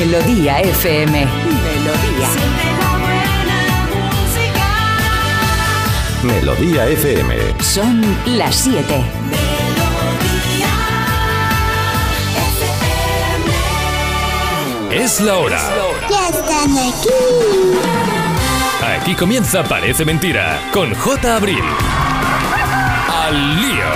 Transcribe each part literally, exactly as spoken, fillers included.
Melodía F M. Melodía. Melodía F M. Son las siete. Es la hora. Ya están aquí. Aquí comienza Parece Mentira con J. Abril. ¡Al lío!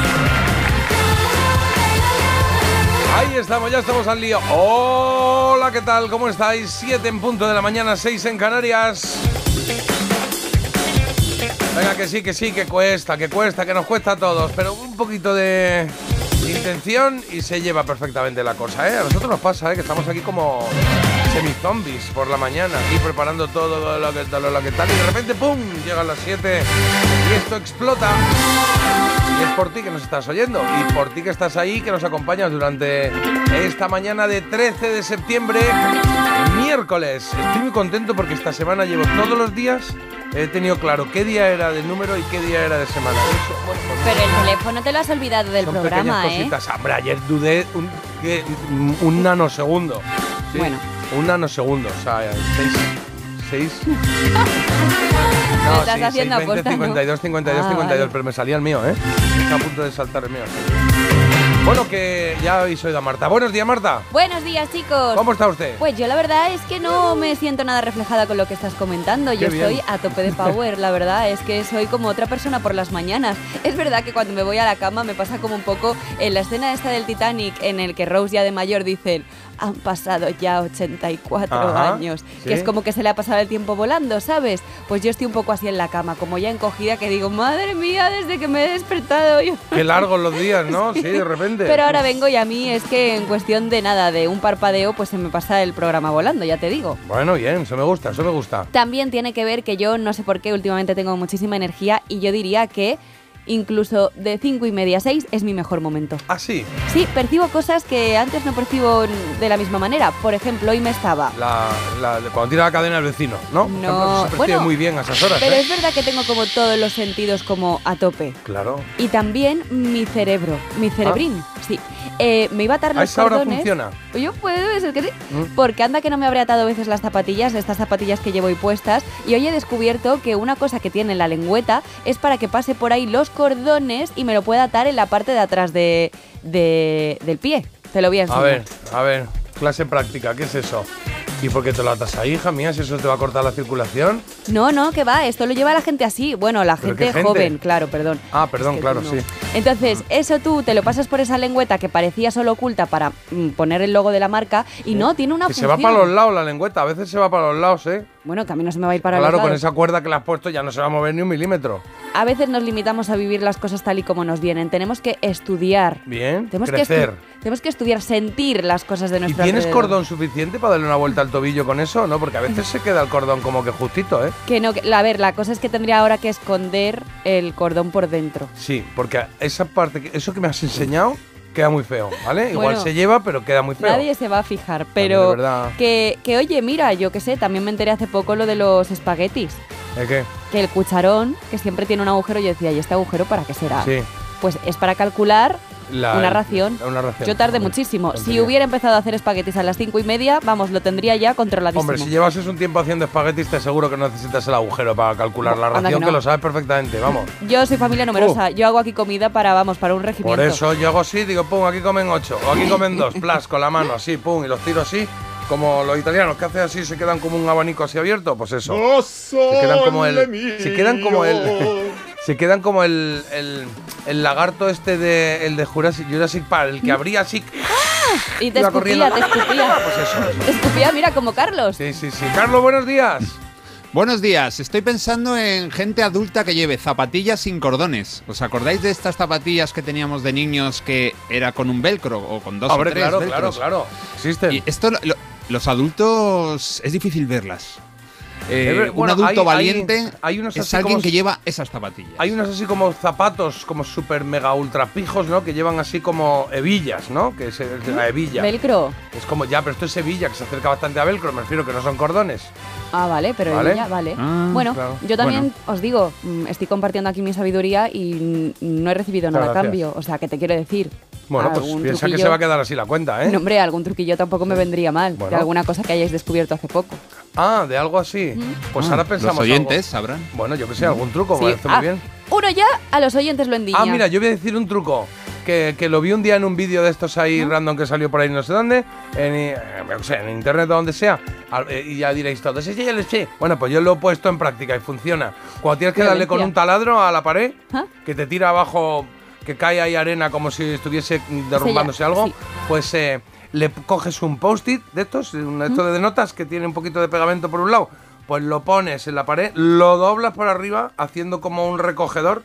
Ahí estamos, ya estamos al lío. Hola, ¿qué tal? ¿Cómo estáis? siete en punto de la mañana, seis en Canarias. Venga, que sí, que sí, que cuesta, que cuesta, que nos cuesta a todos, pero un poquito de intención y se lleva perfectamente la cosa, ¿eh? A nosotros nos pasa, ¿eh? Que estamos aquí como semi-zombies por la mañana, aquí preparando todo lo que, todo lo que tal, y de repente, ¡pum!, llegan las siete y esto explota. Y es por ti que nos estás oyendo y por ti que estás ahí, que nos acompañas durante esta mañana de trece de septiembre, miércoles. Estoy muy contento porque esta semana llevo todos los días, he tenido claro qué día era de número y qué día era de semana. Eso, bueno, pues, pero el teléfono te lo has olvidado del son programa, pequeñas ¿eh? cositas. Hombre, ayer dudé un, que, un nanosegundo. ¿Sí? Bueno. Un nanosegundo, o sea, seis... seis Lo No, estás sí, haciendo seis, veinte, aposta, cincuenta y dos, ¿no? cincuenta y dos, Ah, cincuenta y dos, vale. pero me salía el mío, ¿eh? Está a punto de saltar el mío. Bueno, que ya habéis oído a Marta. Buenos días, Marta. Buenos días, chicos. ¿Cómo está usted? Pues yo la verdad es que no me siento nada reflejada con lo que estás comentando. Yo Qué estoy bien. a tope de power, la verdad es que soy como otra persona por las mañanas. Es verdad que cuando me voy a la cama me pasa como un poco en la escena esta del Titanic en el que Rose ya de mayor dicen: han pasado ya ochenta y cuatro Ajá, años, ¿sí? que es como que se le ha pasado el tiempo volando, ¿sabes? Pues yo estoy un poco así en la cama, como ya encogida, que digo, madre mía, desde que me he despertado yo. Qué largos los días, ¿no? Sí, de repente. Pero ahora vengo y a mí es que en cuestión de nada, de un parpadeo, pues se me pasa el programa volando, ya te digo. Bueno, bien, eso me gusta, eso me gusta. También tiene que ver que yo no sé por qué últimamente tengo muchísima energía y yo diría que incluso de cinco y media a seis es mi mejor momento. Ah, sí. Sí, percibo cosas que antes no percibo de la misma manera. Por ejemplo, hoy me estaba... La, la, cuando tira la cadena el vecino, ¿no? No, Por ejemplo, se percibe bueno, muy bien a esas horas, Pero ¿eh? es verdad que tengo como todos los sentidos como a tope. Claro. Y también mi cerebro, mi cerebrín, sí. Eh, me iba a atar ¿A los esa hora cordones. funciona? Yo puedo, es que sí. ¿Mm? Porque anda que no me habré atado a veces las zapatillas, estas zapatillas que llevo hoy puestas, y hoy he descubierto que una cosa que tiene la lengüeta es para que pase por ahí los cordones y me lo pueda atar en la parte de atrás de, de- del pie. Te lo voy a A enseñar. ver, a ver, clase práctica, ¿qué es eso? ¿Y por qué te lo atas ahí, hija mía? Si eso te va a cortar la circulación. No, no, que va, esto lo lleva la gente así. Bueno, la ¿Pero gente, qué gente? joven, claro, perdón. Ah, perdón, Es que claro, tú sí. Entonces, eso tú te lo pasas por esa lengüeta que parecía solo oculta para mm, poner el logo de la marca y no, tiene una Que se función. va para los lados la lengüeta, a veces se va para los lados, ¿eh? Bueno, que a mí no se me va a ir para Claro, los con lados. esa cuerda que le has puesto ya no se va a mover ni un milímetro. A veces nos limitamos a vivir las cosas tal y como nos vienen. Tenemos que estudiar. Bien, Tenemos que, crecer. estu- tenemos que estudiar, sentir las cosas de ¿Y nuestro tienes alrededor. cordón suficiente para darle una vuelta al tobillo con eso, no? Porque a veces se queda el cordón como que justito, ¿eh? Que no, que- a ver, la cosa es que tendría ahora que esconder el cordón por dentro. Sí, porque esa parte, que- eso que me has enseñado, queda muy feo, ¿vale? Igual Bueno, se lleva, pero queda muy feo. Nadie se va a fijar, de pero verdad. que, que oye, mira, yo qué sé, también me enteré hace poco lo de los espaguetis. ¿De qué? Que el cucharón, que siempre tiene un agujero, yo decía, ¿y este agujero para qué será? Sí. Pues es para calcular La- una ración. Una ración. Yo tardé Hombre, muchísimo. Si tontería. hubiera empezado a hacer espaguetis a las cinco y media, vamos, lo tendría ya controladísimo. Hombre, si llevas un tiempo haciendo espaguetis, te aseguro que no necesitas el agujero para calcular la Anda ración, que que, no. lo sabes perfectamente, vamos. Yo soy familia numerosa, yo hago aquí comida para, vamos, para un regimiento. Por eso yo hago así, digo, pum, aquí comen ocho, o aquí comen dos, plas, con la mano, así, pum, y los tiro así, como los italianos que hacen así, se quedan como un abanico así abierto, pues eso. Se quedan como el... Se quedan como el... Se quedan como el, el, el lagarto este de, el de Jurassic, Jurassic Park, el que abría así... Y te iba escupía, corriendo. te escupía. Pues eso, eso. Te escupía, mira, como Carlos. Sí, sí, sí. Carlos, buenos días. Buenos días, estoy pensando en gente adulta que lleve zapatillas sin cordones. ¿Os acordáis de estas zapatillas que teníamos de niños que era con un velcro o con dos Hombre, o tres claro, velcros? claro, claro. Existen. Y esto, lo- lo- los adultos, es difícil verlas. Eh, Es ver- un bueno, adulto hay- valiente hay- hay unos es así alguien como- que lleva esas zapatillas. Hay unos así como zapatos, como super mega ultra pijos, ¿no? Que llevan así como hebillas, ¿no? Que es el- la hebilla. Velcro. Es como, ya, pero esto es hebilla, que se acerca bastante a velcro, me refiero que no son cordones. Ah, vale, pero ¿Vale? ella, vale. Ah, bueno, claro. yo también Bueno. os digo, mm, estoy compartiendo aquí mi sabiduría y mm, no he recibido nada a Muchas cambio. O sea, que te quiero decir, Bueno, pues algún piensa que truquillo- se va a quedar así la cuenta, ¿eh? No, hombre, algún truquillo tampoco me vendría mal. Bueno. De alguna cosa que hayáis descubierto hace poco. Ah, de algo así. Pues Ah, ahora pensamos Los oyentes algo. sabrán. Bueno, yo que sé, algún truco, Sí. me parece Ah, muy bien. uno ya a los oyentes lo endiña. Ah, mira, yo voy a decir un truco que, que lo vi un día en un vídeo de estos ahí random que salió por ahí no sé dónde, en, eh, yo qué sé, en internet o donde sea, al- eh, y ya diréis todos, sí, sí, ya lo sé. Bueno, pues yo lo he puesto en práctica y funciona. Cuando tienes que darle con Violencia. un taladro a la pared, ¿Ah? que te tira abajo, que cae ahí arena como si estuviese derrumbándose algo, sí. pues eh, le coges un post-it de estos, un esto de notas que tiene un poquito de pegamento por un lado, pues lo pones en la pared, lo doblas por arriba haciendo como un recogedor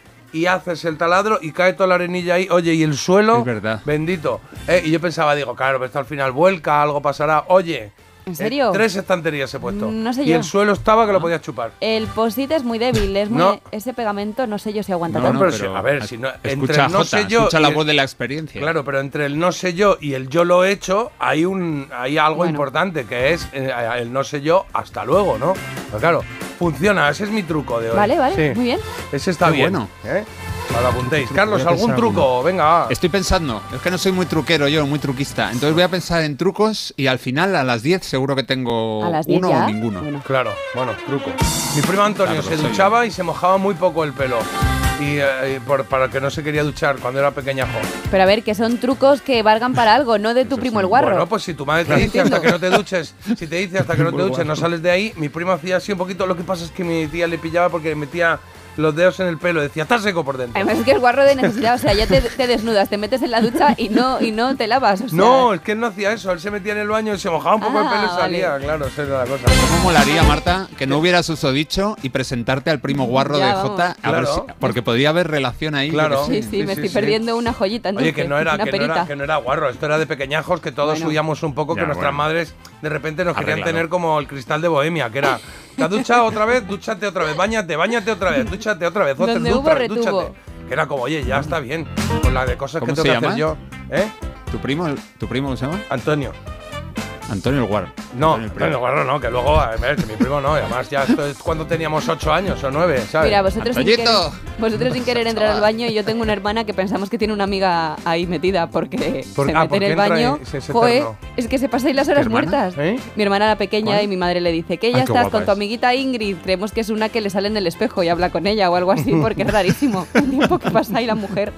y haces el taladro y cae toda la arenilla ahí. Oye, y el suelo, Es verdad. bendito. Eh, y yo pensaba, digo, claro, pero esto al final vuelca, algo pasará. Oye, ¿En serio? eh, tres estanterías he puesto. No sé y yo. el suelo estaba que lo podías chupar. El post-it es muy débil, es muy No. ese pegamento no sé yo si aguanta No, tanto. no, pero pero si- a ver, si no- entre escucha, el no Jota, sé yo escucha y la el- voz de la experiencia. Claro, pero entre el no sé yo y el yo lo he hecho, hay un hay algo Bueno. importante, que es eh, el no sé yo, hasta luego, ¿no? Pero claro, funciona, ese es mi truco de hoy. Vale, vale, Sí. muy bien. Ese está Qué bien. bueno. ¿eh? Para lo apuntéis. Carlos, Voy a ¿algún pensar truco? alguno. Venga, va. Estoy pensando, es que no soy muy truquero yo, muy truquista. Entonces voy a pensar en trucos y al final a las diez seguro que tengo A las diez uno ya. o ninguno. Bueno. Claro, bueno, truco. Mi primo Antonio Claro, se lo sé. duchaba y se mojaba muy poco el pelo. Y eh, por- para que no se quería duchar cuando era pequeñajo. Pero a ver, que son trucos que valgan para algo, no de tu primo el guarro. Bueno, pues si tu madre te dice hasta que no te duches, si te dice hasta que no te duches, no sales de ahí, mi primo hacía así un poquito. Lo que pasa es que mi tía le pillaba porque metía los dedos en el pelo, decía, está seco por dentro. Además es que es guarro de necesidad, o sea, ya te, te desnudas, te metes en la ducha y no y no te lavas. O sea, No, es que él no hacía eso, él se metía en el baño y se mojaba un poco Ah, el pelo y salía, vale. claro, esa era la cosa. ¿Cómo molaría, Marta, que no hubieras usodicho y presentarte al primo guarro Ya, de vamos. Jota? A ver Claro. si- porque podría haber relación ahí. yo Claro. qué Sí, sé. sí, Sí, me sí, estoy sí. perdiendo una joyita entonces, Oye, que no, era, una que, no perita. era, que no era guarro, esto era de pequeñajos que todos Bueno. huíamos un poco, que Ya, nuestras bueno. madres de repente nos querían Arréglalo. tener como el cristal de Bohemia, que era, ¿te has duchado otra vez? Dúchate otra vez, báñate, báñate otra vez, dúchate otra vez, otra, Donde hubo, otra vez, retuvo. dúchate. Que era como, oye, ya está bien, con la de cosas que ¿Cómo tengo se que hacer llama? yo. ¿Eh? ¿Tu primo, ¿Tu primo cómo se llama? Antonio. Antonio el Guarro. No, Antonio el primo. Antonio Guarro no, que luego, a ver, que mi primo no, y además ya esto es cuando teníamos ocho años o nueve, ¿sabes? Mira, vosotros sin, querer, Antoñito. vosotros sin querer entrar al baño y yo tengo una hermana que pensamos que tiene una amiga ahí metida porque Por- se ah, mete en porque el entra baño. y se- se Joe, eterno. es que se pasa ahí las horas ¿Tu hermana? muertas. ¿Eh? Mi hermana la pequeña ¿Cuál? y mi madre le dice que ya Ay, qué estás guapa con tu es. amiguita Ingrid. Creemos que es una que le sale en el espejo y habla con ella o algo así porque es rarísimo el tiempo que pasa ahí la mujer.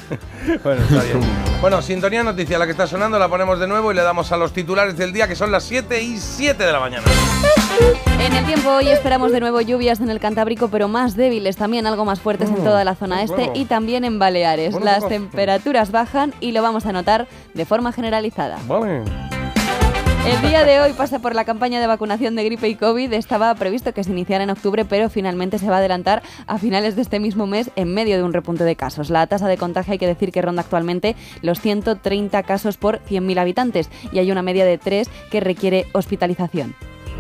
Bueno, está bien. Bueno, sintonía noticia, la que está sonando, la ponemos de nuevo y le damos a los titulares del día, que son las siete y siete de la mañana. En el tiempo hoy esperamos de nuevo lluvias en el Cantábrico, pero más débiles, también algo más fuertes en toda la zona este bueno. y también en Baleares. Bueno, Las bueno. temperaturas bajan y lo vamos a notar de forma generalizada. Vale. El día de hoy pasa por la campaña de vacunación de gripe y COVID. Estaba previsto que se iniciara en octubre, pero finalmente se va a adelantar a finales de este mismo mes en medio de un repunte de casos. La tasa de contagio hay que decir que ronda actualmente los ciento treinta casos por cien mil habitantes y hay una media de tres que requiere hospitalización.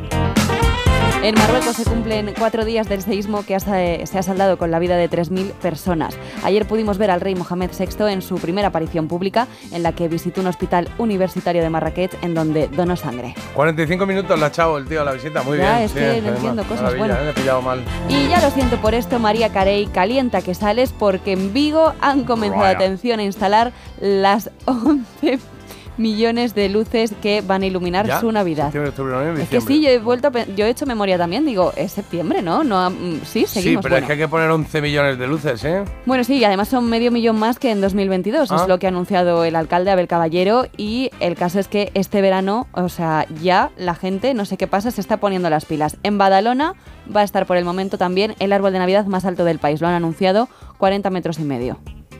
En Marruecos se cumplen cuatro días del seísmo que ha- se ha saldado con la vida de tres mil personas. Ayer pudimos ver al rey Mohamed sexto en su primera aparición pública, en la que visitó un hospital universitario de Marrakech, en donde donó sangre. cuarenta y cinco minutos le ha echado el tío a la visita, muy Ya, bien. es sí, que no además, entiendo cosas, maravilla, bueno. eh, le he pillado mal. Y ya lo siento por esto, María Carey, calienta que sales, porque en Vigo han comenzado, Vaya. atención, a instalar las once millones de luces que van a iluminar ¿Ya? su Navidad. Septiembre, octubre, noviembre, Es que diciembre. sí, yo he vuelto a pe- yo he hecho memoria también, digo, es septiembre, ¿no? no ha- mm, sí, Sí, seguimos. pero bueno. es que hay que poner once millones de luces, ¿eh? Bueno, sí, y además son medio millón más que en dos mil veintidós, Ah. es lo que ha anunciado el alcalde Abel Caballero, y el caso es que este verano, o sea, ya la gente, no sé qué pasa, se está poniendo las pilas. En Badalona va a estar por el momento también el árbol de Navidad más alto del país, lo han anunciado, cuarenta metros y medio.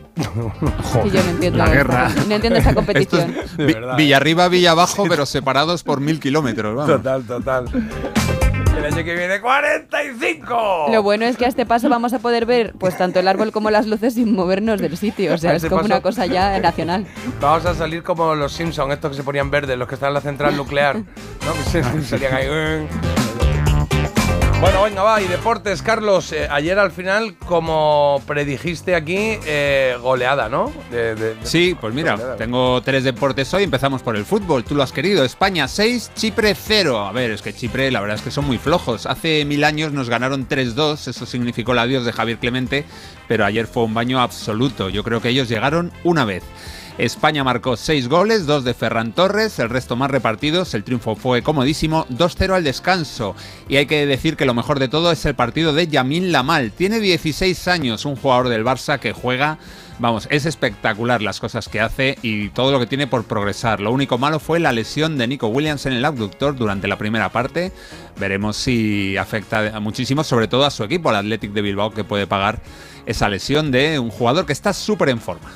Sí, yo no entiendo, La esta- guerra. no entiendo esta Esto competición. es De Vi- verdad. Villa arriba, Villa abajo, pero separados por mil kilómetros. Vamos. Total, total. El año que viene, cuarenta y cinco. Lo bueno es que a este paso vamos a poder ver pues tanto el árbol como las luces sin movernos del sitio, o sea, A es este como paso- una cosa ya nacional. Vamos a salir como los Simpsons, estos que se ponían verdes, los que están en la central nuclear. ¿No? Que se- salían ahí. Bueno, venga, va. Y deportes, Carlos. eh, ayer al final, como predijiste aquí, eh, goleada, ¿no? De- de- de- Sí, pues mira, goleada. tengo tres deportes hoy. Empezamos por el fútbol. Tú lo has querido. España seis, Chipre cero. A ver, es que Chipre la verdad es que son muy flojos. Hace mil años nos ganaron tres dos. Eso significó el adiós de Javier Clemente. Pero ayer fue un baño absoluto. Yo creo que ellos llegaron una vez. España marcó seis goles, dos de Ferran Torres, el resto más repartidos. El triunfo fue comodísimo, dos cero al descanso. Y hay que decir que lo mejor de todo es el partido de Lamine Yamal. Tiene dieciséis años, un jugador del Barça que juega... Vamos, es espectacular las cosas que hace y todo lo que tiene por progresar. Lo único malo fue la lesión de Nico Williams en el abductor durante la primera parte. Veremos si afecta muchísimo, sobre todo a su equipo, al Athletic de Bilbao, que puede pagar esa lesión de un jugador que está súper en forma.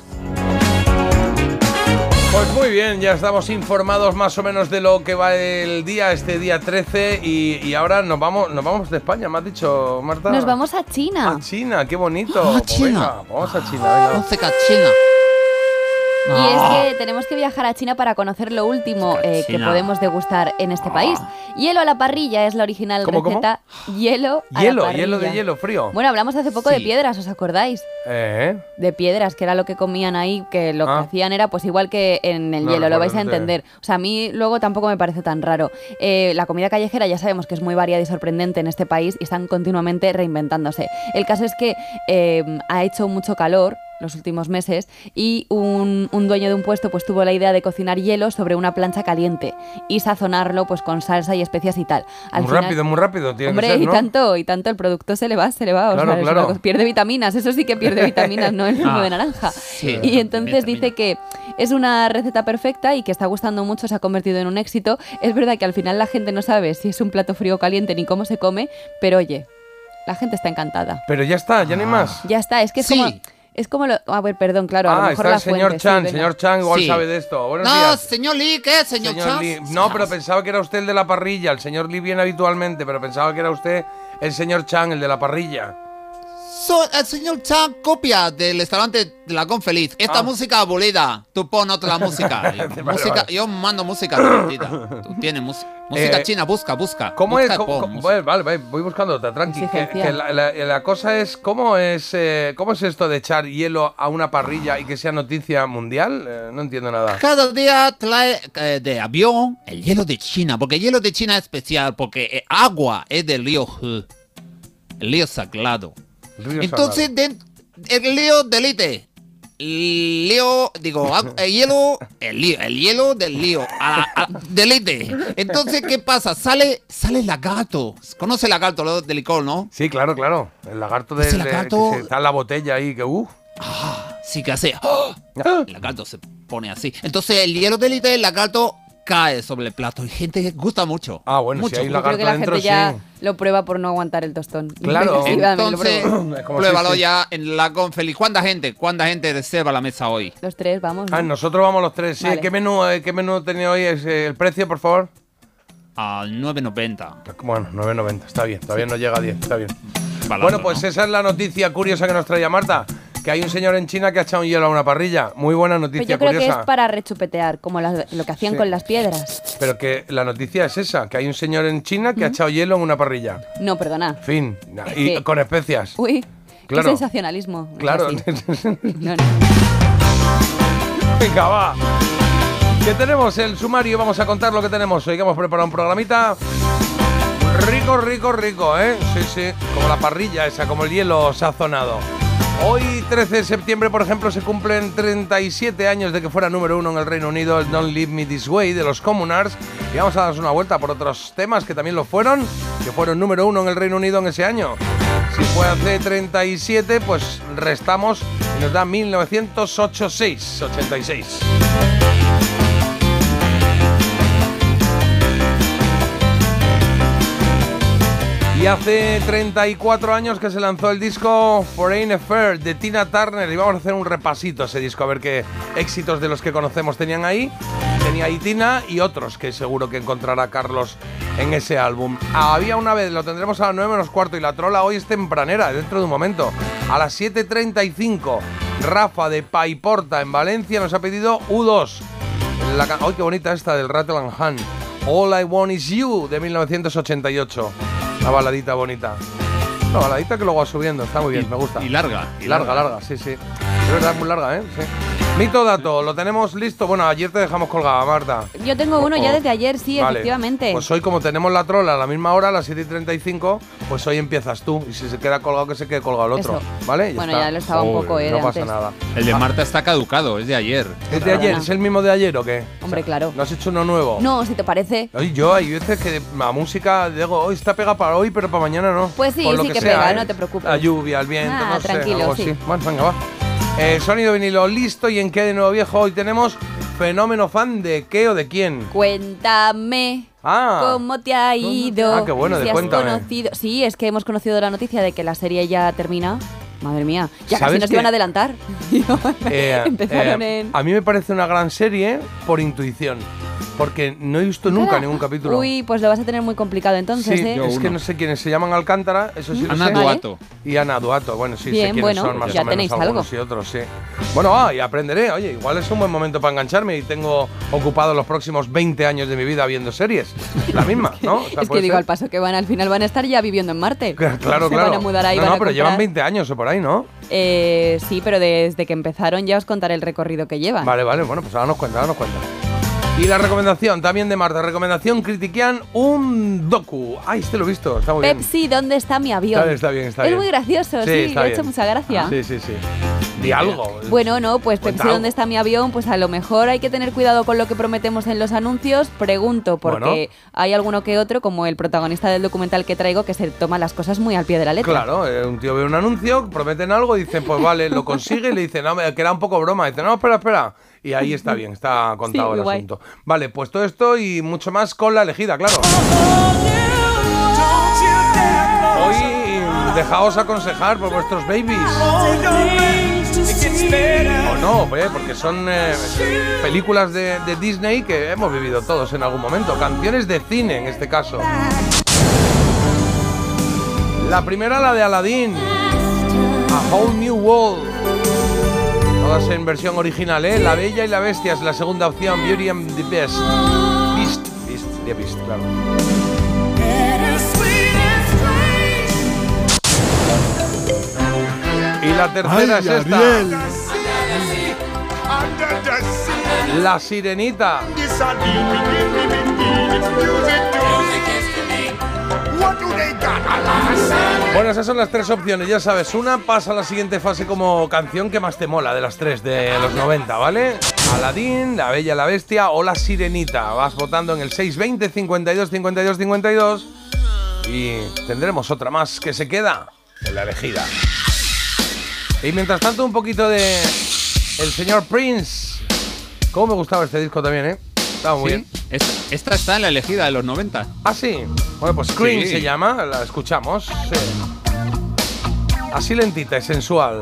Pues muy bien, ya estamos informados más o menos de lo que va el día, este día trece, y, y ahora nos vamos nos vamos de España, ¿me has dicho, Marta? Nos vamos a China. A China, qué bonito. Ah, Pues China. venga, vamos a China, venga. Música china. Y es que tenemos que viajar a China para conocer lo último eh, que China. podemos degustar en este país. Hielo a la parrilla es la original ¿Cómo, cómo? receta. Hielo a Hielo, la parrilla. hielo de hielo, frío. Bueno, hablamos hace poco de Sí. piedras, ¿os acordáis? Eh, De piedras, que era lo que comían ahí, que lo Ah. que hacían era pues igual que en el No hielo, lo recuerdo, vais a no sé. entender. O sea, a mí luego tampoco me parece tan raro. Eh, la comida callejera ya sabemos que es muy variada y sorprendente en este país y están continuamente reinventándose. El caso es que eh, ha hecho mucho calor los últimos meses y un, un dueño de un puesto pues tuvo la idea de cocinar hielo sobre una plancha caliente y sazonarlo pues con salsa y especias y tal. Al muy final- rápido, muy rápido tiene Hombre, que ser, y ¿no? tanto, y tanto el producto se le va, se le va. O Claro, sea, es claro. una cosa- pierde vitaminas, eso sí que pierde vitaminas, no el zumo Ah, de naranja. sí, Y entonces vitamina. dice que es una receta perfecta y que está gustando mucho, se ha convertido en un éxito. Es verdad que al final la gente no sabe si es un plato frío o caliente ni cómo se come, pero oye, la gente está encantada. Pero ya está, ya no hay más. Ya está, es que es Sí. como... Es como lo... A ver, perdón, claro, a lo Ah, mejor está la el señor fuente, sí, Chan, venga. señor Chan igual Sí. sabe de esto. Buenos No, días. señor Lee, ¿qué? Señor, Señor Chas. Lee. No, pero pensaba que era usted el de la parrilla. El señor Lee viene habitualmente, pero pensaba que era usted el señor Chan, el de la parrilla. So, el señor Chan copia del restaurante de la Confeliz. Esta Ah. música aburrida. Tú pon otra música. Vale, música vale. Yo mando música divertida. Tú tienes música. Música Eh, china, busca, busca. ¿Cómo busca es? y ¿Cómo- pon cómo- música. vale, vale, vale, voy buscando otra, tranqui. Que, Exigencia. que la, la- la cosa es, ¿cómo es eh, cómo es esto de echar hielo a una parrilla y que sea noticia mundial? Eh, no entiendo nada. Cada día trae eh, de avión el hielo de China, porque el hielo de China es especial, porque eh, agua es del río He, el río sagrado. Río Entonces, den- el río delite, el río, digo, agu- el hielo, el, lío, el hielo del río, a, a- delite. Entonces, ¿qué pasa? Sale, sale el lagarto. ¿Conoce el lagarto lo de licor, no? Sí, claro, claro. El lagarto Ese del de- lagarto- que se- está en la botella ahí, que uh. Sí que hace. ¡Oh! El lagarto se pone así. Entonces, el hielo delite, el lagarto cae sobre el plato y gente que gusta mucho. Ah, bueno, mucho. si hay Yo creo lagarto que la dentro, gente ya sí. lo prueba por no aguantar el tostón. Claro. Efectivamente, lo Entonces, pruebo. Es como pruébalo si- sí. ya en la Confeliz. ¿Cuánta gente? ¿Cuánta gente reserva la mesa hoy? Los tres, vamos. ¿no? Ah, nosotros vamos los tres. Sí, Vale. ¿qué menú, eh, qué menú tenía hoy? Es, eh, el precio, por favor. A nueve noventa. Bueno, nueve noventa, está bien, todavía no llega a diez, está bien. Baladro, Bueno, pues ¿no? esa es la noticia curiosa que nos traía Marta, que hay un señor en China que ha echado un hielo a una parrilla. Muy buena Pues noticia yo creo que curiosa. es para rechupetear, como las- lo que hacían Sí. con las piedras. Pero que la noticia es esa, que hay un señor en China que ha echado hielo en una parrilla. No, perdona. Fin. Y que- con especias. Uy, Claro. qué sensacionalismo. Es Claro. así. No, no. Venga, va. ¿Qué tenemos? El sumario, vamos a contar lo que tenemos hoy, que hemos preparado un programita rico, rico, rico, ¿eh? Sí, sí, como la parrilla esa, como el hielo sazonado. Hoy, trece de septiembre, por ejemplo, se cumplen treinta y siete años de que fuera número uno en el Reino Unido el Don't Leave Me This Way de los Communards. Y vamos a darnos una vuelta por otros temas que también lo fueron, que fueron número uno en el Reino Unido en ese año. Si fue hace treinta y siete, pues restamos y nos da mil novecientos ochenta y seis. ochenta y seis. Y hace treinta y cuatro años que se lanzó el disco Foreign Affair de Tina Turner y vamos a hacer un repasito a ese disco, a ver qué éxitos de los que conocemos tenían ahí. Tenía ahí Tina y otros que seguro que encontrará Carlos en ese álbum. Había una vez, lo tendremos a las nueve menos cuarto y la trola hoy es tempranera, dentro de un momento. A las siete treinta y cinco, Rafa de Paiporta en Valencia nos ha pedido U dos. La ca- ¡Ay, qué bonita esta del Rattle and Hum! All I Want Is You de mil novecientos ochenta y ocho. Una baladita bonita. Una baladita que luego va subiendo, está muy bien, me gusta. Y larga. Y larga, larga, sí, sí. Es verdad, muy larga, ¿eh? Sí. Mito o dato, ¿lo tenemos listo? Bueno, ayer te dejamos colgada, Marta. Yo tengo uno Oh, ya oh. desde ayer, sí, Vale. efectivamente. Pues hoy, como tenemos la trola a la misma hora, a las siete y treinta y cinco, pues hoy empiezas tú. Y si se queda colgado, que se quede colgado el otro. Eso. ¿Vale? Bueno, está. ya lo estaba un Uy, poco, eh, No de pasa antes. nada. El de Ah, Marta está caducado, es de ayer. ¿Es de ayer? Perdona. ¿Es el mismo de ayer o qué? Hombre, claro. ¿No has hecho uno nuevo? No, si te parece. Oye, yo hay veces que la música, digo, hoy está pega para hoy, pero para mañana no. Pues sí, Por lo sí que sea, pega, ¿eh? no te preocupes. La lluvia, el viento, Ah, no sé, tranquilo, algo sí. así. Bueno, venga, va. Eh, sonido vinilo listo. ¿Y en qué de nuevo viejo? Hoy tenemos fenómeno fan de qué o de quién. Cuéntame Ah. cómo te ha ido. Ah, qué bueno, de si has Cuéntame. conocido. Sí, es que hemos conocido la noticia de que la serie ya termina. Madre mía, ya ¿Sabes casi nos qué? iban a adelantar. Eh, Empezaron eh, en. A mí me parece una gran serie por intuición. Porque no he visto nunca Cara. ningún capítulo. Uy, pues lo vas a tener muy complicado entonces, sí, ¿eh? yo es que uno. no sé quiénes se llaman Alcántara, eso sí lo Ana sé. Vale. Duato. Y Ana Duato, bueno, sí, sé Bien, quiénes bueno, son más ya o menos tenéis algunos algo. y otros, sí. Bueno, ah, y aprenderé, oye, igual es un buen momento para engancharme y tengo ocupado los próximos veinte años de mi vida viendo series. La misma, ¿no? O sea, Es que puede digo, ser. al paso que van, al final van a estar ya viviendo en Marte. Claro, claro. Se van a mudar ahí, no, van no, a pero comprar. llevan veinte años o por ahí, ¿no? Eh, sí, pero desde que empezaron ya os contaré el recorrido que llevan. Vale, vale, bueno, pues ahora nos cuenta, ahora nos cuenta. Y la recomendación también de Marta, recomendación critiquian un docu. Ay, este lo he visto, está muy bien. Pepsi, ¿dónde está mi avión? Está bien, está bien, está es bien. muy gracioso, sí, está le ha bien. hecho mucha gracia. Sí, sí, sí. Di algo. Bueno, no, pues Cuenta Pepsi, ¿dónde algo. está mi avión? Pues a lo mejor hay que tener cuidado con lo que prometemos en los anuncios. Pregunto, porque Bueno. hay alguno que otro, como el protagonista del documental que traigo, que se toma las cosas muy al pie de la letra. Claro, eh, un tío ve un anuncio, prometen algo, dicen, pues vale, lo consigue y le dicen, no, me- que era un poco broma. Dice, no, espera, espera. Y ahí está bien, está contado Sí, muy el guay. asunto. Vale, pues todo esto y mucho más con La Elegida, claro. Hoy dejaos aconsejar por vuestros babies. O no, eh, porque son eh, películas de, de Disney que hemos vivido todos en algún momento. Canciones de cine, en este caso. La primera, la de Aladdin. A Whole New World. Todas en versión original, ¿eh? La Bella y la Bestia es la segunda opción. Beauty and the Beast. Beast, Beast, the Beast, claro. Y la tercera es esta. La Sirenita. Bueno, esas son las tres opciones, ya sabes. Una pasa a la siguiente fase como canción que más te mola de las tres de los noventa, ¿vale? Aladdin, La Bella y la Bestia o La Sirenita. Vas votando en el seis veinte, cincuenta y dos, cincuenta y dos, cincuenta y dos. Y tendremos otra más que se queda en La Elegida. Y mientras tanto, un poquito de el señor Prince. Cómo me gustaba este disco también, ¿eh? Estaba muy Sí, bien. esta, esta está en la elegida de los noventa. Ah, sí. Bueno, pues Scream Sí. se llama, la escuchamos. Sí. Así lentita y sensual.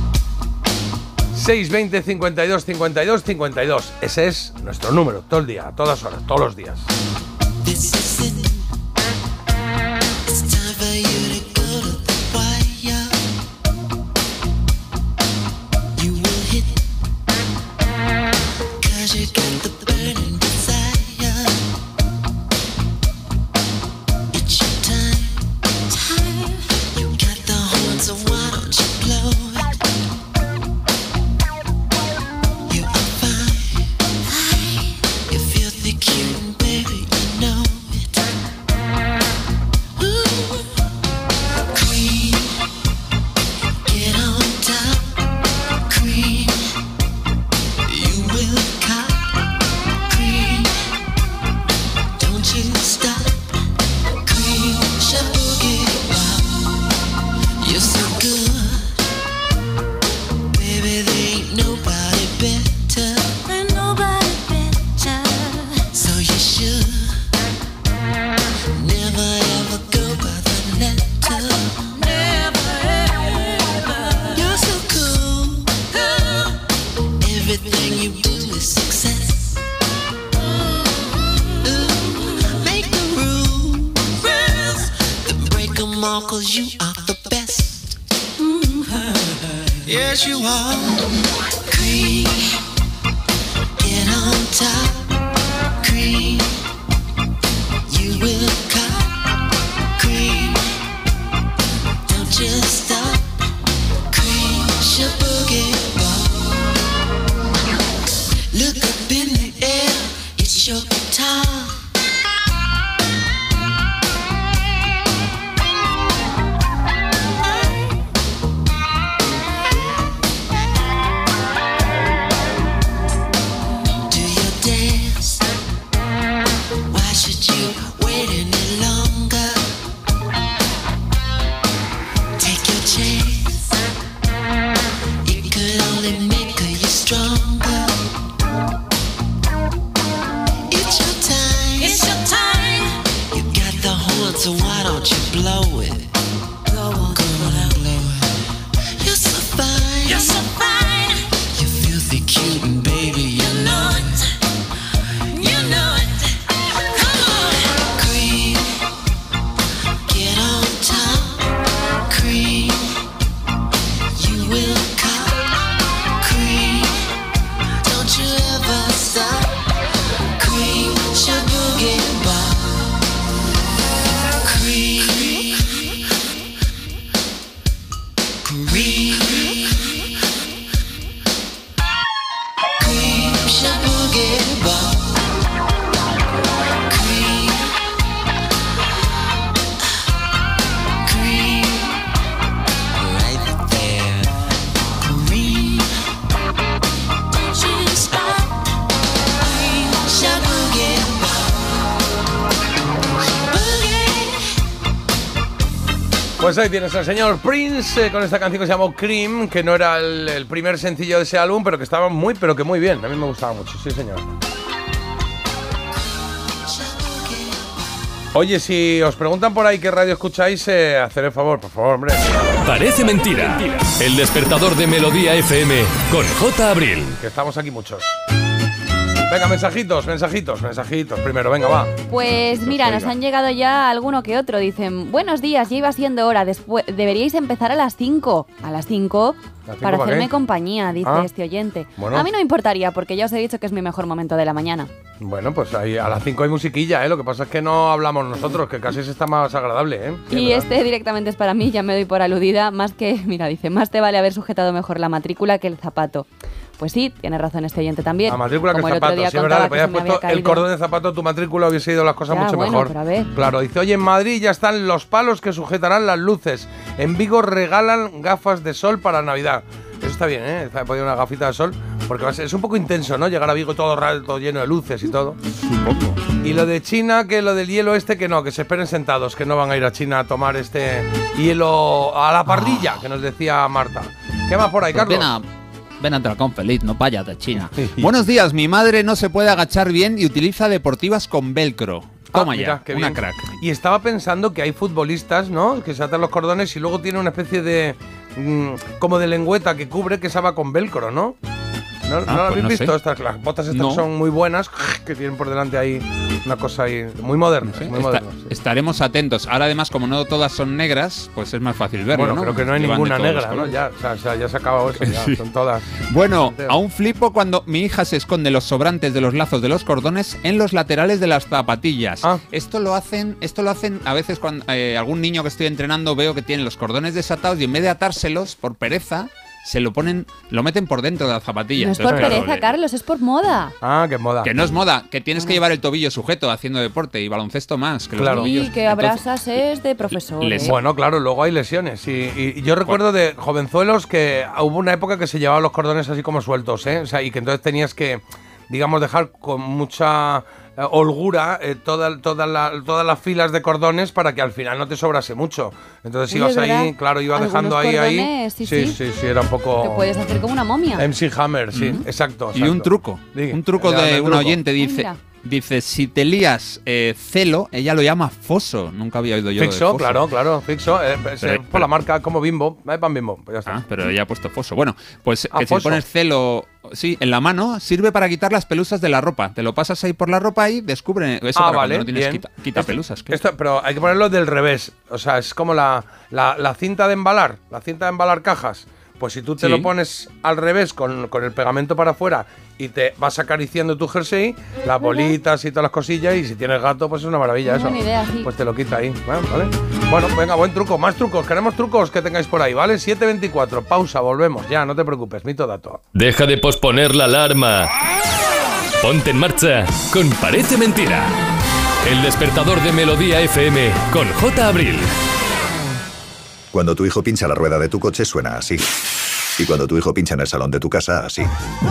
seis veinte, cincuenta y dos, cincuenta y dos, cincuenta y dos. Ese es nuestro número, todo el día, a todas horas, todos los días. Cause you are the best. Mm-hmm. Yes, you are. Cream, get on top. Cream, you will cut. Cream, don't just stop. Cream, your boogie. Pues ahí tienes al señor Prince eh, con esta canción que se llamó Cream, que no era el, el primer sencillo de ese álbum, pero que estaba muy, pero que muy bien. A mí me gustaba mucho, sí señor. Oye, si os preguntan por ahí qué radio escucháis, eh, haced el favor, por favor, hombre. Parece mentira. El despertador de Melodía F M con J. Abril. Que estamos aquí muchos. Venga, mensajitos, mensajitos, mensajitos. Primero, venga, va. Pues mira, nos han llegado ya alguno que otro. Dicen, buenos días, ya iba siendo hora. Después deberíais empezar a las cinco. A las cinco para, para hacerme qué? compañía, dice ah, este oyente. Bueno. A mí no me importaría, porque ya os he dicho que es mi mejor momento de la mañana. Bueno, pues ahí a las cinco hay musiquilla, ¿eh? Lo que pasa es que no hablamos nosotros, que casi se está más agradable, ¿eh? Sí, y este directamente es para mí, ya me doy por aludida. Más que, mira, dice, más te vale haber sujetado mejor la matrícula que el zapato. Pues sí, tiene razón este oyente también. La matrícula como que el zapato, sí, es verdad, le podías puesto el cordón de zapato a tu matrícula, hubiese ido las cosas ya, mucho bueno, mejor. Pero a ver. Claro, dice, oye, en Madrid ya están los palos que sujetarán las luces. En Vigo regalan gafas de sol para Navidad. Eso está bien, ¿eh? Está poniendo una gafita de sol, porque va a ser, es un poco intenso, ¿no? Llegar a Vigo todo, todo lleno de luces y todo. Un poco. Y lo de China, que lo del hielo este, que no, que se esperen sentados, que no van a ir a China a tomar este hielo a la parrilla, que nos decía Marta. ¿Qué más por ahí, Carlos? Ven a Tracón feliz, no vayas de China. Buenos días, mi madre no se puede agachar bien y utiliza deportivas con velcro. Toma ah, mira, ya, una bien. Crack. Y estaba pensando que hay futbolistas, ¿no? Que se atan los cordones y luego tiene una especie de... Mmm, como de lengüeta que cubre que se va con velcro, ¿no? ¿No, ah, ¿no lo habéis pues no visto? Estas, las botas estas no. son muy buenas, que tienen por delante ahí una cosa ahí muy moderna. No sé. muy Está, modernas, sí. Estaremos atentos. Ahora además, como no todas son negras, pues es más fácil verlo, bueno, ¿no? creo que no hay Llevan ninguna negra, ¿no? Ya, o sea, o sea, ya se ha acabado eso, ya, sí. son todas. Bueno, aún flipo cuando mi hija se esconde los sobrantes de los lazos de los cordones en los laterales de las zapatillas. Ah. Esto lo hacen, esto lo hacen a veces cuando eh, algún niño que estoy entrenando veo que tiene los cordones desatados y en vez de atárselos por pereza, se lo ponen, lo meten por dentro de la zapatilla. No es por pereza, Carlos, es por moda. Ah, que moda. Que no es moda, que tienes que llevar el tobillo sujeto haciendo deporte y baloncesto más. Que claro. Los y que abrazas es de profesor. Les... Bueno, claro, luego hay lesiones. Y, y yo recuerdo de jovenzuelos que hubo una época que se llevaban los cordones así como sueltos, ¿eh? O sea, y que entonces tenías que, digamos, dejar con mucha... holgura eh, toda, toda la, todas las filas de cordones para que al final no te sobrase mucho. Entonces Uy, ibas ahí, claro, ibas dejando ahí, ahí. Sí sí, sí, sí, sí, era un poco... Te puedes hacer como una momia. M C Hammer, sí, uh-huh. exacto, exacto. Y un truco, Diga, un truco de un oyente dice... Ay, dice, si te lías eh, celo, ella lo llama foso. Nunca había oído yo Fixo, de foso. claro, claro, fixo. Eh, pero, por pero, la marca como Bimbo, eh, pan Bimbo, pues ya está. Ah, pero ella ha puesto foso. Bueno, pues ah, que foso. si pones celo, sí, en la mano, sirve para quitar las pelusas de la ropa. Te lo pasas ahí por la ropa y descubre eso ah, para vale, cuando no tienes bien. quita, quita esto, pelusas. Claro. Esto, pero hay que ponerlo del revés. O sea, es como la, la, la cinta de embalar, la cinta de embalar cajas. Pues si tú te sí. lo pones al revés con, con el pegamento para afuera y te vas acariciando tu jersey, las bolitas y todas las cosillas, y si tienes gato, pues es una maravilla eso. Idea, sí. Pues te lo quita ahí. Bueno, ¿vale? Bueno, venga, buen truco, más trucos. Queremos trucos que tengáis por ahí, ¿vale? siete veinticuatro, pausa, volvemos. Ya, no te preocupes, mito dato. Deja de posponer la alarma. Ponte en marcha con Parece Mentira. El despertador de Melodía F M con J. Abril. Cuando tu hijo pincha la rueda de tu coche suena así. Y cuando tu hijo pincha en el salón de tu casa, así.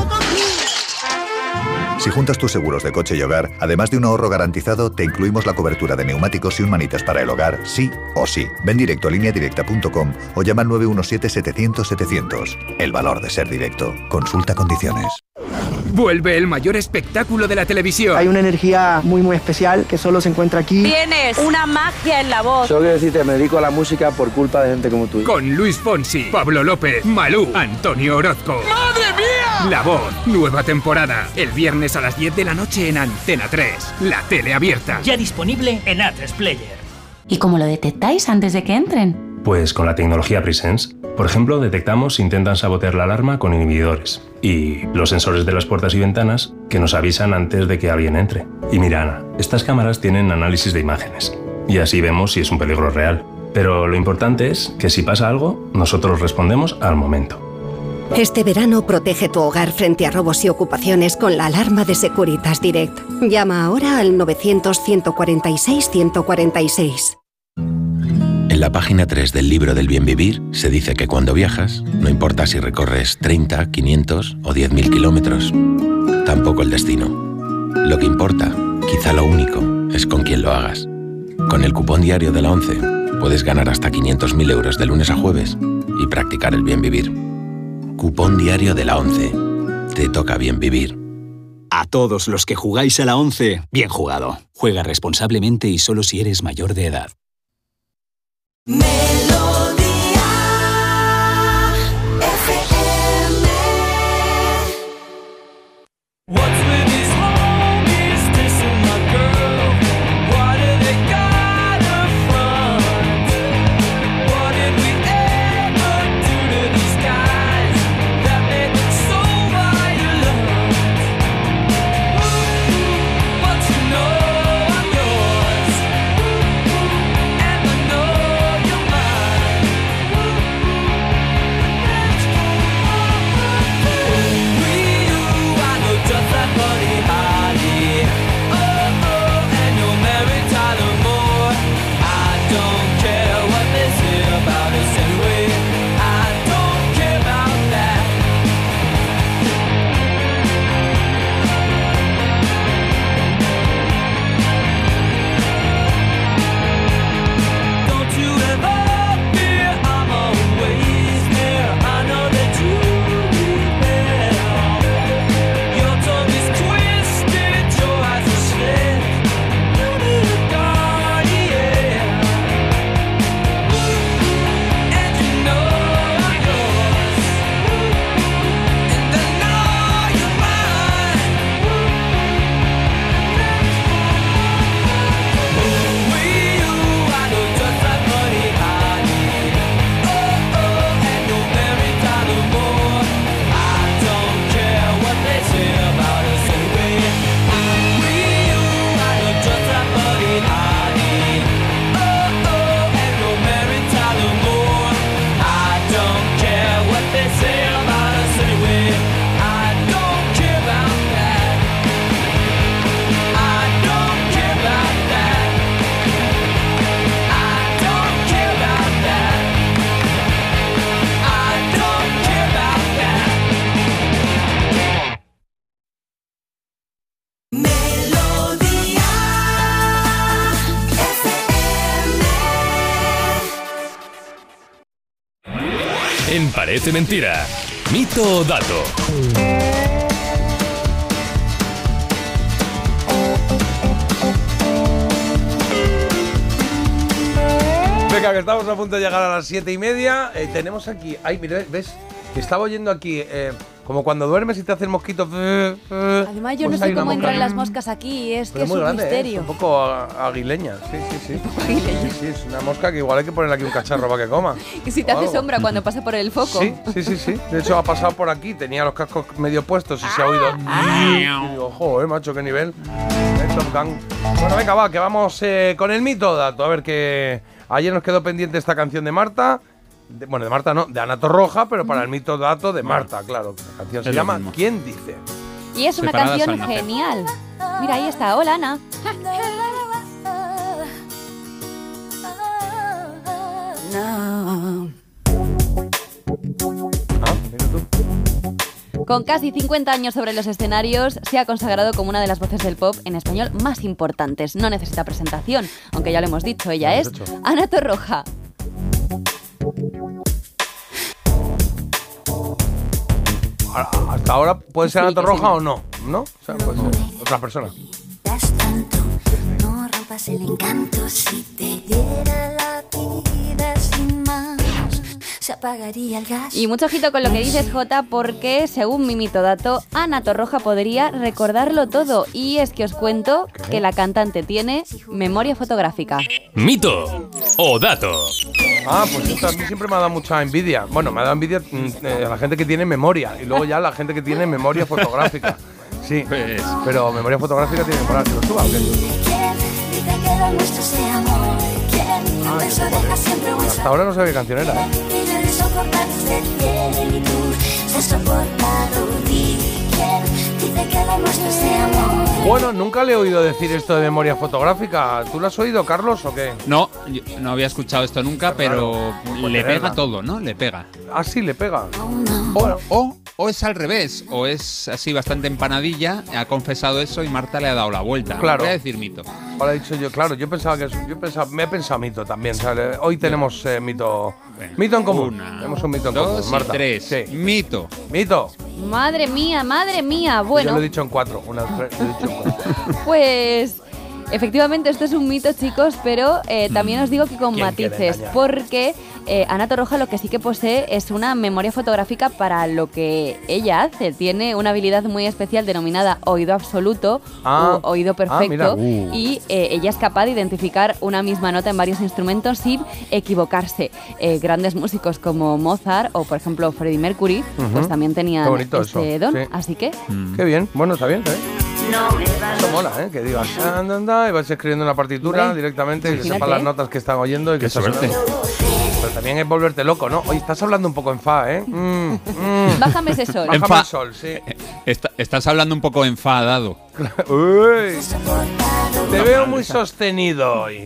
Si juntas tus seguros de coche y hogar, además de un ahorro garantizado, te incluimos la cobertura de neumáticos y un manitas para el hogar, sí o sí. Ven directo a línea directa punto com o llama al nueve uno siete, setecientos, setecientos. El valor de ser directo. Consulta condiciones. Vuelve el mayor espectáculo de la televisión. Hay una energía muy muy especial que solo se encuentra aquí. Tienes una magia en la voz. Solo quiero decirte, me dedico a la música por culpa de gente como tú. Con Luis Fonsi, Pablo López, Malú, Antonio Orozco. ¡Madre mía! La Voz, nueva temporada. El viernes a las diez de la noche en Antena tres. La tele abierta. Ya disponible en A tres Player. ¿Y cómo lo detectáis antes de que entren? Pues con la tecnología Presence. Por ejemplo, detectamos si intentan sabotear la alarma con inhibidores. Y los sensores de las puertas y ventanas que nos avisan antes de que alguien entre. Y mira, Ana, estas cámaras tienen análisis de imágenes. Y así vemos si es un peligro real. Pero lo importante es que si pasa algo, nosotros respondemos al momento. Este verano protege tu hogar frente a robos y ocupaciones con la alarma de Securitas Direct. Llama ahora al novecientos, ciento cuarenta y seis, ciento cuarenta y seis. En la página tres del libro del bien vivir se dice que cuando viajas, no importa si recorres treinta, quinientos o diez mil kilómetros, tampoco el destino. Lo que importa, quizá lo único, es con quién lo hagas. Con el cupón diario de la ONCE, puedes ganar hasta quinientos mil euros de lunes a jueves y practicar el bien vivir. Cupón diario de la ONCE. Te toca bien vivir. A todos los que jugáis a la ONCE, bien jugado. Juega responsablemente y solo si eres mayor de edad. En Parece Mentira, Mito o Dato. Venga, que estamos a punto de llegar a las siete y media. Eh, tenemos aquí... Ay, mira, ¿ves? Estaba oyendo aquí... Eh, como cuando duermes y te hacen mosquitos. Además, yo pues no sé cómo mosca. entran las moscas aquí, es Pero que es muy un grande, misterio. ¿eh? Es un poco aguileña, sí, sí, sí. Aguileña. Sí, sí, es una mosca que igual hay que ponerle aquí un cacharro para que coma. Y si te hace algo. sombra cuando pasa por el foco. Sí, sí, sí, sí. De hecho, ha pasado por aquí, tenía los cascos medio puestos y se ha oído. Y digo, joder, macho, qué nivel. El Top Gun. Bueno, venga, va, que vamos eh, con el mito o dato. A ver, que ayer nos quedó pendiente esta canción de Marta. De, bueno, de Marta no, de Ana Torroja, pero para el mito dato de Marta, claro. La canción se Es llama lo mismo. ¿Quién dice? Y es una Separadas canción al nacer. genial. Mira, ahí está. Hola, Ana. No. Ah, mira tú. Con casi cincuenta años sobre los escenarios, se ha consagrado como una de las voces del pop en español más importantes. No necesita presentación, aunque ya lo hemos dicho, ella Lo es hemos hecho. Ana Torroja. A- Hasta ahora puede ser Sí, Ana que Torroja sí. o no, ¿no? O sea, puede ser otra persona. Das tanto, no rompas el encanto. Si te diera la vida sin más, se apagaría el gas. Y mucho ojito con lo que dices, Jota, porque según mi mito dato, Ana Torroja podría recordarlo todo. Y es que os cuento que la cantante tiene memoria fotográfica. Mito o dato. Ah, pues esto a mí siempre me ha dado mucha envidia. Bueno, me ha dado envidia mm, eh, la gente que tiene memoria y luego ya la gente que tiene memoria fotográfica. Sí, pero memoria fotográfica tiene que parar. ¿Te lo suba o qué? Dice que lo nuestro sea amor. ¿Quién? Ah, En ya sé beso cuál deja es. siempre un Hasta ahora no sabía qué canción era, ¿eh? Y yo de soportarse bien y tú se soportado. Di quién dice que lo nuestro sea amor. Bueno, nunca le he oído decir esto de memoria fotográfica. ¿Tú lo has oído, Carlos, o qué? No, yo no había escuchado esto nunca, pero Claro, pues le tenerla. pega todo, ¿no? Le pega. Ah, sí, le pega. Bueno, o o es al revés, o es así bastante empanadilla, ha confesado eso y Marta le ha dado la vuelta. Claro. Voy a decir mito. Ahora he dicho yo, claro, yo pensaba que es, yo pensaba, me he pensado mito también, ¿sabes? Hoy tenemos eh, mito, Bueno, mito en común. Una, tenemos un mito en dos común, y Marta. tres. Sí. Mito. Mito. Madre mía, madre mía. Yo Bueno, lo he dicho en cuatro. Una, tres, lo he dicho en cuatro. pues efectivamente esto es un mito, chicos, pero eh, también os digo que con ¿Quién quiere matices, engañar? porque eh, Ana Torroja lo que sí que posee es una memoria fotográfica para lo que ella hace. Tiene una habilidad muy especial denominada oído absoluto Ah. o oído Ah, perfecto mira. Uh. y eh, ella es capaz de identificar una misma nota en varios instrumentos sin equivocarse. Eh, grandes músicos como Mozart o, por ejemplo, Freddie Mercury, Ujú. pues también tenían Qué bonito este eso, don. sí. Así que Qué bien, bueno, está bien, ¿eh? Eso mola, ¿eh? Que digas, anda, anda, y vas escribiendo una partitura Hombre, directamente y que imagínate. sepas las notas que están oyendo y que Qué está suerte. sonando. Pero también es volverte loco, ¿no? Oye, estás hablando un poco en fa, ¿eh? Mm, mm. bájame ese sol. Bájame En fa. el sol, sí. Está- estás hablando un poco enfadado. Uy, te veo muy sostenido hoy.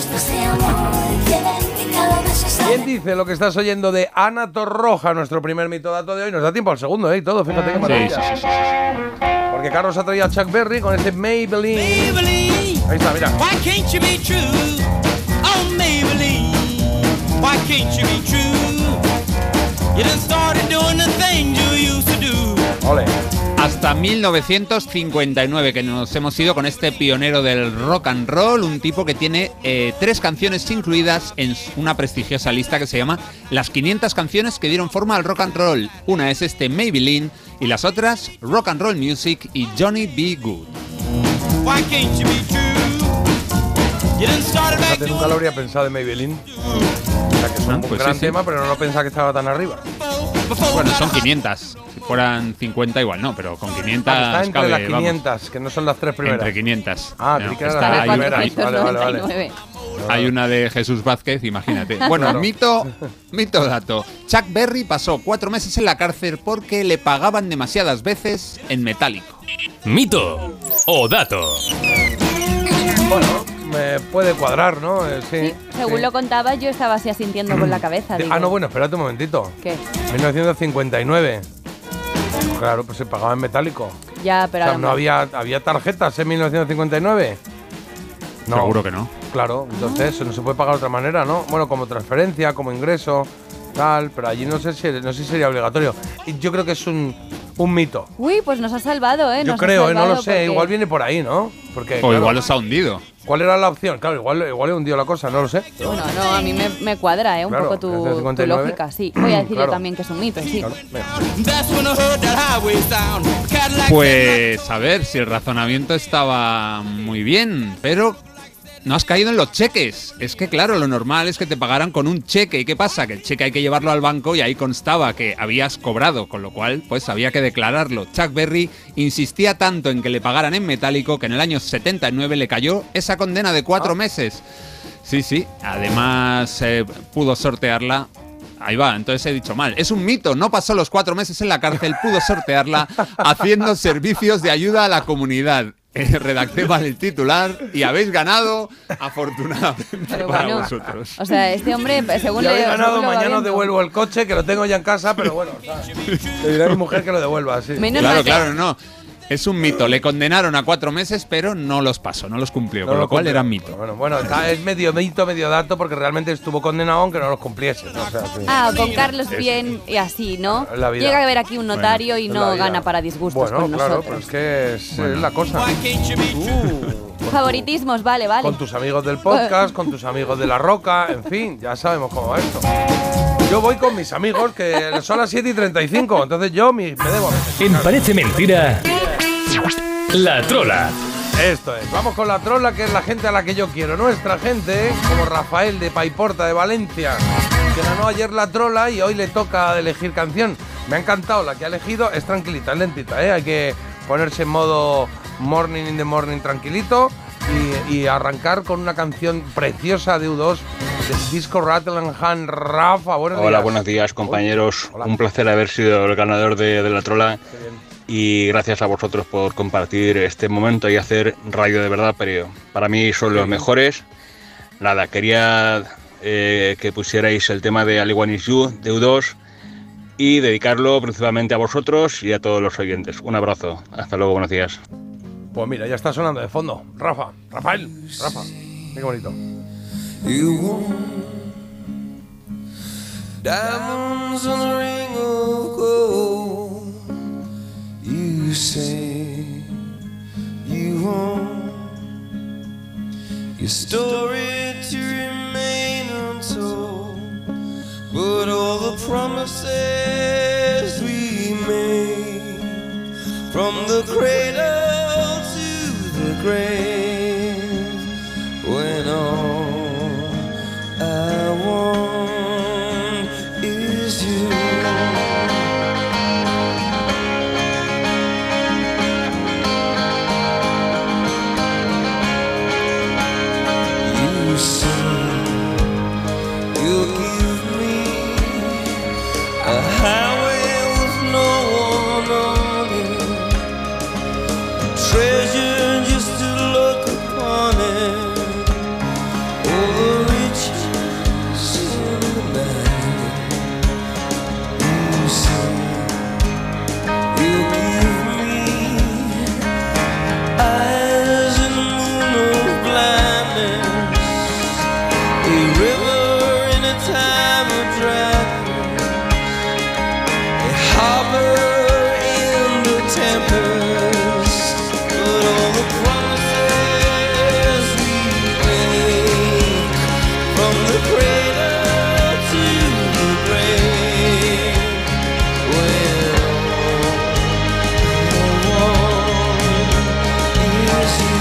¿Quién dice lo que estás oyendo de Ana Torroja, nuestro primer mito dato de hoy? Nos da tiempo al segundo, ¿eh? Y todo, fíjate qué Sí, maravilla. sí, sí, sí. Porque Carlos ha traído a Chuck Berry con ese Maybelline. Maybelline, Ahí está, mira. why can't you be true? Oh, Maybelline, why can't you be true? You done started doing the things you used to do. Ole. Hasta mil novecientos cincuenta y nueve, que nos hemos ido con este pionero del rock and roll, un tipo que tiene eh, tres canciones incluidas en una prestigiosa lista que se llama Las quinientas canciones que dieron forma al rock and roll. Una es este Maybelline y las otras Rock and Roll Music y Johnny B. Good. Why can't you be true? You done started back Fíjate, nunca lo habría pensado de Maybelline. O sea, que es un Ah, pues gran sí, sí. tema, pero no lo pensaba que estaba tan arriba. Bueno, son quinientas. Si fueran cincuenta igual no, pero con quinientas Ah, que está entre cabe, las vamos. quinientas, que no son las tres primeras. Entre quinientas. Ah, No, creí que eran está- las hay, primeras. hay- Vale, vale, vale. cuatrocientos noventa y nueve. hay una de Jesús Vázquez, imagínate. Bueno, Claro. mito, mito dato. Chuck Berry pasó cuatro meses en la cárcel porque le pagaban demasiadas veces en metálico. Mito o dato. Bueno, me puede cuadrar, ¿no? Eh, sí. Sí, según sí. lo contaba, yo estaba así asintiendo con la cabeza. digo, Ah, no, bueno, espérate un momentito. ¿Qué? mil novecientos cincuenta y nueve. Claro, pues se pagaba en metálico. Ya, pero o sea, a lo no mejor- había, había tarjetas en mil novecientos cincuenta y nueve. No. Seguro que no. Claro, entonces eso no se puede pagar de otra manera, ¿no? Bueno, como transferencia, como ingreso, tal, pero allí no sé si, no sé si sería obligatorio. Y yo creo que es un, un mito. Uy, pues nos ha salvado, ¿eh? Yo Nos ha creo, ¿eh? No salvado lo sé, porque- igual viene por ahí, ¿no? Porque, O claro, igual los ha hundido. ¿cuál era la opción? Claro, igual, igual he hundido la cosa, no lo sé. Bueno, no, a mí me, me cuadra, ¿eh? Un Claro, poco tu, desde el tu cincuenta y nueve. lógica, sí. Voy a decir Claro. yo también que es un mito, sí. Claro, venga. That's when I heard that highway sound. Cadillac Pues a ver, si el razonamiento estaba muy bien, pero no has caído en los cheques. Es que claro, lo normal es que te pagaran con un cheque. ¿Y qué pasa? Que el cheque hay que llevarlo al banco y ahí constaba que habías cobrado, con lo cual pues había que declararlo. Chuck Berry insistía tanto en que le pagaran en metálico que en el año setenta y nueve le cayó esa condena de cuatro meses. Sí, sí, además eh, pudo sortearla. Ahí va, entonces he dicho mal. Es un mito, no pasó los cuatro meses en la cárcel, pudo sortearla haciendo servicios de ayuda a la comunidad. Eh, redacté mal el titular y habéis ganado, afortunadamente Pero para bueno, vosotros. O sea, este hombre, según Ya le habéis ganado, según lo va mañana os viendo. devuelvo el coche, que lo tengo ya en casa, pero bueno, o sea, le diré a mi mujer que lo devuelva, sí. Menos Claro, mal que- claro, no. Es un mito. Le condenaron a cuatro meses, pero no los pasó, no los cumplió, No con lo lo cual cumplió. era mito. Bueno, bueno, está- es medio mito, medio dato, porque realmente estuvo condenado aunque no los cumpliese. ¿no? O sea, sí. Ah, con Carlos Eso. bien y así, ¿no? La vida. Llega a ver aquí un notario y Es no la vida. gana para disgustos Bueno, con claro, nosotros. pero es que es, Bueno. es la cosa. Why can't you be true? Uh, Favoritismos, vale, vale. con tus amigos del podcast, con tus amigos de La Roca, en fin, ya sabemos cómo va esto. Yo voy con mis amigos, que son las siete y treinta y cinco, entonces yo mi- me debo a veces. En Parece Mentira, La Trola. Esto es. Vamos con la trola, que es la gente a la que yo quiero. Nuestra gente, como Rafael de Paiporta de Valencia, que ganó ayer la trola y hoy le toca elegir canción. Me ha encantado la que ha elegido. Es tranquilita, es lentita, ¿eh? Hay que ponerse en modo morning in the morning tranquilito y, y arrancar con una canción preciosa de U dos, de Disco Rattle and Hand. Rafa, buenos Hola, días. buenos días, compañeros. Hola. Un placer haber sido el ganador de, de la trola. Qué bien. Y gracias a vosotros por compartir este momento y hacer radio de verdad, pero para mí son los mejores. Nada, quería eh, que pusierais el tema de All I Want Is You de U dos y dedicarlo principalmente a vosotros y a todos los oyentes. Un abrazo. Hasta luego, buenos días. Pues mira, ya está sonando de fondo. Rafa, Rafael, Rafa. Qué bonito. Diamonds on a ring of gold. You say you want your story to remain untold, but all the promises we made, from the cradle to the grave, when all I want is you. You say you'll give me a highway with no one on it, a treasure just to look upon it, all the riches in the night. You say you'll give me eyes in the moon of blindness, a river in a time of dryness, a harbor in the tempest, but all the promises we make, from the cradle to the grave, when all I want is you.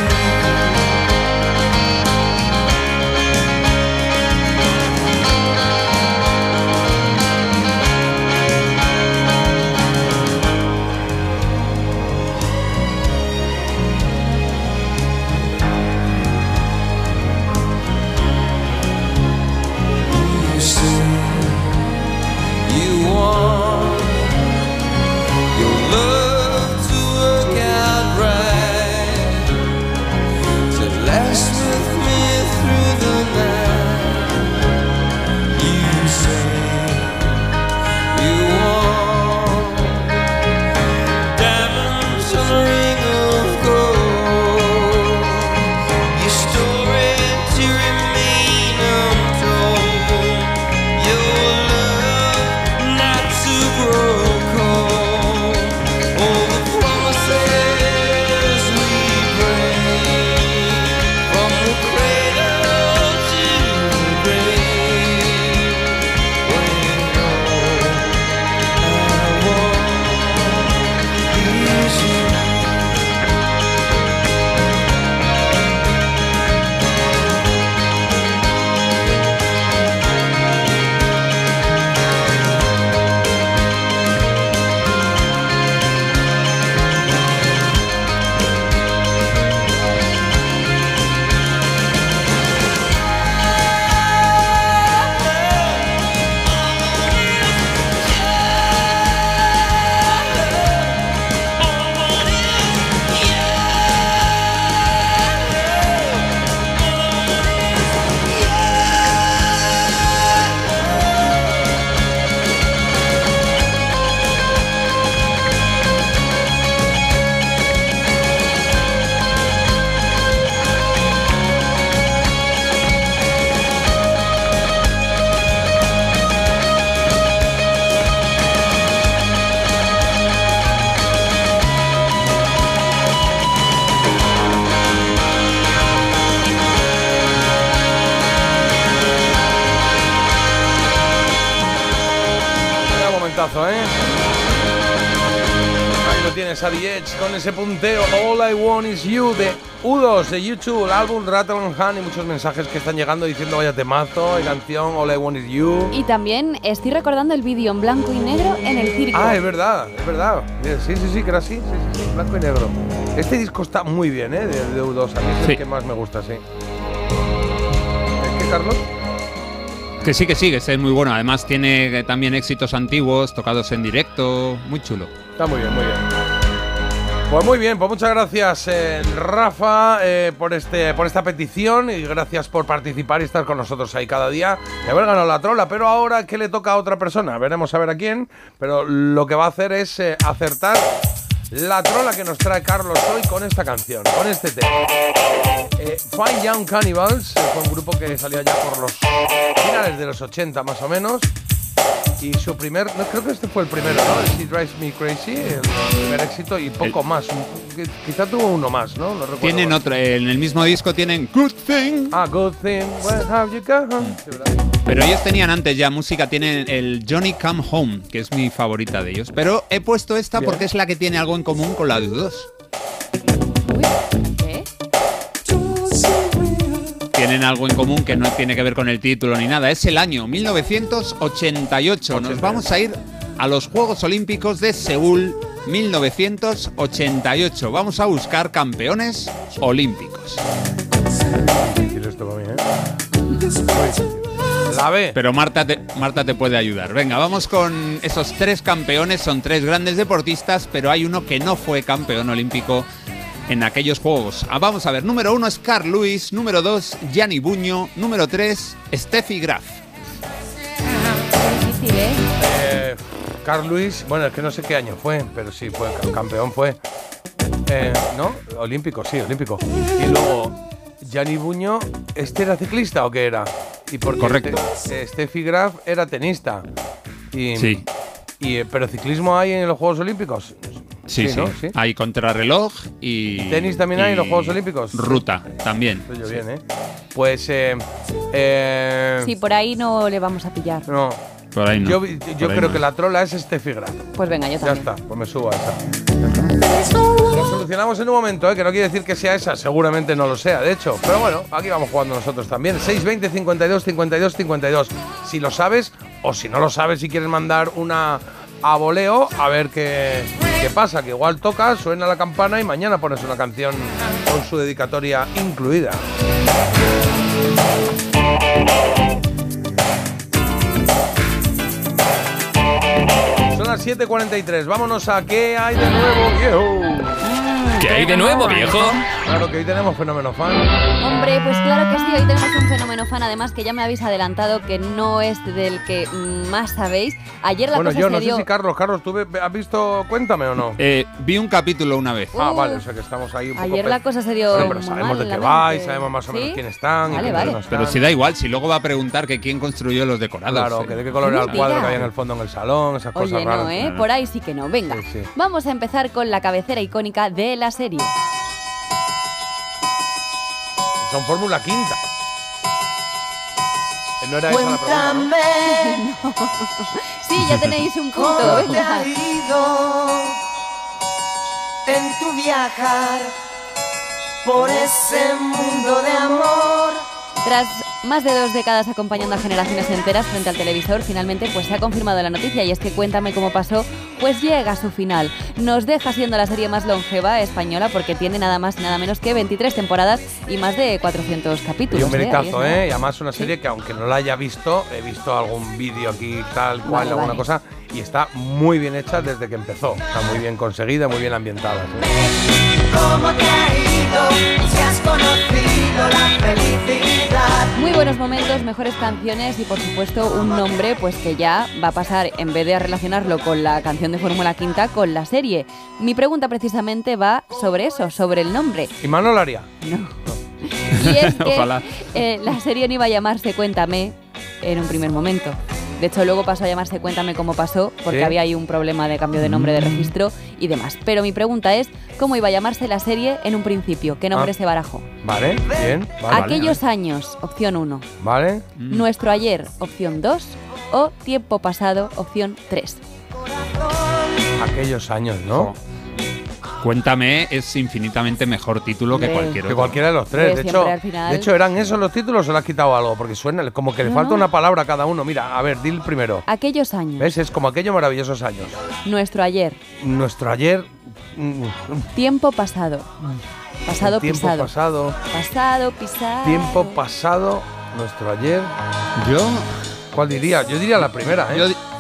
You say you want your love to work out right, to last with me through the night. You say you want diamonds on a ring of gold, your story to remain untold, your love not to grow cold, all the promises we break, from the cradle to the grave, when all I want is you. Vaya momentazo, ¿eh? Ahí lo tienes, Adi Edge, con ese punteo. All I Want Is You de U dos de YouTube, el álbum Rattle and Hum, y muchos mensajes que están llegando diciendo vaya temazo, de canción, All I Want Is You. Y también estoy recordando el vídeo en blanco y negro en el circo. Ah, es verdad, es verdad. Sí, sí, sí, que era así, sí, sí, sí, blanco y negro. Este disco está muy bien, ¿eh? De, de U dos, a mí es Sí. el que más me gusta, sí. ¿Es que, Carlos? Que sí, que sí, que es muy bueno. Además tiene también éxitos antiguos, tocados en directo, muy chulo. Está muy bien, muy bien. Pues muy bien, pues muchas gracias eh, Rafa eh, por este por esta petición y gracias por participar y estar con nosotros ahí cada día y haber ganado la trola, pero ahora ¿qué le toca a otra persona? Veremos a ver a quién, pero lo que va a hacer es eh, acertar la trola que nos trae Carlos hoy con esta canción, con este tema. Eh, Fine Young Cannibals eh, fue un grupo que salió ya por los finales de los ochenta más o menos. Y su primer, no creo que este fue el primero, ¿no? El She Drives Me Crazy, el primer éxito y poco el, más. Quizá tuvo uno más, ¿no? No recuerdo. Tienen otro, en el mismo disco tienen Good Thing. Ah, Good Thing, where have you gone? Pero ellos tenían antes ya música, tienen el Johnny Come Home, que es mi favorita de ellos. Pero he puesto esta Bien. porque es la que tiene algo en común con la de U dos. Tienen algo en común que no tiene que ver con el título ni nada. Es el año mil novecientos ochenta y ocho. Nos vamos a ir a los Juegos Olímpicos de Seúl mil novecientos ochenta y ocho. Vamos a buscar campeones olímpicos. Esto para mí, ¿eh? La B. Pero Marta te, Marta te puede ayudar. Venga, vamos con esos tres campeones. Son tres grandes deportistas, pero hay uno que no fue campeón olímpico en aquellos juegos. Ah, vamos a ver, número uno es Carl Lewis, número dos, Gianni Buño, número tres, Steffi Graf. Difícil, ¿eh? eh Carl Lewis, bueno, es que no sé qué año fue, pero sí, fue campeón, fue. Eh, ¿No? Olímpico, sí, olímpico. Y luego, Gianni Buño, ¿este era ciclista o qué era? Y porque Correcto. Este, Steffi Graf era tenista. Y, sí. Y, ¿Pero ciclismo hay en los Juegos Olímpicos? Sí, sí, sí, ¿no? sí. Hay contrarreloj y... ¿Tenis también y hay en los Juegos Olímpicos? Ruta, también. Estoy yo bien, ¿eh? Pues, eh, eh... Sí, por ahí no le vamos a pillar. No. Por ahí no. Yo, yo por creo no. que la trola es Steffi Graf. Pues venga, yo también. Ya está, pues me subo a esa. Lo solucionamos en un momento, ¿eh? Que no quiere decir que sea esa, seguramente no lo sea, de hecho. Pero bueno, aquí vamos jugando nosotros también. seis veinte, cincuenta y dos, cincuenta y dos, cincuenta y dos. Si lo sabes, o si no lo sabes, si quieres mandar una... a voleo, a ver qué, qué pasa, que igual toca, suena la campana y mañana pones una canción con su dedicatoria incluida. Son las siete cuarenta y tres, vámonos a ¿Qué hay de nuevo, viejo? ¿Qué hay de nuevo, viejo? Claro que hoy tenemos Fenómeno Fan. Hombre, pues claro que sí, hoy tenemos un Fenómeno Fan, además que ya me habéis adelantado que no es del que más sabéis. Ayer la bueno, cosa yo se no dio... sé si Carlos, Carlos, ¿tú has visto Cuéntame o no? Eh, vi un capítulo una vez. Ah, vale, o sea que estamos ahí un poco... Ayer la cosa se dio bueno, pero muy sabemos mal de en qué la va y mente. sabemos más o menos ¿Sí? quién están. Vale, y vale. no están. Pero si da igual, si luego va a preguntar que quién construyó los decorados. Claro, eh. que de qué color era el cuadro Mira. que había en el fondo en el salón, esas Oye, cosas raras. no, ¿eh? Por ahí sí que no. Venga, Sí, sí. vamos a empezar con la cabecera icónica de la serie. Son Fórmula Quinta. No era esa la pregunta, ¿no? No. Sí, ya tenéis un punto. ¿Cómo te ha Venga. ido en tu viajar por ese mundo de amor? Tras más de dos décadas acompañando a generaciones enteras frente al televisor, finalmente pues se ha confirmado la noticia, y es que Cuéntame cómo pasó pues llega a su final. Nos deja siendo la serie más longeva española porque tiene nada más y nada menos que veintitrés temporadas y más de cuatrocientos capítulos. Y un meritazo, ¿eh? ¿eh? Y además una serie que aunque no la haya visto, he visto algún vídeo aquí tal cual, Vale, alguna vale. cosa, y está muy bien hecha desde que empezó. Está muy bien conseguida, muy bien ambientada. ¿Sí? ¿Cómo te ha ido si has conocido la felicidad? Muy buenos momentos, mejores canciones y por supuesto un nombre pues que ya va a pasar, en vez de a relacionarlo con la canción de Fórmula Quinta, con la serie. Mi pregunta precisamente va sobre eso, sobre el nombre. ¿Y Manol Aria? No. Y es que Ojalá. eh, la serie no iba a llamarse Cuéntame en un primer momento. De hecho, luego pasó a llamarse Cuéntame cómo pasó, porque ¿Sí? había ahí un problema de cambio de nombre de registro y demás. Pero mi pregunta es, ¿cómo iba a llamarse la serie en un principio? ¿Qué nombre Ah. se barajó? Vale, bien. Vale, Aquellos años, opción uno. Vale. Nuestro ayer, opción dos. O tiempo pasado, opción tres. Aquellos años, ¿no? Cuéntame es infinitamente mejor título que Hombre. cualquier Que otro. cualquiera de los tres. Pues De siempre hecho, al final- de hecho, ¿eran esos los títulos o le has quitado algo? Porque suena como que le No, falta no. una palabra a cada uno. Mira, a ver, di el primero. Aquellos años. ¿Ves? Es como aquellos maravillosos años. Nuestro ayer. Nuestro ayer... mm, Tiempo pasado. Pasado, tiempo pisado. pasado. Pasado, pisado. Tiempo pasado. Nuestro ayer. Yo, ¿Cuál diría? Yo diría la primera, ¿eh? yo di-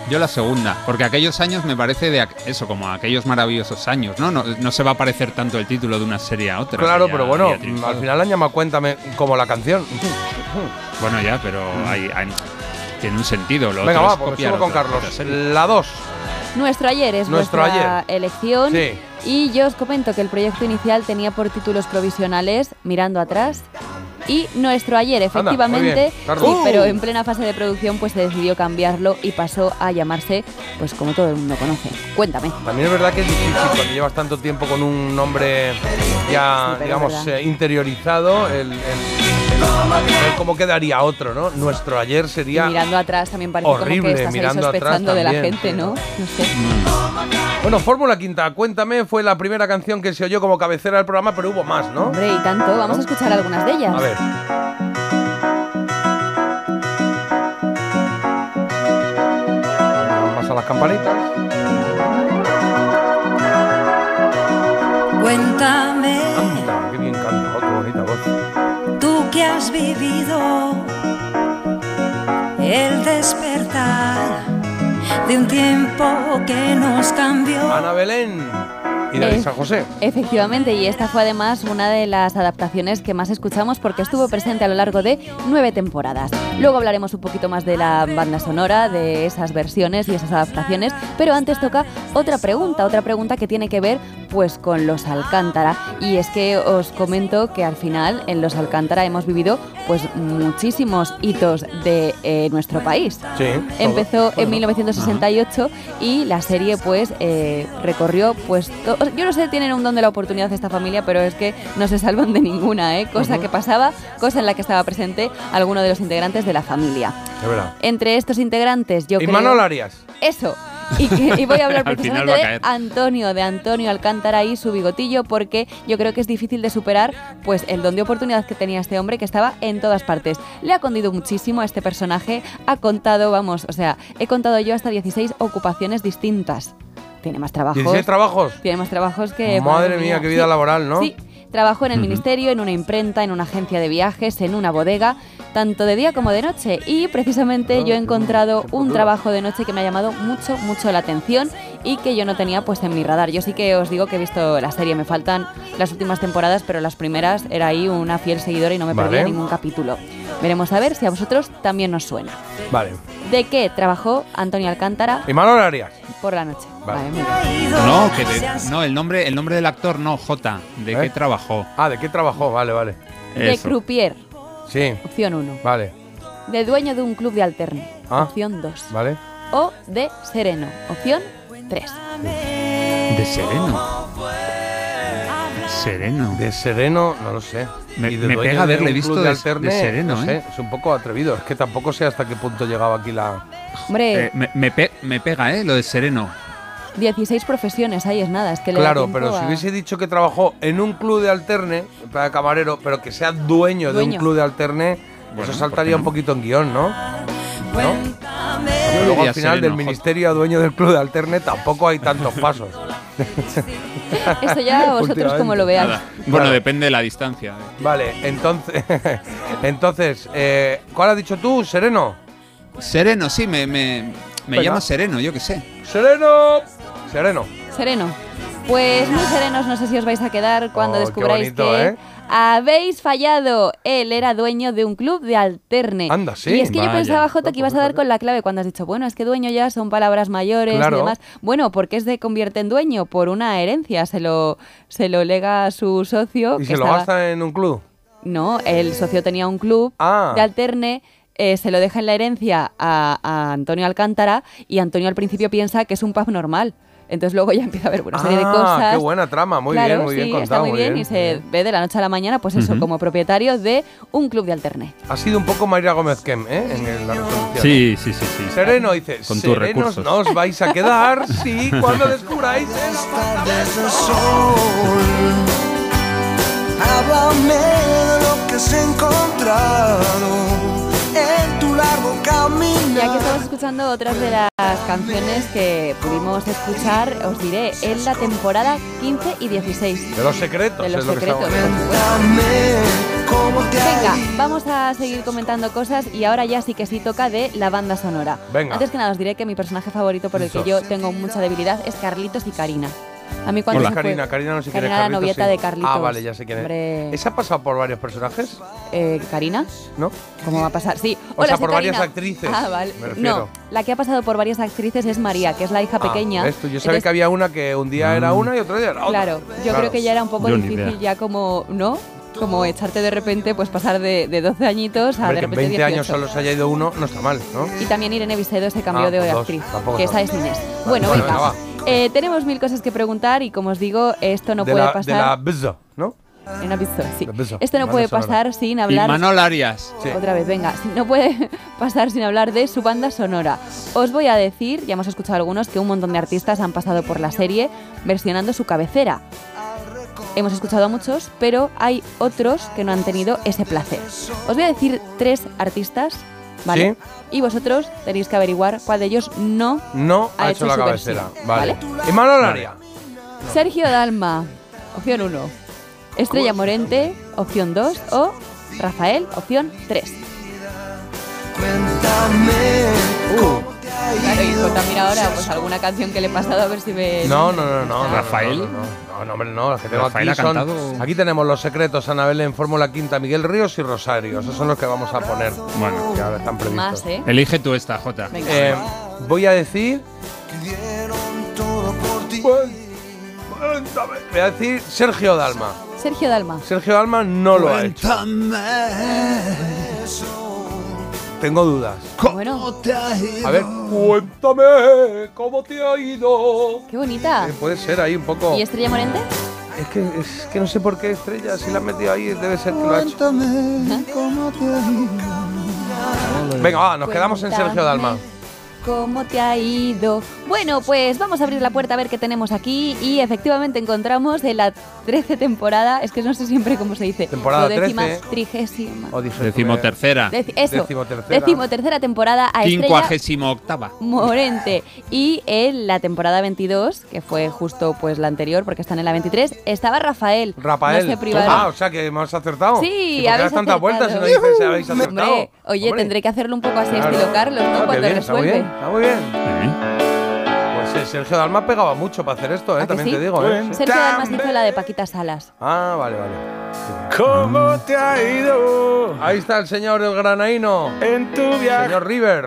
Yo la segunda, porque aquellos años me parece de eso, como aquellos maravillosos años, ¿no? No, no se va a parecer tanto el título de una serie a otra. Claro, ya, pero bueno, al final han llamado Cuéntame como la canción. Bueno, ya, pero hay, hay, tiene un sentido. Lo Venga, otro va, es pues copiar sigo con otra- Carlos. otra serie. La dos. Nuestro ayer es Nuestro vuestra ayer. elección. Sí. Y yo os comento que el proyecto inicial tenía por títulos provisionales Mirando atrás y Nuestro ayer, Anda, muy efectivamente, bien, Carlos. sí, Uh. pero en plena fase de producción pues se decidió cambiarlo y pasó a llamarse, pues como todo el mundo conoce, Cuéntame. También es verdad que es difícil cuando llevas tanto tiempo con un nombre ya, Sí, pero digamos, es verdad. eh, interiorizado, el, el- el- ver cómo quedaría otro, ¿no? Nuestro ayer Y sería mirando atrás también parece horrible, como que estás ahí mirando atrás sospechando de la también, gente, sí, ¿no? No sé. Bueno, Fórmula Quinta, Cuéntame, fue la primera canción que se oyó como cabecera del programa, pero hubo más, ¿no? Hombre, y tanto, vamos a escuchar algunas de ellas. A ver. Más a las campanitas. Cuéntame, Anda, qué bien canta, oh, qué bonita voz. tú que has vivido el despertar de un tiempo que nos cambió. Ana Belén y David Eh, San José. Efectivamente, y esta fue además una de las adaptaciones que más escuchamos porque estuvo presente a lo largo de nueve temporadas. Luego hablaremos un poquito más de la banda sonora, de esas versiones y esas adaptaciones, pero antes toca otra pregunta, otra pregunta que tiene que ver pues con Los Alcántara. Y es que os comento que al final en Los Alcántara hemos vivido pues muchísimos hitos de eh, nuestro país. Sí. Empezó en mil novecientos sesenta y ocho y la serie pues eh, recorrió pues to- yo no sé, tienen un don de la oportunidad esta familia, pero es que no se salvan de ninguna, ¿eh? Cosa Ujú. que pasaba, cosa en la que estaba presente alguno de los integrantes de la familia. Es verdad. Entre estos integrantes yo Y creo... Manol Arias. Eso. Y, que- y voy a hablar Al final precisamente va a de caer. Antonio, de Antonio Alcántara y su bigotillo, porque yo creo que es difícil de superar pues el don de oportunidad que tenía este hombre, que estaba en todas partes. Le ha condido muchísimo a este personaje, ha contado, vamos, o sea, he contado yo hasta dieciséis ocupaciones distintas. Tiene más trabajos. ¿dieciséis trabajos? Tiene más trabajos que... Madre mía, qué vida Sí. laboral, ¿no? Sí. Trabajó en el Ujú. ministerio, en una imprenta, en una agencia de viajes, en una bodega, tanto de día como de noche. Y precisamente yo he encontrado un trabajo de noche que me ha llamado mucho, mucho la atención y que yo no tenía pues en mi radar. Yo sí que os digo que he visto la serie, me faltan las últimas temporadas, pero las primeras era ahí una fiel seguidora y no me Vale. perdía ningún capítulo. Veremos a ver si a vosotros también os suena. Vale. ¿De qué trabajó Antonio Alcántara Y Manol Arias. por la noche? Vale. Vale, muy bien. No, que de- no, el nombre, el nombre del actor no, J. ¿De ¿Eh? qué trabajó? Ah, ¿de qué trabajó? Vale, vale. De Eso. croupier, Sí, opción uno. vale. De dueño de un club de alterne, Ah. opción dos. Vale. O de sereno, opción tres. De Sereno. Sereno. De sereno, no lo sé. Me- Y de me dueño pega de haberle un visto club de- alterne, de sereno, no sé, ¿eh? es un poco atrevido. Es que tampoco sé hasta qué punto llegaba aquí la... Hombre, Eh, me, me pe- me pega, ¿eh? Lo de Sereno. dieciséis profesiones, ahí es nada. Es que le da Claro, tiempo pero si a- hubiese dicho que trabajó en un club de alterne, para camarero, pero que sea dueño, de un Dueño. club de alterne, Bueno, eso saltaría ¿por qué no? un poquito en guión, ¿no? ¿No? Yo Luego diría al final sereno, del ministerio a dueño del club de alterne tampoco hay tantos pasos. Eso ya vosotros como lo veáis. Nada. Bueno, Claro. depende de la distancia. Vale, entonces, entonces eh, ¿cuál has dicho tú? ¿Sereno? Sereno, sí, me, me, me Venga. llama Sereno, yo qué sé. ¡Sereno! Sereno. Sereno. Pues muy serenos, no sé si os vais a quedar cuando Oh, qué descubráis bonito, que ¿eh? habéis fallado. Él era dueño de un club de alterne. Anda, sí. Y es que yo Vaya. pensaba, Jota, que ibas a dar con la clave cuando has dicho, bueno, es que dueño ya son palabras mayores Claro. y demás. Bueno, ¿por qué se convierte en dueño? Por una herencia. Se lo, se lo lega a su socio. ¿Y que se lo estaba- gasta en un club? No, el socio tenía un club Ah. de alterne. eh, se lo deja en la herencia a, a Antonio Alcántara y Antonio al principio piensa que es un pub normal. Entonces luego ya empieza a haber una serie de Ah, cosas. qué buena trama, muy Claro, bien, muy sí, bien está contado. muy bien, y se ve de la noche a la mañana, pues eso, Ujú. como propietario de un club de alterne. Ha sido un poco Mayra Gómez Kem, ¿eh? En el- la resolución. Sí, sí, sí, sí. Sereno dice, Con tus serenos recursos. no os vais a quedar si cuando descubráis el Háblame de lo que has encontrado en tu largo camino. Ya que estamos escuchando otras de las canciones que pudimos escuchar, os diré, en la temporada quince y dieciséis. De los secretos, De los es lo que secretos, estamos por supuesto. Venga, vamos a seguir comentando cosas y ahora ya sí que sí toca de la banda sonora. Venga. Antes que nada os diré que mi personaje favorito por el que yo tengo mucha debilidad es Carlitos y Karina. A mí cuando Hola. se fue- Karina, Karina no sé quién es. Karina, la Carlitos, novieta sí. de Carlitos. Ah, vale, ya sé quién es. Hombre. ¿Esa ha pasado por varios personajes? Eh, ¿Karina? ¿No? ¿Cómo va a pasar? Sí. O Hola, sea, soy por varias Karina. actrices, Ah, vale. me refiero. No, la que ha pasado por varias actrices es María, que es la hija Ah, pequeña. ¿ves tú? Yo sabía Entonces, que había una que un día era una y otro día era otra. Claro, yo creo que ya era un poco Yo ni difícil idea. ya como, ¿no? Como echarte de repente, pues pasar de, de doce añitos a Hombre, de que en repente veinte dieciocho. años solo se haya ido uno, no está mal, ¿no? Y también Irene Vicedo se cambió Ah, de pues dos, actriz, tampoco que está esa es mal. Inés. Vale, Bueno, vale, venga. venga, va. Eh, tenemos mil cosas que preguntar y como os digo, esto no de puede la, pasar. De la Bizzo, ¿no? En aviso, sí. De Bizzo. Esto no Banda puede sonora. pasar sin hablar. Imanol Arias. Sí. Otra vez, venga, si- no puede pasar sin hablar de su banda sonora. Os voy a decir, ya hemos escuchado algunos, que un montón de artistas han pasado por la serie versionando su cabecera. Hemos escuchado a muchos, pero hay otros que no han tenido ese placer. Os voy a decir tres artistas, ¿vale? Y vosotros tenéis que averiguar cuál de ellos no, No ha, ha hecho, hecho la su cabecera. versión, Vale. ¿vale? ¿Y Manol Arias? Sergio Dalma, opción uno. Estrella Morente, opción dos. O Rafael, opción tres. Uh. Claro, y pues también ahora pues alguna canción que le he pasado a ver si me... No, no, no, no. Rafael. No, no, no, no, no, hombre, no. Las que tengo Rafael aquí ha son. cantado. Aquí tenemos Los Secretos, Anabel en Fórmula Quinta, Miguel Ríos y Rosario. Esos son los que vamos a poner. Bueno. Que ahora están previstos. Más, ¿eh? Elige tú esta, Jota. Venga. Eh, voy a decir. Voy a decir Sergio Dalma. Sergio Dalma. Sergio Dalma no lo ha hecho. Tengo dudas. Bueno, A ver, cuéntame cómo te ha ido. qué bonita. Eh, puede ser ahí un poco. ¿Y Estrella Morente? Es que, es que no sé por qué Estrella, si la han metido ahí, debe ser que lo ha hecho. Venga, va, nos quedamos en Sergio Dalma. ¿Cómo te ha ido? Bueno, pues vamos a abrir la puerta a ver qué tenemos aquí y efectivamente encontramos en la trece temporada, es que no sé siempre cómo se dice. Temporada o décima, trece. trigésima. O dije, Decimotercera. Deci- eso, Decimotercera. decimotercera temporada a Estrella Quincuagésimo octava. Morente. Y en la temporada veintidós, que fue justo pues la anterior, porque están en la veintitrés, estaba Rafael. Rafael. No se privaron. Ah, o sea que hemos acertado. Sí, ¿Y por qué habéis das tantas acertado. vueltas si no dices si habéis acertado? Hombre, oye, Hombre. tendré que hacerlo un poco así Claro. estilo Carlos, ¿no? Ah, qué Cuando bien, está muy resuelve. bien, está muy bien. Pues eh, Sergio Dalma pegaba mucho para hacer esto, ¿A ¿eh? que También sí? te digo, ¿eh? Sergio Dalma hizo la de Paquita Salas. Ah, vale, vale. ¿Cómo te ha ido? Ahí está el señor el granaíno. En tu viaje. Señor River.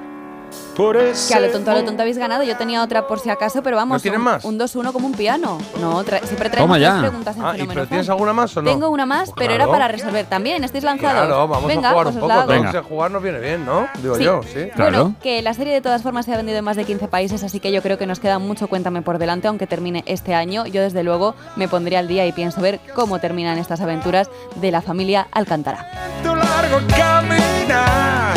Por Que a lo tonto, a lo tonto habéis ganado. Yo tenía otra por si acaso, pero vamos. ¿No tienes un, más? Un dos uno como un piano. No, tra siempre traemos Toma ya. tres preguntas en Ah, ¿y Fenómeno pero Fan. tienes alguna más o no? Tengo una más, Pues pero claro. era para resolver también. ¿Estáis lanzados? Claro, vamos Venga, a jugar pues un os poco. la hago. Todos que jugar nos viene bien, ¿no? Digo Sí. yo, sí. Bueno, que la serie de todas formas se ha vendido en más de quince países, así que yo creo que nos queda mucho Cuéntame por delante, aunque termine este año. Yo desde luego me pondré al día y pienso ver cómo terminan estas aventuras de la familia Alcántara. Tu largo caminar,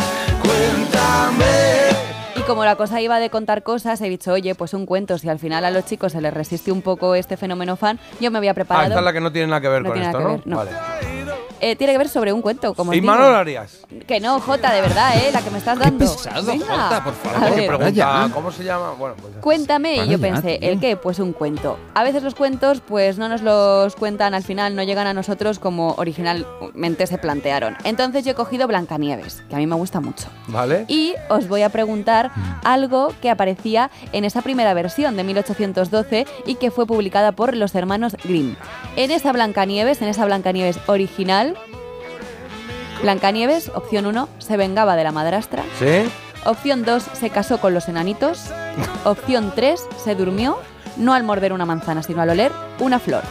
cuéntame. Y como la cosa iba de contar cosas, he dicho, oye, pues un cuento, si al final a los chicos se les resiste un poco este fenómeno fan, yo me había Ah, preparado... esta es la que no tiene nada que ver No con tiene esto, nada ¿no? que ver, no. Vale. Eh, tiene que ver sobre un cuento, como os ¿Y digo. Manol Arias? Que no, Jota, de verdad, ¿eh? La que me estás dando. pesado, Venga. Jota, por favor. A ¿Qué ver. pregunta? ¿Cómo se llama? Bueno, pues ya. Cuéntame, y Para yo ya, pensé, tío. ¿el qué? Pues un cuento. A veces los cuentos, pues no nos los cuentan al final, no llegan a nosotros como originalmente se plantearon. Entonces yo he cogido Blancanieves, que a mí me gusta mucho. Vale. Y os voy a preguntar algo que aparecía en esa primera versión de mil ochocientos doce y que fue publicada por los hermanos Grimm. En esa Blancanieves, en esa Blancanieves original, Blancanieves, opción uno, se vengaba de la madrastra. ¿Sí? Opción dos, se casó con los enanitos. Opción tres, se durmió, no al morder una manzana, sino al oler una flor.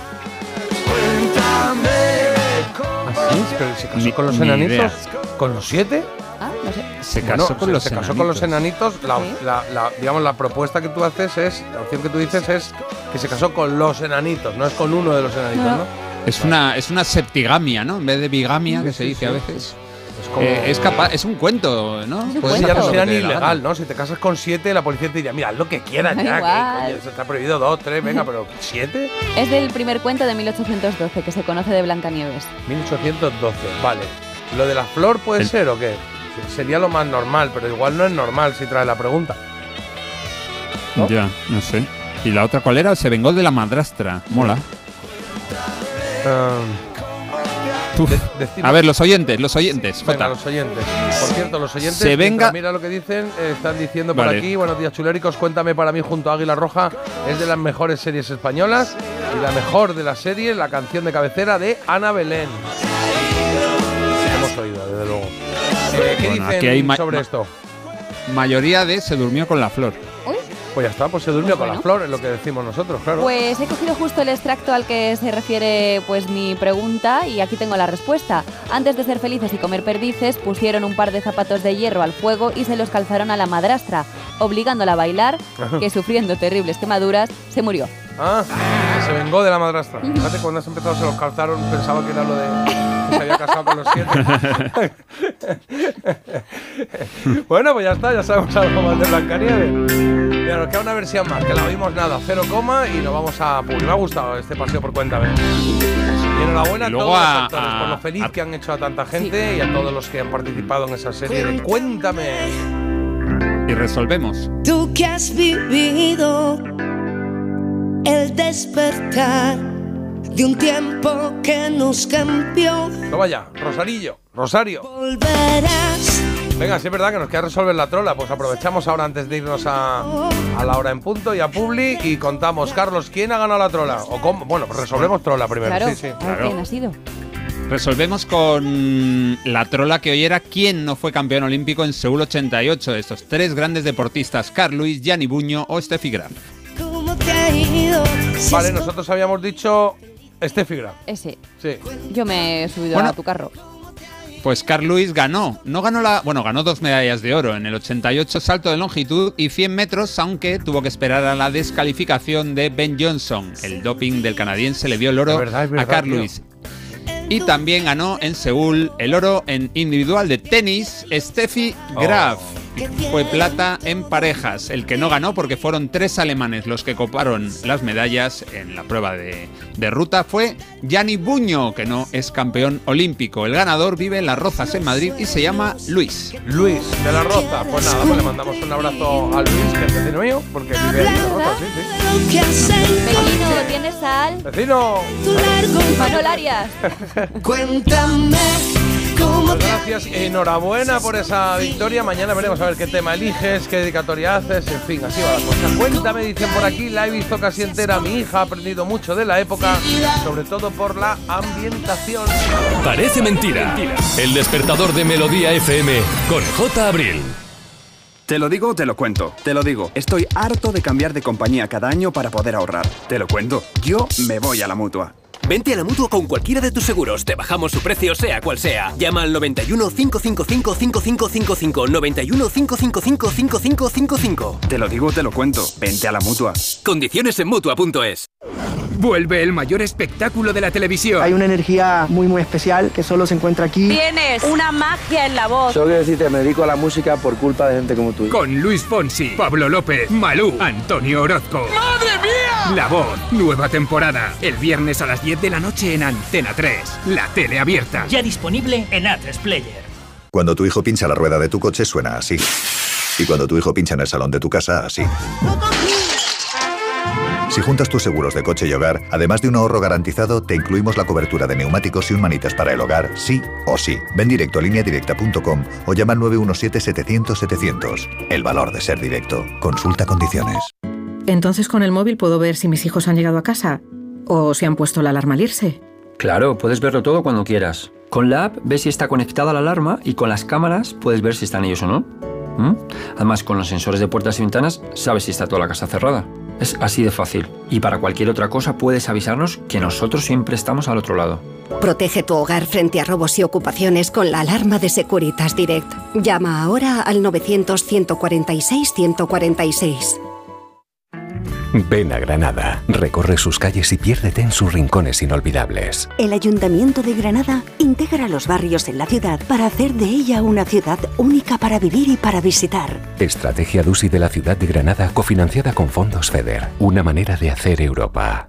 ¿Ah, sí? ¿Pero se casó Ni- con los ni enanitos? idea. ¿Con los siete? Ah, no sé. Se Bueno, casó con se- los se casó enanitos. con los enanitos. La, Sí. la- la- digamos, la propuesta que tú haces es, la opción que tú dices es que se casó con los enanitos, no es con uno de los enanitos, No. ¿no? Es una, es una septigamia, ¿no? En vez de bigamia, Sí, que sí, se dice sí. a veces. Es como- Eh, es capaz, es un cuento, ¿no? Es un Pues Puedes ya cuento. no hacer lo sería que ni te dé la ilegal, gana. ¿no? Si te casas con siete, la policía te diría, mira, haz lo que quieras Da ya, que igual. coño, se te ha prohibido dos, tres, venga, pero ¿siete? Es del primer cuento de mil ochocientos doce, que se conoce de Blancanieves. mil ochocientos doce, vale. ¿Lo de la flor puede El- ser o qué? Sería lo más normal, pero igual no es normal si trae la pregunta. ¿no? Ya, no sé. ¿Y la otra cuál era? Se vengó de la madrastra. Mola. Um, De, decimos... A ver, los oyentes, los oyentes. Venga, Jota. los oyentes. Por cierto, los oyentes, Se venga... mira lo que dicen, eh, están diciendo por Vale. aquí, buenos días chuléricos, cuéntame, para mí junto a Águila Roja es de las mejores series españolas y la mejor de la serie, la canción de cabecera de Ana Belén. Hemos oído, desde luego. Eh, ¿Qué Bueno, dicen aquí hay ma- sobre ma- esto? Mayoría de se durmió con la flor. Pues ya está, pues se durmió con Bueno. la flor, es lo que decimos nosotros, claro. Pues he cogido justo el extracto al que se refiere pues mi pregunta y aquí tengo la respuesta. Antes de ser felices y comer perdices, pusieron un par de zapatos de hierro al fuego y se los calzaron a la madrastra, obligándola a bailar, que sufriendo terribles quemaduras, se murió. Ah, que se vengó de la madrastra. Fíjate, cuando has empezado se los calzaron, pensaba que era lo de que se había casado con los siete. Bueno, pues ya está, ya sabemos algo más de Blancanieves. Mira, nos queda una versión más, que la oímos nada, cero coma, y nos vamos a publicar. Me ha gustado este paseo por Cuéntame. Y enhorabuena a Y luego todos los a- actores a- por lo feliz a- que han hecho a tanta gente y a todos los que han participado en esa serie de Cuéntame. Y resolvemos. Tú que has vivido el despertar de un tiempo que nos cambió. Toma ya, Rosarillo, Rosario. Volverás. Venga, sí es verdad que nos queda resolver la trola, pues aprovechamos ahora antes de irnos a, a la hora en punto y a Publi y contamos, Carlos, ¿quién ha ganado la trola? O cómo, bueno, pues resolvemos trola primero, Claro, sí, sí. a ver quién ha sido. Resolvemos con la trola que hoy era quién no fue campeón olímpico en Seúl ochenta y ocho de estos tres grandes deportistas, Carl Lewis, Gianni Buño o Steffi Graf. ¿Cómo te ha ido? Si Vale, es- nosotros habíamos dicho Steffi Graf. Ese. Sí. Yo me he subido Bueno. a tu carro. Pues Carl Lewis ganó, no ganó la, bueno, ganó dos medallas de oro en el ochenta y ocho salto de longitud y cien metros, aunque tuvo que esperar a la descalificación de Ben Johnson. El doping del canadiense le dio el oro Es verdad, es verdad, a Carl tío. Lewis. Y también ganó en Seúl el oro en individual de tenis Steffi Graf. Fue plata en parejas, el que no ganó porque fueron tres alemanes los que coparon las medallas en la prueba de, de ruta fue Gianni Buño, que no es campeón olímpico. El ganador vive en Las Rozas en Madrid y se llama Luis. Luis de la Roza. Pues nada, pues le mandamos un abrazo a Luis, que es vecino mío, porque vive ahí en La Roza, sí, sí. ¿Qué haces? Vecino, ¿tienes sal? ¡Vecino! Tu largo Manuel Arias. Cuéntame cómo Pues te gracias, enhorabuena por esa victoria. Mañana veremos a ver qué tema eliges, qué dedicatoria haces, en fin, así va la cosa. Cuéntame, dicen por aquí, la he visto casi entera. Mi hija ha aprendido mucho de la época, sobre todo por la ambientación. Parece mentira. El despertador de Melodía F M con J. Abril. Te lo digo o te lo cuento. Te lo digo. Estoy harto de cambiar de compañía cada año para poder ahorrar. Te lo cuento. Yo me voy a la Mutua. Vente a la Mutua con cualquiera de tus seguros. Te bajamos su precio, sea cual sea. Llama al noventa y uno, cinco cinco cinco, cinco cinco cinco cinco. noventa y uno, cinco cinco cinco, cinco cinco cinco cinco. Te lo digo o te lo cuento. Vente a la Mutua. Condiciones en Mutua punto es. Vuelve el mayor espectáculo de la televisión. Hay una energía muy muy especial que solo se encuentra aquí. Tienes una magia en la voz. Solo quiero decirte, me dedico a la música por culpa de gente como tú. Con Luis Fonsi, Pablo López, Malú, Antonio Orozco. ¡Madre mía! La Voz, nueva temporada. El viernes a las diez de la noche en Antena tres. La tele abierta. Ya disponible en A tres Player. Cuando tu hijo pincha la rueda de tu coche suena así. Y cuando tu hijo pincha en el salón de tu casa, así. Si juntas tus seguros de coche y hogar, además de un ahorro garantizado, te incluimos la cobertura de neumáticos y un manitas para el hogar, sí o sí. Ven directo a línea directa punto com o llama al nueve uno siete, setecientos, setecientos. El valor de ser directo. Consulta condiciones. Entonces con el móvil puedo ver si mis hijos han llegado a casa o si han puesto la alarma al irse. Claro, puedes verlo todo cuando quieras. Con la app ves si está conectada la alarma y con las cámaras puedes ver si están ellos o no. ¿Mm? Además, con los sensores de puertas y ventanas sabes si está toda la casa cerrada. Es así de fácil. Y para cualquier otra cosa puedes avisarnos que nosotros siempre estamos al otro lado. Protege tu hogar frente a robos y ocupaciones con la alarma de Securitas Direct. Llama ahora al novecientos, ciento cuarenta y seis, ciento cuarenta y seis. Ven a Granada, recorre sus calles y piérdete en sus rincones inolvidables. El Ayuntamiento de Granada integra los barrios en la ciudad para hacer de ella una ciudad única para vivir y para visitar. Estrategia DUSI de la ciudad de Granada cofinanciada con fondos FEDER. Una manera de hacer Europa.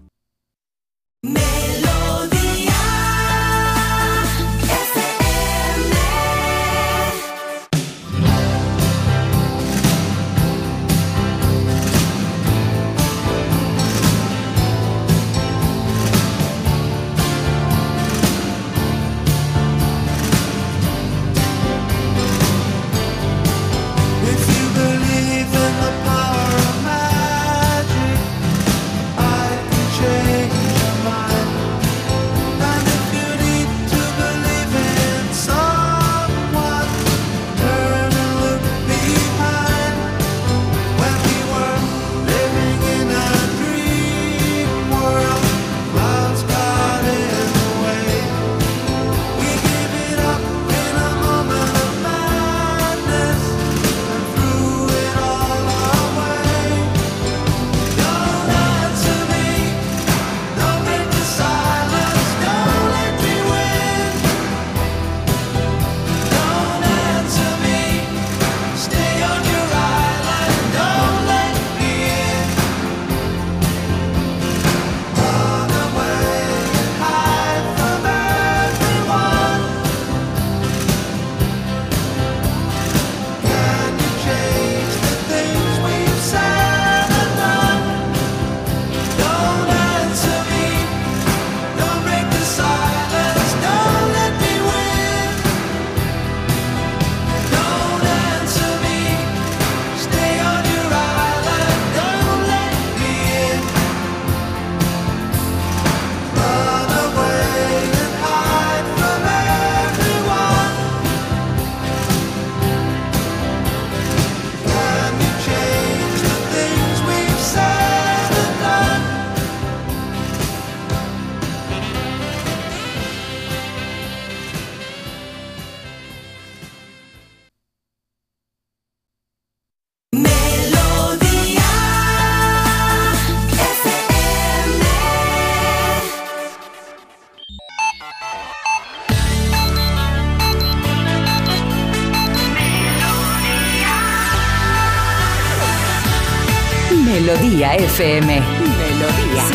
Melodía F M. Melodía.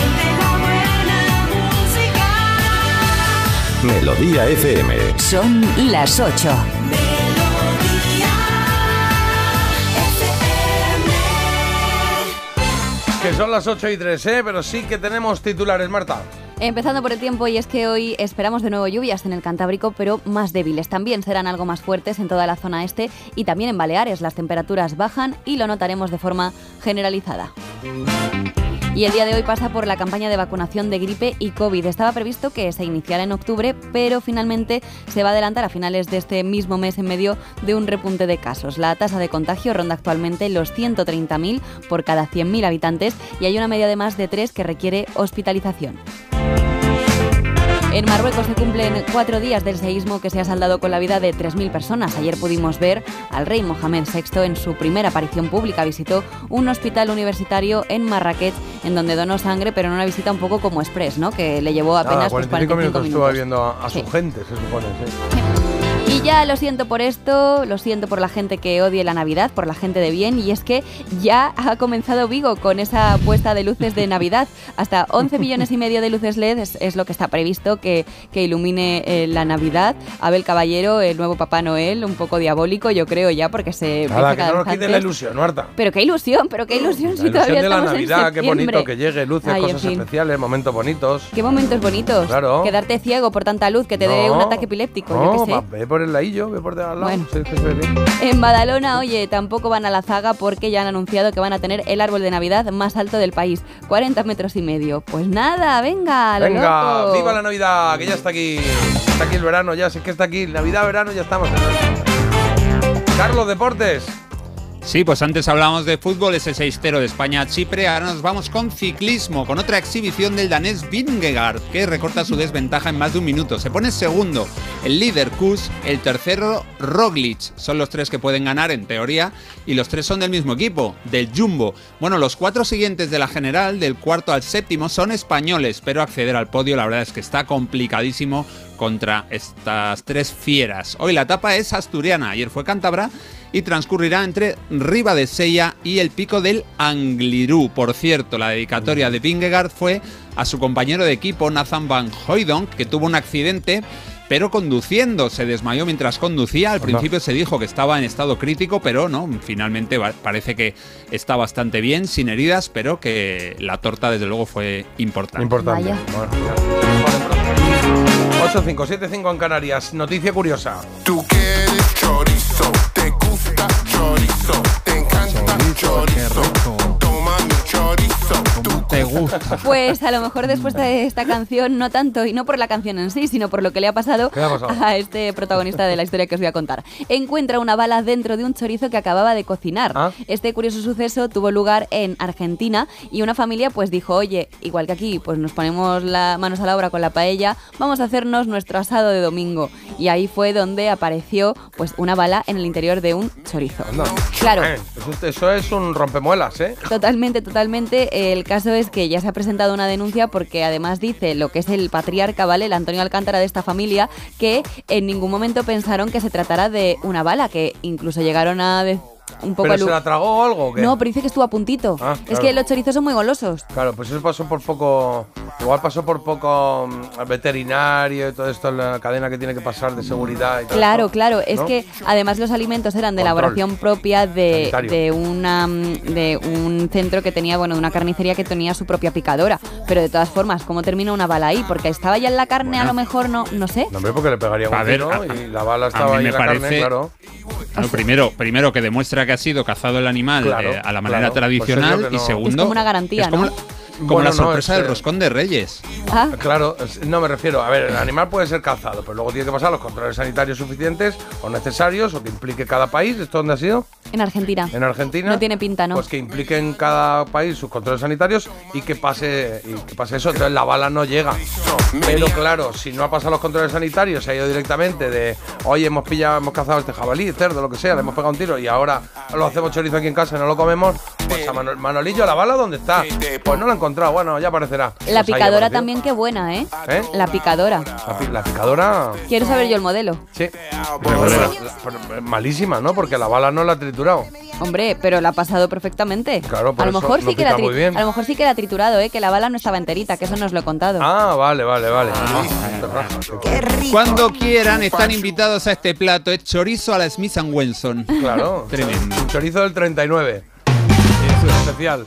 Melodía F M. Son las ocho. Que son las ocho y tres, ¿eh? Pero sí que tenemos titulares, Marta. Empezando por el tiempo, y es que hoy esperamos de nuevo lluvias en el Cantábrico, pero más débiles. También serán algo más fuertes en toda la zona este y también en Baleares. Las temperaturas bajan y lo notaremos de forma generalizada. Y el día de hoy pasa por la campaña de vacunación de gripe y COVID. Estaba previsto que se iniciara en octubre, pero finalmente se va a adelantar a finales de este mismo mes en medio de un repunte de casos. La tasa de contagio ronda actualmente los ciento treinta mil por cada cien mil habitantes y hay una media de más de tres que requiere hospitalización. En Marruecos se cumplen cuatro días del seísmo que se ha saldado con la vida de tres mil personas. Ayer pudimos ver al rey Mohamed sexto en su primera aparición pública. Visitó un hospital universitario en Marrakech, en donde donó sangre, pero en una visita un poco como express, ¿no? Que le llevó apenas ah, cuarenta y cinco minutos. Estuvo viendo a, a sí. su gente, se supone, sí. Y ya lo siento por esto, lo siento por la gente que odie la Navidad, por la gente de bien, y es que ya ha comenzado Vigo con esa puesta de luces de Navidad. Hasta once millones y medio de luces L E D es, es lo que está previsto que, que ilumine eh, la Navidad. Abel Caballero, el nuevo Papá Noel, un poco diabólico, yo creo ya, porque se... Nada, que no nos quite la ilusión, Marta. Pero qué ilusión, pero qué ilusión la si todavía de la estamos Navidad, en qué bonito que llegue, luces, Ay, cosas en fin. especiales, momentos bonitos. Qué momentos bonitos. Claro. Quedarte ciego por tanta luz, que te no, dé un ataque epiléptico, no, yo qué sé. Ve por el ladillo, ve por de al lado. Bueno. Sí, sí, sí. En Badalona, oye, tampoco van a la zaga porque ya han anunciado que van a tener el árbol de Navidad más alto del país, cuarenta metros y medio. Pues nada, venga, lo Venga, loco. viva la Navidad, que ya está aquí. Está aquí el verano, ya sé que está aquí. Navidad, verano, ya estamos. Carlos, deportes. Sí, pues antes hablábamos de fútbol, ese seis cero de España a Chipre. Ahora nos vamos con ciclismo, con otra exhibición del danés Vingegaard, que recorta su desventaja en más de un minuto. Se pone segundo el líder Kuss, el tercero Roglic. Son los tres que pueden ganar en teoría y los tres son del mismo equipo, del Jumbo. Bueno, los cuatro siguientes de la general, del cuarto al séptimo, son españoles, pero acceder al podio la verdad es que está complicadísimo contra estas tres fieras. Hoy la etapa es asturiana, ayer fue cántabra y transcurrirá entre Ribadesella y el pico del Angliru. Por cierto, la dedicatoria de Vingegaard fue a su compañero de equipo Nathan Van Hooydonk, que tuvo un accidente pero conduciendo, se desmayó mientras conducía. Al principio se dijo que estaba en estado crítico, pero no, finalmente parece que está bastante bien, sin heridas, pero que la torta desde luego fue importante. Importante. Bueno, ocho cinco siete cinco en Canarias. Noticia curiosa. Tú quieres chorizo, te gusta chorizo, te encanta chorizo. Toma mi chorizo, tú te gusta. Pues a lo mejor después de esta canción, no tanto, y no por la canción en sí, sino por lo que le ha pasado, ¿Qué ha pasado? a este protagonista de la historia que os voy a contar. Encuentra una bala dentro de un chorizo que acababa de cocinar. ¿Ah? Este curioso suceso tuvo lugar en Argentina y una familia pues dijo, oye, igual que aquí, pues nos ponemos las manos a la obra con la paella, vamos a hacernos nuestro asado de domingo. Y ahí fue donde apareció pues una bala en el interior de un chorizo. No. Claro. Eh, eso, eso es un rompemuelas, ¿eh? Totalmente, totalmente. El caso es que ya se ha presentado una denuncia porque además dice lo que es el patriarca, ¿vale? El Antonio Alcántara de esta familia, que en ningún momento pensaron que se tratara de una bala, que incluso llegaron a, de- un poco ¿Pero el- se la tragó o algo o qué? No, pero dice que estuvo a puntito. Ah, Es claro. que los chorizos son muy golosos. Claro, pues eso pasó por poco. Igual pasó por poco mm, al veterinario y todo esto, la cadena que tiene que pasar de seguridad y todo Claro, esto, claro. Es ¿no? que además los alimentos eran de Control. elaboración propia de, Sanitario. de, una, mm, de un centro que tenía, bueno, de una carnicería que tenía su propia picadora. Pero de todas formas, ¿cómo termina una bala ahí? Porque estaba ya en la carne, Bueno. a lo mejor no, no sé. No, hombre, porque le pegaría un A ver, tiro a- y la bala a estaba mí ahí me en la parece- carne, claro. Claro, primero, primero que demuestra que ha sido cazado el animal Claro, eh, a la manera claro. Pues tradicional eso que y no- segundo Es como una garantía, es como ¿no? la, como Bueno, la no, sorpresa es, del eh, roscón de Reyes. Ah, Claro, es- no me refiero. A ver, el animal puede ser cazado, pero luego tiene que pasar los controles sanitarios suficientes o necesarios o que implique cada país. ¿Esto dónde ha sido? en Argentina. En Argentina. No tiene pinta, ¿no? Pues que impliquen cada país sus controles sanitarios y que pase y que pase eso. Entonces la bala no llega. Pero claro, si no ha pasado los controles sanitarios, se ha ido directamente de, oye, hemos pillado, hemos cazado este jabalí, cerdo, lo que sea, le hemos pegado un tiro y ahora lo hacemos chorizo aquí en casa y no lo comemos. Pues a Manol- Manolillo, ¿la bala dónde está? Pues no la he encontrado. Bueno, ya aparecerá. La Pues ahí picadora apareció. también, qué buena, ¿eh? ¿Eh? La picadora. La, pi- la picadora. Quiero saber yo el modelo. Sí. Pero, bueno, la- la- pero malísima, ¿no? Porque la bala no la ha triturado. Hombre, pero la ha pasado perfectamente. Claro, por a lo eso mejor no sí que la pica muy tri- bien. a lo mejor sí que la ha triturado, ¿eh? Que la bala no estaba enterita, que eso nos lo he contado. Ah, vale, vale, vale. Cuando quieran, están invitados a este plato. Es chorizo a la Smith and Wesson. Claro. Tremendo. Un chorizo del treinta y nueve. Eso es especial.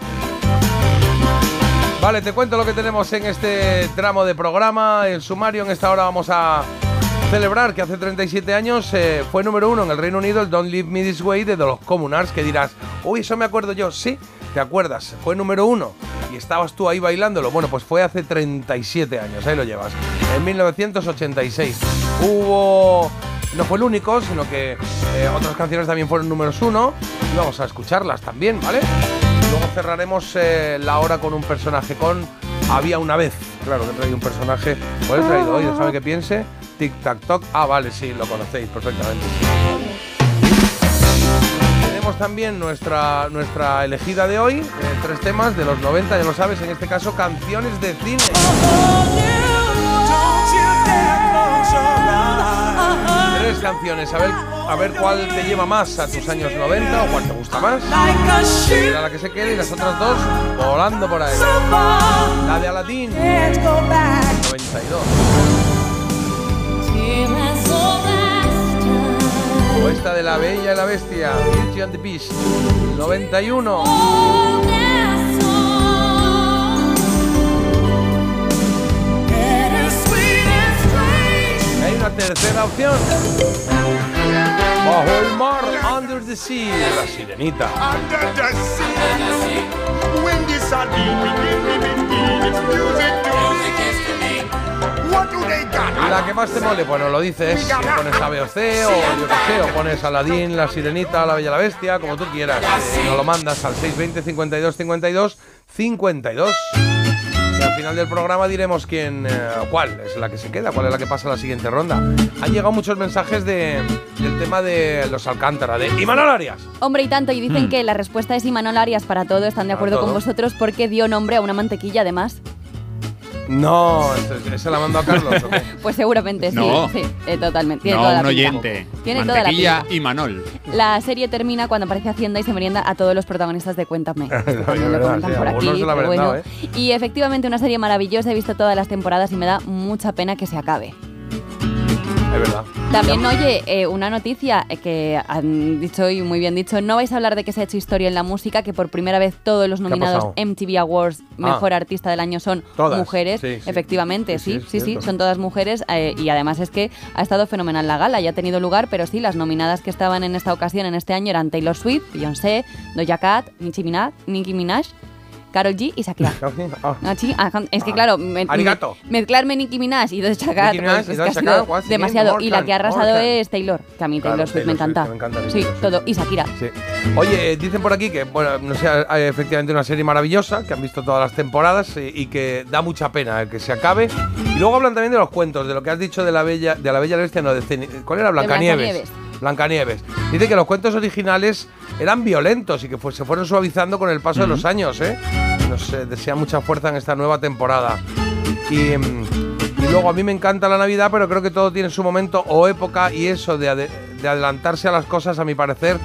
Vale, te cuento lo que tenemos en este tramo de programa. El sumario, en esta hora vamos a celebrar que hace treinta y siete años eh, fue número uno en el Reino Unido el Don't Leave Me This Way de los Communards, que dirás, uy, eso me acuerdo yo. Sí, te acuerdas, fue número uno y estabas tú ahí bailándolo. Bueno, pues fue hace treinta y siete años, ahí lo llevas, en mil novecientos ochenta y seis. Hubo... No fue el único, sino que eh, otras canciones también fueron números uno y vamos a escucharlas también, ¿vale? Luego cerraremos eh, la hora con un personaje, con Había una vez. Claro que he traído un personaje. ¿Cuál he traído hoy? Déjame que piense. Tic Tac Toc. Ah, vale, sí, lo conocéis perfectamente. Tenemos también nuestra, nuestra elegida de hoy. eh, tres temas de los noventa, ya lo sabes, en este caso canciones de cine. Tres canciones, a ver, a ver cuál te lleva más a tus años noventa o cuál te gusta más. Mira la que se quede y las otras dos volando por ahí. La de Aladdin, noventa y dos. O esta de La Bella y la Bestia, Beauty and the Beast, noventa y uno. Hay una tercera opción. Bajo el mar, Under the Sea, La Sirenita. Under the sea, when the sun it's music to me. What do they got? La que más te mole, pues nos lo dices. Si pones A, B o C, o yo qué sé, o pones Aladdin, La Sirenita, La Bella y la Bestia, como tú quieras. Eh, nos lo mandas al seis veinte, cincuenta y dos, cincuenta y dos, cincuenta y dos. Y al final del programa diremos quién, eh, cuál es la que se queda, cuál es la que pasa a la siguiente ronda. Han llegado muchos mensajes de, del tema de los Alcántara, de Imanol Arias. Hombre, y tanto, y dicen Mm. que la respuesta es Imanol Arias para todo, están de Para acuerdo con todo. vosotros porque dio nombre a una mantequilla además. No, ese, ese la mandó a Carlos. ¿o qué? Pues seguramente sí, No. sí, eh, totalmente. Tiene No, toda la un pinta. oyente. Tiene toda la Mantequilla pinta. y Manol. La serie termina cuando aparece Hacienda y se merienda a todos los protagonistas de Cuéntame. También lo verdad, comentan sí, por algunos aquí, se la pero habrán bueno. dado, ¿eh? Y efectivamente una serie maravillosa, he visto todas las temporadas y me da mucha pena que se acabe. Es verdad. También, oye, eh, una noticia que han dicho y muy bien dicho, no vais a hablar de que se ha hecho historia en la música, que por primera vez todos los ¿Qué ha nominados pasado? M T V Awards Mejor Ah. Artista del Año son Todas. mujeres. Sí, sí. Efectivamente, Sí, sí, sí, es sí, sí, cierto. son todas mujeres eh, y además es que ha estado fenomenal la gala, ya ha tenido lugar, pero sí, las nominadas que estaban en esta ocasión, en este año, eran Taylor Swift, Beyoncé, Doja Cat, Nicki Minaj, Nicki Minaj, Karol G y Shakira. Ah. Ah, sí, ah, es que claro, me- Arigato. me- mezclarme Nicki Minaj y Doja Cat, Nicki Minaj pues, y es Doja que ha Cat, sido once again, demasiado. more Y la time, que ha arrasado more time. es Taylor, que a mí Claro, Taylor Swift me Taylor Swift, encanta. que me encanta Sí, Taylor Swift. todo. Y Shakira. Sí. Oye, dicen por aquí que, bueno, no sé, hay efectivamente una serie maravillosa, que han visto todas las temporadas eh, y que da mucha pena que se acabe. Y luego hablan también de los cuentos, de lo que has dicho de la Bella, de la Bella y la Bestia, no, de Ceni- ¿cuál era? Blancanieves. Blancanieves. Dice que los cuentos originales eran violentos y que fue- se fueron suavizando con el paso de los años, ¿eh? Nos eh, desea mucha fuerza en esta nueva temporada. Y, mm, y luego a mí me encanta la Navidad, pero creo que todo tiene su momento o época, y eso de, ade- de adelantarse a las cosas, a mi parecer,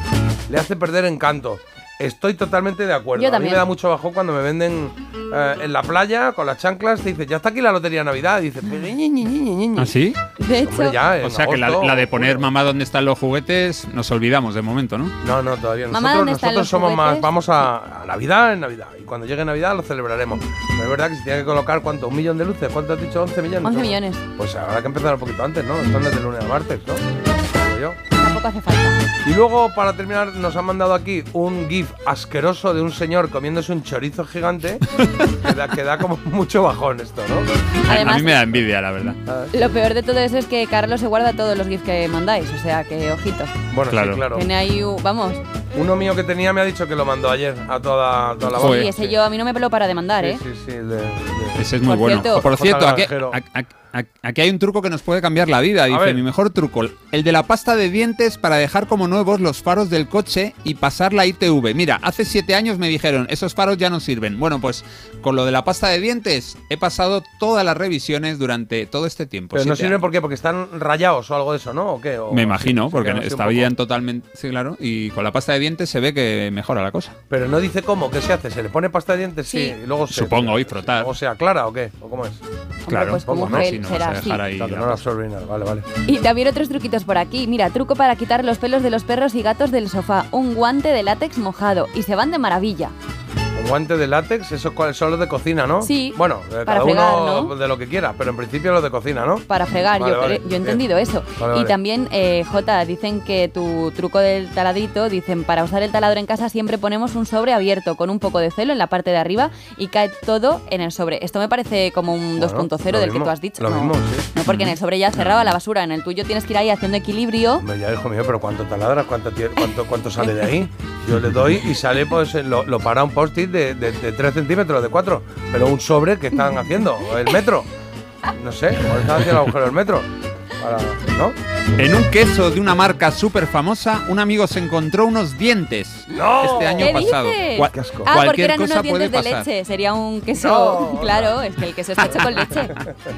le hace perder encanto. Estoy totalmente de acuerdo. Yo a mí también. me da mucho bajón cuando me venden eh, en la playa con las chanclas. Te dices, ya está aquí la lotería de Navidad. Y dices, pero ñi, ñi, ñi, ñi, ñi. ¿Ah, sí? De hecho, Hombre, ya, en O sea que la, agosto, la de poner julio. mamá dónde están los juguetes nos olvidamos de momento, ¿no? No, no, todavía. Mamá, Nosotros, ¿dónde están nosotros los somos más. juguetes? Vamos a, a Navidad en Navidad. Y cuando llegue Navidad lo celebraremos. Pero es verdad que si tiene que colocar, ¿cuánto? ¿Un millón de luces? ¿Cuánto has dicho? ¿once millones? once ¿no? millones. Pues habrá que empezar un poquito antes, ¿no? Esto no es de lunes a martes, ¿no? Digo yo. Tampoco hace falta. Y luego, para terminar, nos han mandado aquí un gif asqueroso de un señor comiéndose un chorizo gigante que, da, que da como mucho bajón esto, ¿no? Además, a mí me da envidia, la verdad. Lo peor de todo eso es que Carlos se guarda todos los GIFs que mandáis, o sea que ojito. Bueno, Claro. sí, claro. Tiene ahí, u- vamos. Uno mío que tenía me ha dicho que lo mandó ayer a toda, toda la Joder. Sí, ese yo a mí no me peló para demandar, ¿eh? Sí, sí, sí. el de- el de- Ese es muy Por bueno. cierto- Por cierto, aquí, Granjero. aquí- aquí- aquí hay un truco que nos puede cambiar la vida. Dice, ver. mi mejor truco, el de la pasta de dientes para dejar como nuevos los faros del coche y pasar la I T V. Mira, hace siete años me dijeron, esos faros ya no sirven. Bueno, pues con lo de la pasta de dientes he pasado todas las revisiones durante todo este tiempo. Pero no siete sirven años. ¿por qué? Porque están rayados o algo de eso, ¿no? ¿O qué? O- Me imagino, se porque quedan así un estarían poco. totalmente... Sí, claro. Y con la pasta de dientes se ve que mejora la cosa. Pero no dice cómo, ¿qué se hace? ¿Se le pone pasta de dientes? Sí. Sí. Y luego se... Supongo, y frotar. ¿O se aclara o qué? ¿O cómo es? Claro, pues como ¿no? gel Si no, será vas a así. dejar ahí Claro, que la no lo pasta. absorbe nada. Vale, vale. Y también otros truquitos por aquí. Mira, truco para quitar los pelos de los perros y gatos del sofá. Un guante de látex mojado. Y se van de maravilla. Un guante de látex, eso es solo de cocina, ¿no? Sí, Bueno, eh, para cada fregar, uno ¿no? de lo que quiera, pero en principio lo de cocina, ¿no? Para fregar, Vale, yo, vale, cre- yo he bien. entendido eso. Vale, Y vale. también, eh, Jota, dicen que tu truco del taladrito, dicen, para usar el taladro en casa siempre ponemos un sobre abierto con un poco de celo en la parte de arriba y cae todo en el sobre. Esto me parece como un Bueno, dos punto cero lo del mismo, que tú has dicho. Lo no, mismo, sí. no, porque en el sobre ya cerraba la basura, en el tuyo tienes que ir ahí haciendo equilibrio. Hombre, ya, hijo mío, pero ¿cuánto taladras? ¿Cuánto, tie- cuánto, cuánto sale de ahí? Yo le doy y sale, pues, lo, lo para un post-it de, de, de tres centímetros, de cuatro. Pero un sobre que están haciendo, el metro. No sé, ¿cómo están haciendo el agujero del metro? Para, ¿no? En un queso de una marca súper famosa, un amigo se encontró unos dientes ¡No! este año ¿Qué pasado. dices? Cual- Qué asco. Ah, porque cualquier eran cosa unos puede dientes de pasar. leche. Sería un queso. No, claro, es que el queso está hecho con leche.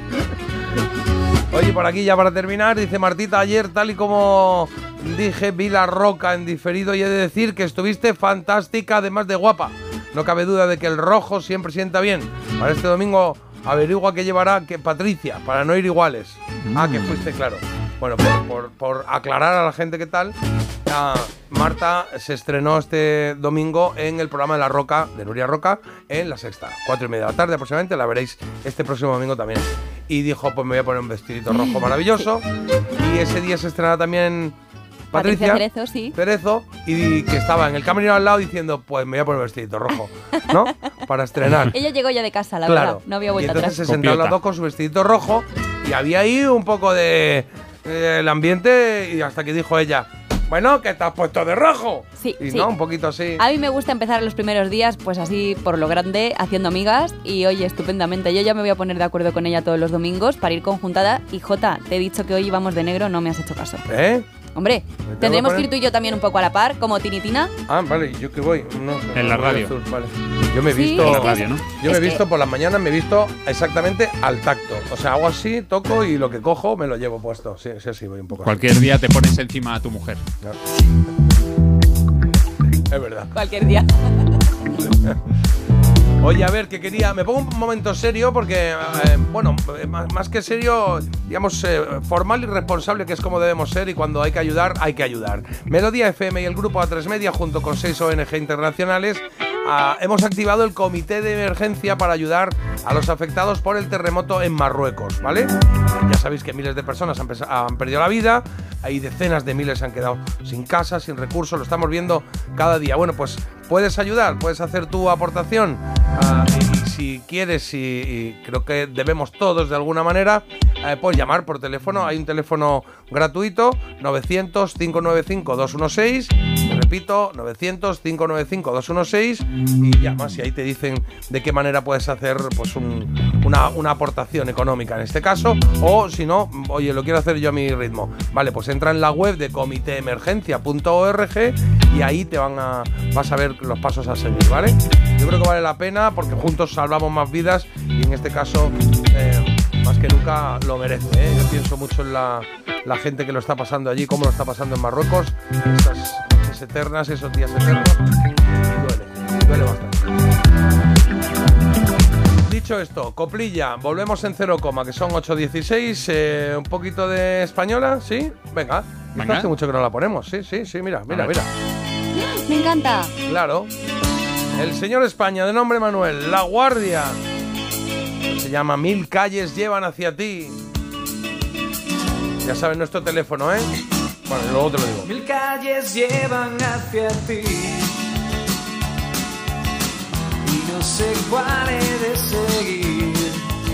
Oye, por aquí ya para terminar, dice Martita, ayer tal y como dije, vi La Roca en diferido y he de decir que estuviste fantástica, además de guapa. No cabe duda de que el rojo siempre sienta bien. Para este domingo averigua qué llevará que Patricia, para no ir iguales. Ah, que fuiste, claro. Bueno, por, por, por aclarar a la gente qué tal, ah, Marta se estrenó este domingo en el programa de La Roca, de Nuria Roca, en La Sexta. Cuatro y media de la tarde aproximadamente, la veréis este próximo domingo también. Y dijo, pues me voy a poner un vestidito rojo maravilloso. Y ese día se estrena también Patricia, Patricia Cerezo, sí. Cerezo, y que estaba en el camerino al lado diciendo, pues me voy a poner un vestidito rojo, ¿no? Para estrenar. Ella llegó ya de casa, la Claro. verdad. No había vuelta y entonces atrás. se sentaron las Copiota. dos con su vestidito rojo y había ahí un poco de eh, el ambiente y hasta que dijo ella, bueno, que te has puesto de rojo. Sí, y sí. no, un poquito así. A mí me gusta empezar los primeros días, pues así por lo grande, haciendo amigas y oye, estupendamente. Yo ya me voy a poner de acuerdo con ella todos los domingos para ir conjuntada. Y Jota, te he dicho que hoy íbamos de negro, no me has hecho caso. ¿Eh? Hombre, tengo tendremos que que ir poner? tú y yo también un poco a la par, como Tinitina. Ah, vale, ¿yo qué voy? No, En la voy radio. azul, vale. Yo me he Sí, visto, En la es que radio, ¿no? yo es me he que- visto por las mañanas, me he visto exactamente al tacto. O sea, hago así, toco y lo que cojo me lo llevo puesto. Sí, sí, sí, voy un poco así. Cualquier día te pones encima a tu mujer. Es verdad. Cualquier día. Oye, a ver, que quería... Me pongo un momento serio porque, eh, bueno, eh, más, más que serio, digamos, eh, formal y responsable, que es como debemos ser, y cuando hay que ayudar, hay que ayudar. Melodía F M y el grupo A tres Media, junto con seis O N G internacionales, ah, hemos activado el comité de emergencia para ayudar a los afectados por el terremoto en Marruecos, ¿vale? Ya sabéis que miles de personas han, pes- han perdido la vida, hay decenas de miles que han quedado sin casa, sin recursos, lo estamos viendo cada día. Bueno, pues puedes ayudar, puedes hacer tu aportación, ah, y, y si quieres, y, y creo que debemos todos de alguna manera, eh, puedes llamar por teléfono, hay un teléfono gratuito, novecientos, cinco nueve cinco, dos uno seis, repito, novecientos, cinco nueve cinco, dos uno seis, y llamas y ahí te dicen de qué manera puedes hacer pues un, una, una aportación económica en este caso, o si no, oye, lo quiero hacer yo a mi ritmo. Vale, pues entra en la web de comité emergencia punto org y ahí te van a, vas a ver los pasos a seguir, ¿vale? Yo creo que vale la pena porque juntos salvamos más vidas y en este caso, eh, más que nunca lo merece, ¿eh? Yo pienso mucho en la, la gente que lo está pasando allí, cómo lo está pasando en Marruecos, esas, noches eternas, esos días eternos. Duele, duele bastante. Dicho esto, coplilla, volvemos en cero coma, que son ocho dieciséis, eh, un poquito de española, ¿sí? Venga, Venga. Hace mucho que no la ponemos, sí, sí, sí, mira, mira, mira. Me encanta. Claro. El señor España, de nombre Manuel, La Guardia. Se llama Mil calles llevan hacia ti. Ya saben nuestro teléfono, ¿eh? Bueno, y luego te lo digo. Mil calles llevan hacia ti y no sé cuál he de seguir.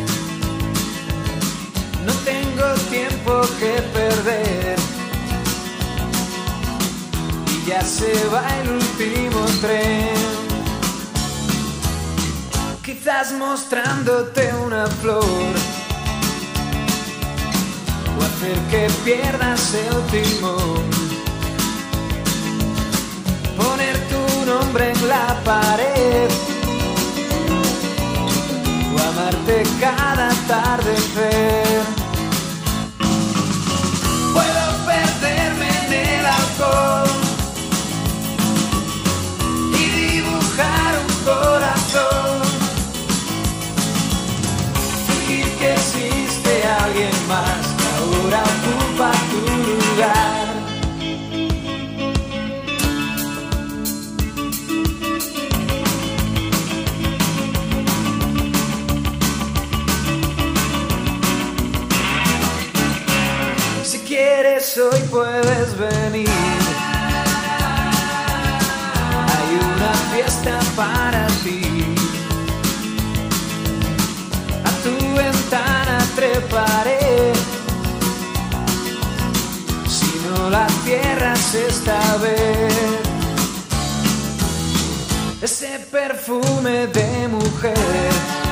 No tengo tiempo que perder y ya se va el último tren. Quizás mostrándote una flor o hacer que pierdas el timón, poner tu nombre en la pared o amarte cada atardecer. Puedo perderme en el alcohol y dibujar un corazón, fingir que existe alguien más que ahora ocupa tu lugar. Si quieres hoy puedes venir, hay una fiesta para ti. A tu ventana treparé, si no la cierras esta vez. Ese perfume de mujer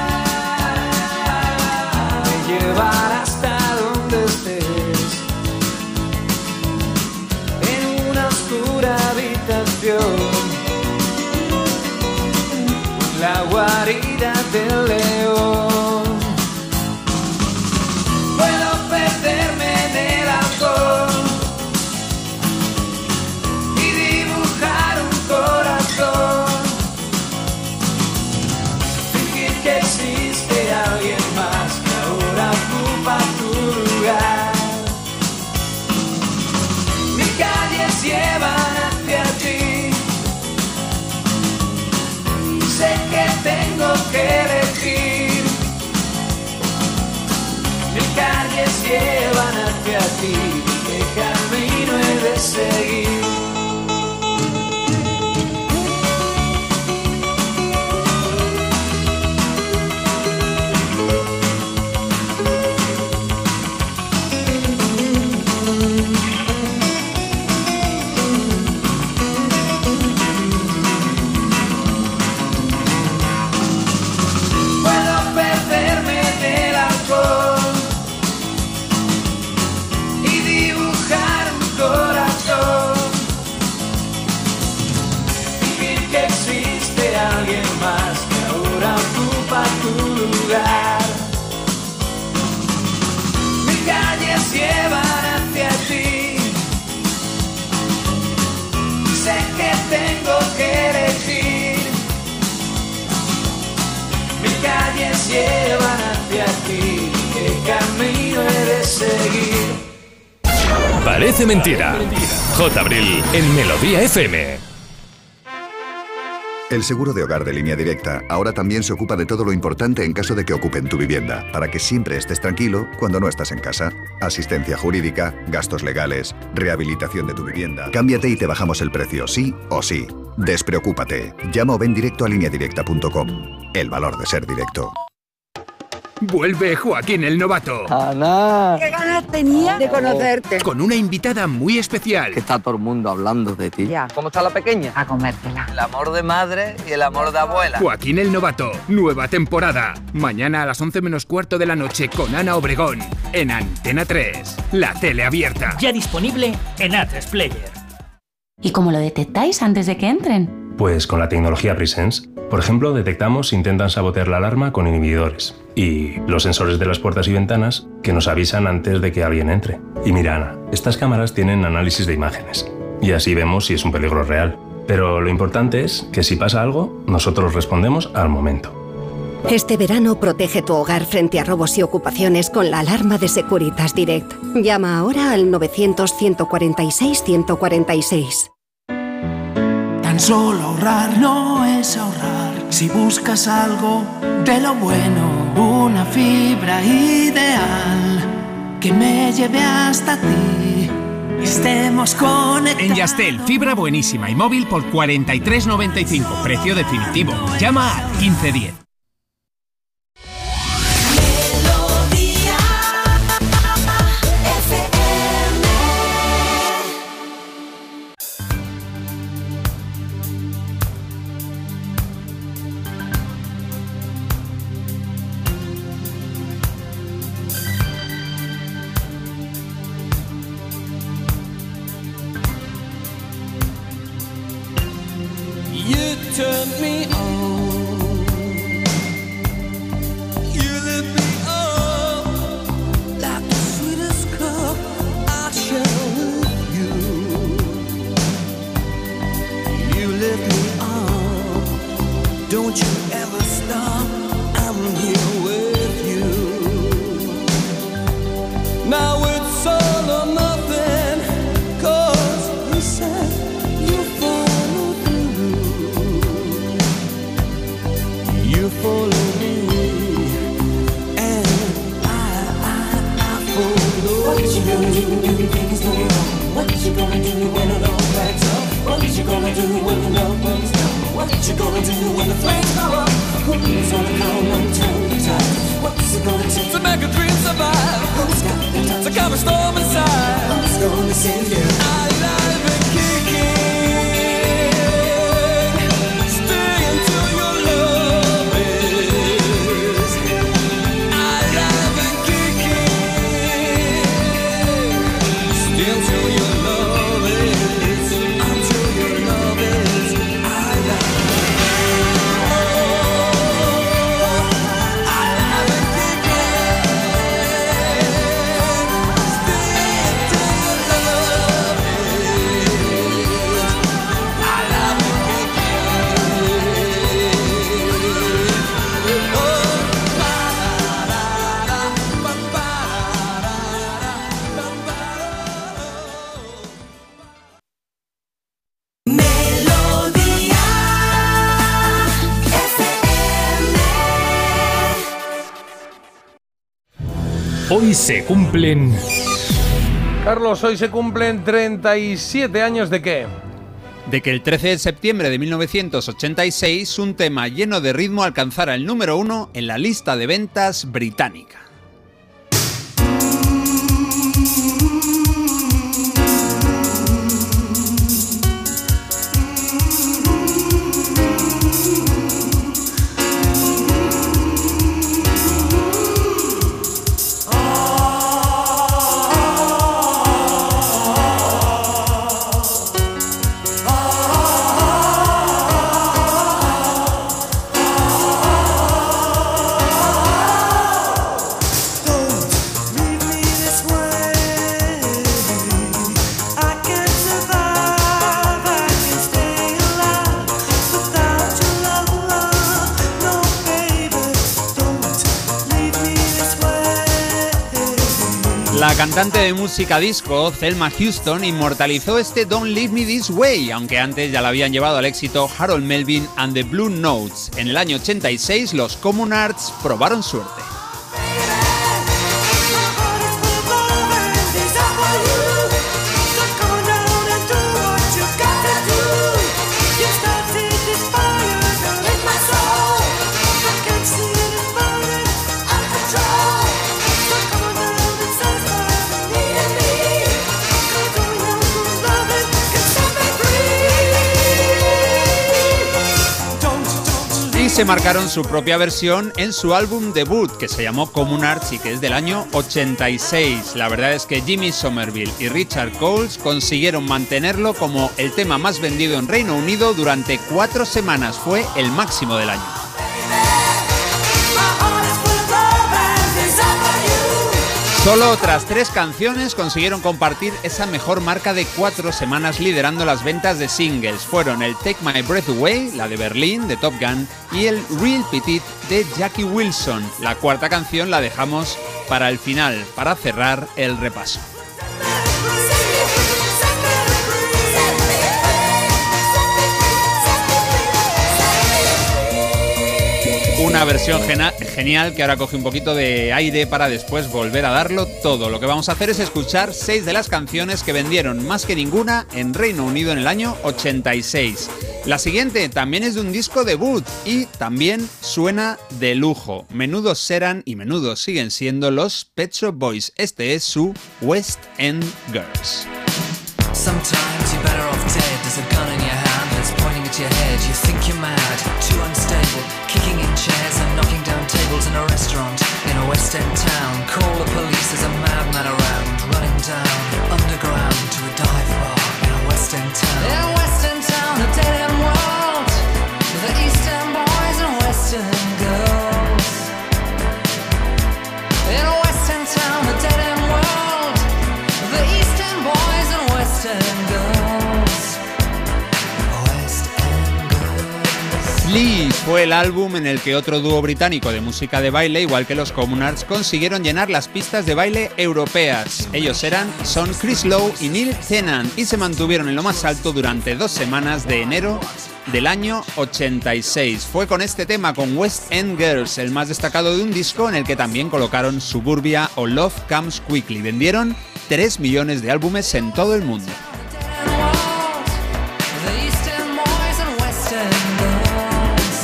me llevará hasta donde estés, en una oscura habitación, la guarida del león. Puedo perderme en el alcohol y dibujar un corazón, fingir que existe alguien más que ahora ocupa tu lugar. Mis calles llevan hacia ti, sé que tengo que elegir. Mis calles llevan hacia ti, ¿qué camino he de seguir? Puedo perderme en el alcohol y dibujar un corazón, fingir que existe alguien más que ahora ocupa tu lugar. Mis calles llevan hacia ti, sé que tengo que elegir. Mis calles llevan hacia ti, ¿qué camino he de seguir? Parece mentira. J. Abril en Melodía F M. El seguro de hogar de Línea Directa ahora también se ocupa de todo lo importante en caso de que ocupen tu vivienda, para que siempre estés tranquilo cuando no estás en casa. Asistencia jurídica, gastos legales, rehabilitación de tu vivienda. Cámbiate y te bajamos el precio, sí o sí. Despreocúpate. Llama o ven directo a línea directa punto com. El valor de ser directo. Vuelve Joaquín el Novato. ¡Ana! ¡Qué ganas tenía de conocerte! Con una invitada muy especial. Que está todo el mundo hablando de ti. Ya. ¿Cómo está la pequeña? A comértela. El amor de madre y el amor de abuela. Joaquín el Novato, nueva temporada. Mañana a las once menos cuarto de la noche con Ana Obregón. En Antena tres, la tele abierta. Ya disponible en A tres Player. ¿Y cómo lo detectáis antes de que entren? Pues con la tecnología Presence. Por ejemplo, detectamos si intentan sabotear la alarma con inhibidores. Y los sensores de las puertas y ventanas que nos avisan antes de que alguien entre. Y mira, Ana, estas cámaras tienen análisis de imágenes. y así vemos si es un peligro real. Pero lo importante es que si pasa algo, nosotros respondemos al momento. Este verano protege tu hogar frente a robos y ocupaciones con la alarma de Securitas Direct. Llama ahora al novecientos, ciento cuarenta y seis, ciento cuarenta y seis. Tan solo ahorrar no es ahorrar. Si buscas algo de lo bueno, una fibra ideal que me lleve hasta ti. Estemos conectados. En Yastel, fibra buenísima y móvil por cuarenta y tres noventa y cinco. Precio definitivo. Llama al quince diez. You turn me on. You lift me up like the sweetest cup I share with you. You lift me up. Don't you ever stop. I'm here with you. Now it's all or nothing, 'cause you said you follow through. You follow me, and I, I, I follow. What you gonna do when everything is going wrong? What you gonna do when it all backs up? What you gonna do when the love runs down? What you gonna do when the flames go up? Who's gonna come and turn the tide? What's it gonna take to make a dream survive? Who's got the time to calm a storm inside? Who's gonna save you? Alive and kicking. Stay until your love is alive and kicking. Stay until your love is, until your love is alive. Alive and kicking. Stay until your love is alive and Hoy se cumplen... Carlos, hoy se cumplen treinta y siete años de qué? De que el trece de septiembre de mil novecientos ochenta y seis un tema lleno de ritmo alcanzara el número uno en la lista de ventas británica. La cantante de música disco, Thelma Houston, inmortalizó este Don't Leave Me This Way, aunque antes ya la habían llevado al éxito Harold Melvin and the Blue Notes. En el año ochenta y seis, los Communards probaron suerte. Se marcaron su propia versión en su álbum debut, que se llamó Communards y que es del año ochenta y seis. La verdad es que Jimmy Somerville y Richard Coles consiguieron mantenerlo como el tema más vendido en Reino Unido durante cuatro semanas. Fue el máximo del año. Solo otras tres canciones consiguieron compartir esa mejor marca de cuatro semanas liderando las ventas de singles. Fueron el Take My Breath Away, la de Berlín, de Top Gun, y el Real Petit de Jackie Wilson. La cuarta canción la dejamos para el final, para cerrar el repaso. Una versión gena- genial que ahora coge un poquito de aire para después volver a darlo todo. Lo que vamos a hacer es escuchar seis de las canciones que vendieron más que ninguna en Reino Unido en el año ochenta y seis. La siguiente también es de un disco debut y también suena de lujo. Menudos eran y menudos siguen siendo los Pet Shop Boys. Este es su West End Girls. Sometimes you're better off dead. There's a gun in your hand that's pointing at your head. You think you're mad, too unstable, kicking in chairs and knocking down tables in a restaurant in a West End town. Call the police, there's a madman around, running down underground to a dive bar in a West End town. In a West End town, a dead end world, the East End boys and West End girls. In a West End town, a dead end world, the East End boys and West End girls. West End girls. Please fue el álbum en el que otro dúo británico de música de baile, igual que los Communards, consiguieron llenar las pistas de baile europeas. Ellos eran Son Chris Lowe y Neil Tennant y se mantuvieron en lo más alto durante dos semanas de enero del año ochenta y seis. Fue con este tema, con West End Girls, el más destacado de un disco en el que también colocaron Suburbia o Love Comes Quickly. Vendieron tres millones de álbumes en todo el mundo. The East End boys and West End girls.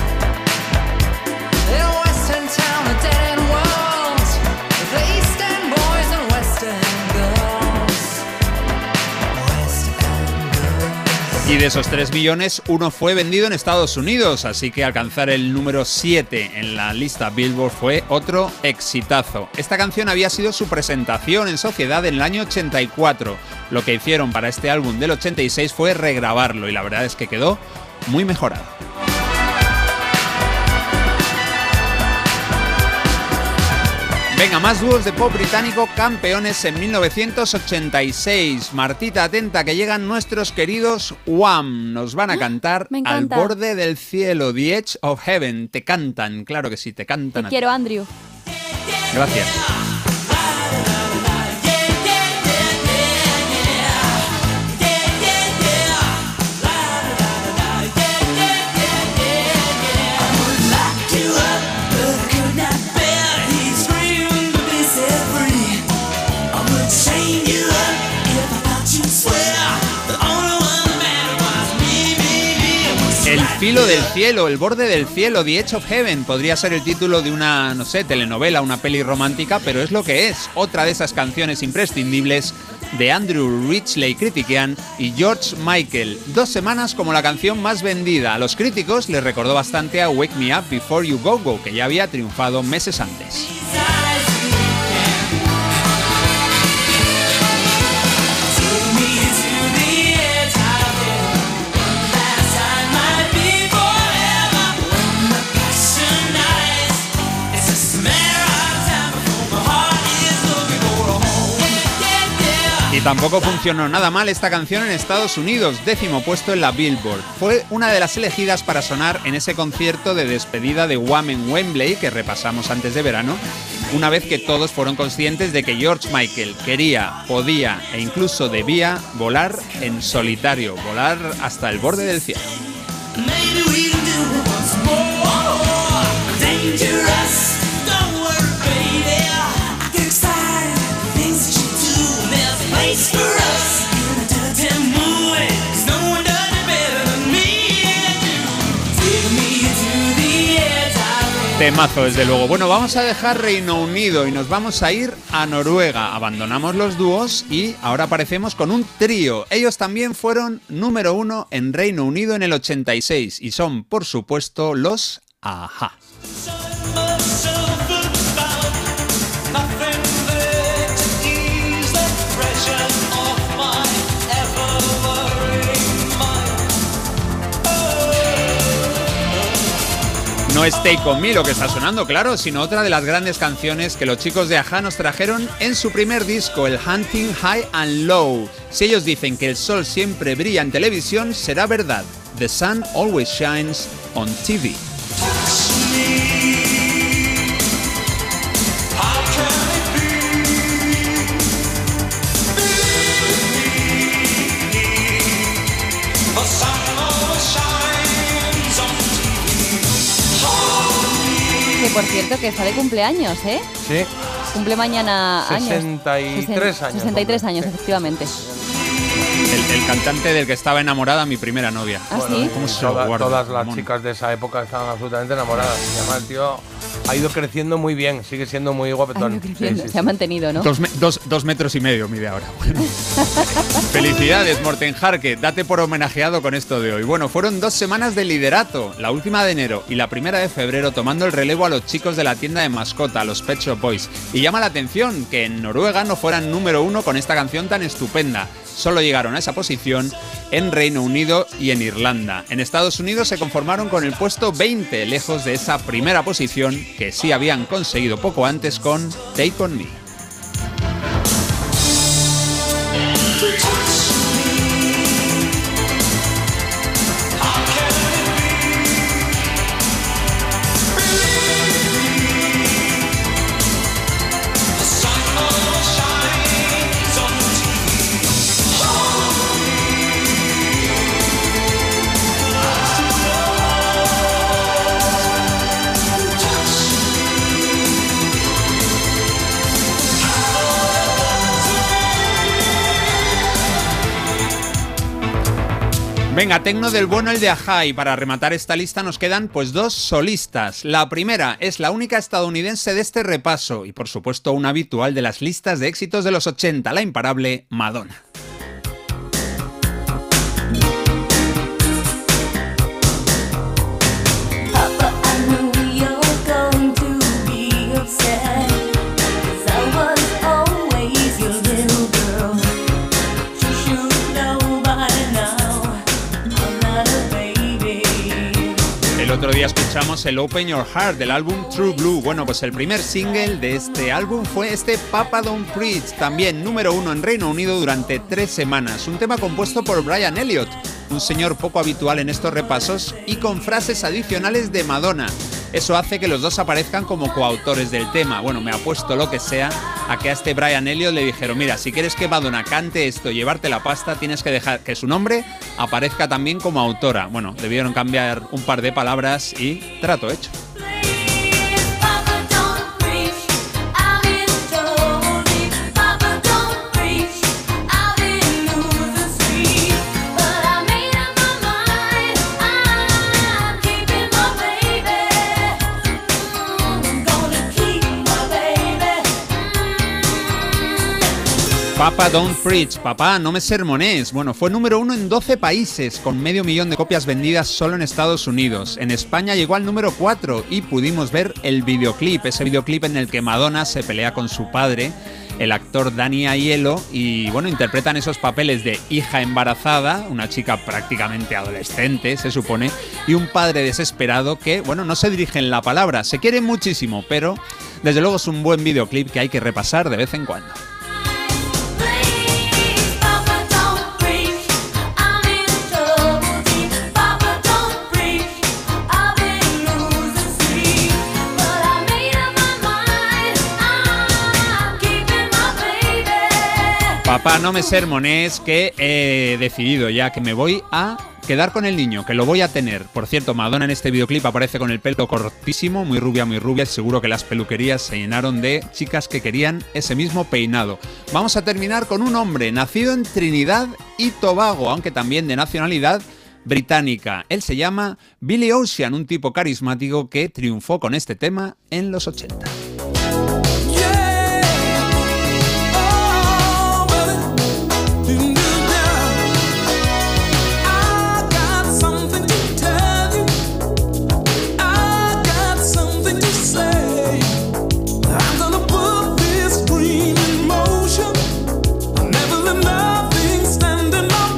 In a West End town, a dead end world. The East End boys and West End girls. West End girls. Y de esos tres millones, uno fue vendido en Estados Unidos, así que alcanzar el número siete en la lista Billboard fue otro exitazo. Esta canción había sido su presentación en sociedad en el año ochenta y cuatro. Lo que hicieron para este álbum del ochenta y seis fue regrabarlo y la verdad es que quedó muy mejorado. Venga, más dúos de pop británico campeones en mil novecientos ochenta y seis. Martita, atenta que llegan nuestros queridos Wham. Nos van a cantar Me Al encanta. borde del cielo, The Edge of Heaven. Te cantan, claro que sí, te cantan. Te a ti. quiero, Andrew. Gracias. El filo del cielo, el borde del cielo, The Edge of Heaven. Podría ser el título de una, no sé, telenovela, una peli romántica, pero es lo que es. Otra de esas canciones imprescindibles de Andrew Ridgeley Critiquian y George Michael. Dos semanas como la canción más vendida. A los críticos les recordó bastante a Wake Me Up Before You Go Go, que ya había triunfado meses antes. Y tampoco funcionó nada mal esta canción en Estados Unidos, décimo puesto en la Billboard. Fue una de las elegidas para sonar en ese concierto de despedida de Wham en Wembley que repasamos antes de verano, una vez que todos fueron conscientes de que George Michael quería, podía e incluso debía volar en solitario, volar hasta el borde del cielo. Maybe we can do it once more. Dangerous, don't worry, baby. I get excited, things that you do. There's a place for us in a dirty mood. 'Cause no one does it better than me and you. Take me to the edge of it. Temazo, desde luego. Bueno, vamos a dejar Reino Unido y nos vamos a ir a Noruega. Abandonamos los dúos y ahora aparecemos con un trío. Ellos también fueron número uno en Reino Unido en el ochenta y seis y son, por supuesto, los A-ha. No es Take On Me lo que está sonando, claro, sino otra de las grandes canciones que los chicos de A H A nos trajeron en su primer disco, el Hunting High and Low. Si ellos dicen que el sol siempre brilla en televisión, será verdad. The sun always shines on T V. Que por cierto que está de cumpleaños, ¿eh? Sí. Cumple mañana años. sesenta y tres años. sesenta y tres años, efectivamente. El, el cantante del que estaba enamorada mi primera novia. ¿Ah, sí? ¿Cómo se lo Toda- guardo? todas las Ramón? chicas de esa época estaban absolutamente enamoradas. Y además el tío ha ido creciendo muy bien, sigue siendo muy guapetón. Ha ido creciendo, Sí, sí, se ha sí. mantenido, ¿no? Dos, me- dos- dos metros y medio mide ahora. Bueno. Felicidades, Morten Harke. Date por homenajeado con esto de hoy. Bueno, fueron dos semanas de liderato, la última de enero y la primera de febrero, tomando el relevo a los chicos de la tienda de mascota, los Pet Shop Boys. Y llama la atención que en Noruega no fueran número uno con esta canción tan estupenda. Solo llegaron a esa posición en Reino Unido y en Irlanda. En Estados Unidos se conformaron con el puesto veinte, lejos de esa primera posición que sí habían conseguido poco antes con Take On Me. Venga, tecno del bueno, el de A H A, y para rematar esta lista nos quedan pues dos solistas. La primera es la única estadounidense de este repaso y por supuesto una habitual de las listas de éxitos de los ochenta, la imparable Madonna. El otro día escuchamos el Open Your Heart del álbum True Blue. Bueno, pues el primer single de este álbum fue este Papa Don't Preach, también número uno en Reino Unido durante tres semanas. Un tema compuesto por Brian Elliott, un señor poco habitual en estos repasos y con frases adicionales de Madonna. Eso hace que los dos aparezcan como coautores del tema. Bueno, me apuesto lo que sea a que a este Brian Elliott le dijeron: mira, si quieres que Madonna cante esto y llevarte la pasta, tienes que dejar que su nombre aparezca también como autora. Bueno, debieron cambiar un par de palabras y trato hecho. Papa Don't Preach, papá, no me sermones. Bueno, fue número uno en doce países, con medio millón de copias vendidas solo en Estados Unidos. En España llegó al número cuatro y pudimos ver el videoclip, ese videoclip en el que Madonna se pelea con su padre, el actor Danny Aiello, y bueno, interpretan esos papeles de hija embarazada, una chica prácticamente adolescente, se supone, y un padre desesperado que, bueno, no se dirige en la palabra, se quieren muchísimo, pero desde luego es un buen videoclip que hay que repasar de vez en cuando. Papá, no me sermones, que he decidido ya que me voy a quedar con el niño, que lo voy a tener. Por cierto, Madonna en este videoclip aparece con el pelo cortísimo, muy rubia, muy rubia. Seguro que las peluquerías se llenaron de chicas que querían ese mismo peinado. Vamos a terminar con un hombre nacido en Trinidad y Tobago, aunque también de nacionalidad británica. Él se llama Billy Ocean, un tipo carismático que triunfó con este tema en los ochenta.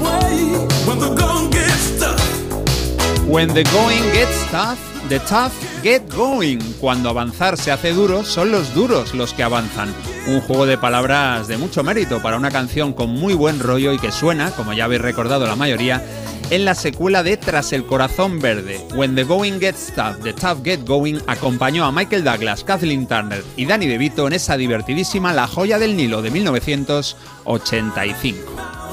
When the going gets tough, the tough Get Going. Cuando avanzar se hace duro, son los duros los que avanzan. Un juego de palabras de mucho mérito para una canción con muy buen rollo y que suena, como ya habéis recordado la mayoría, en la secuela de Tras el corazón verde. When the Going Gets Tough, The Tough Get Going acompañó a Michael Douglas, Kathleen Turner y Danny DeVito en esa divertidísima La joya del Nilo de mil novecientos ochenta y cinco.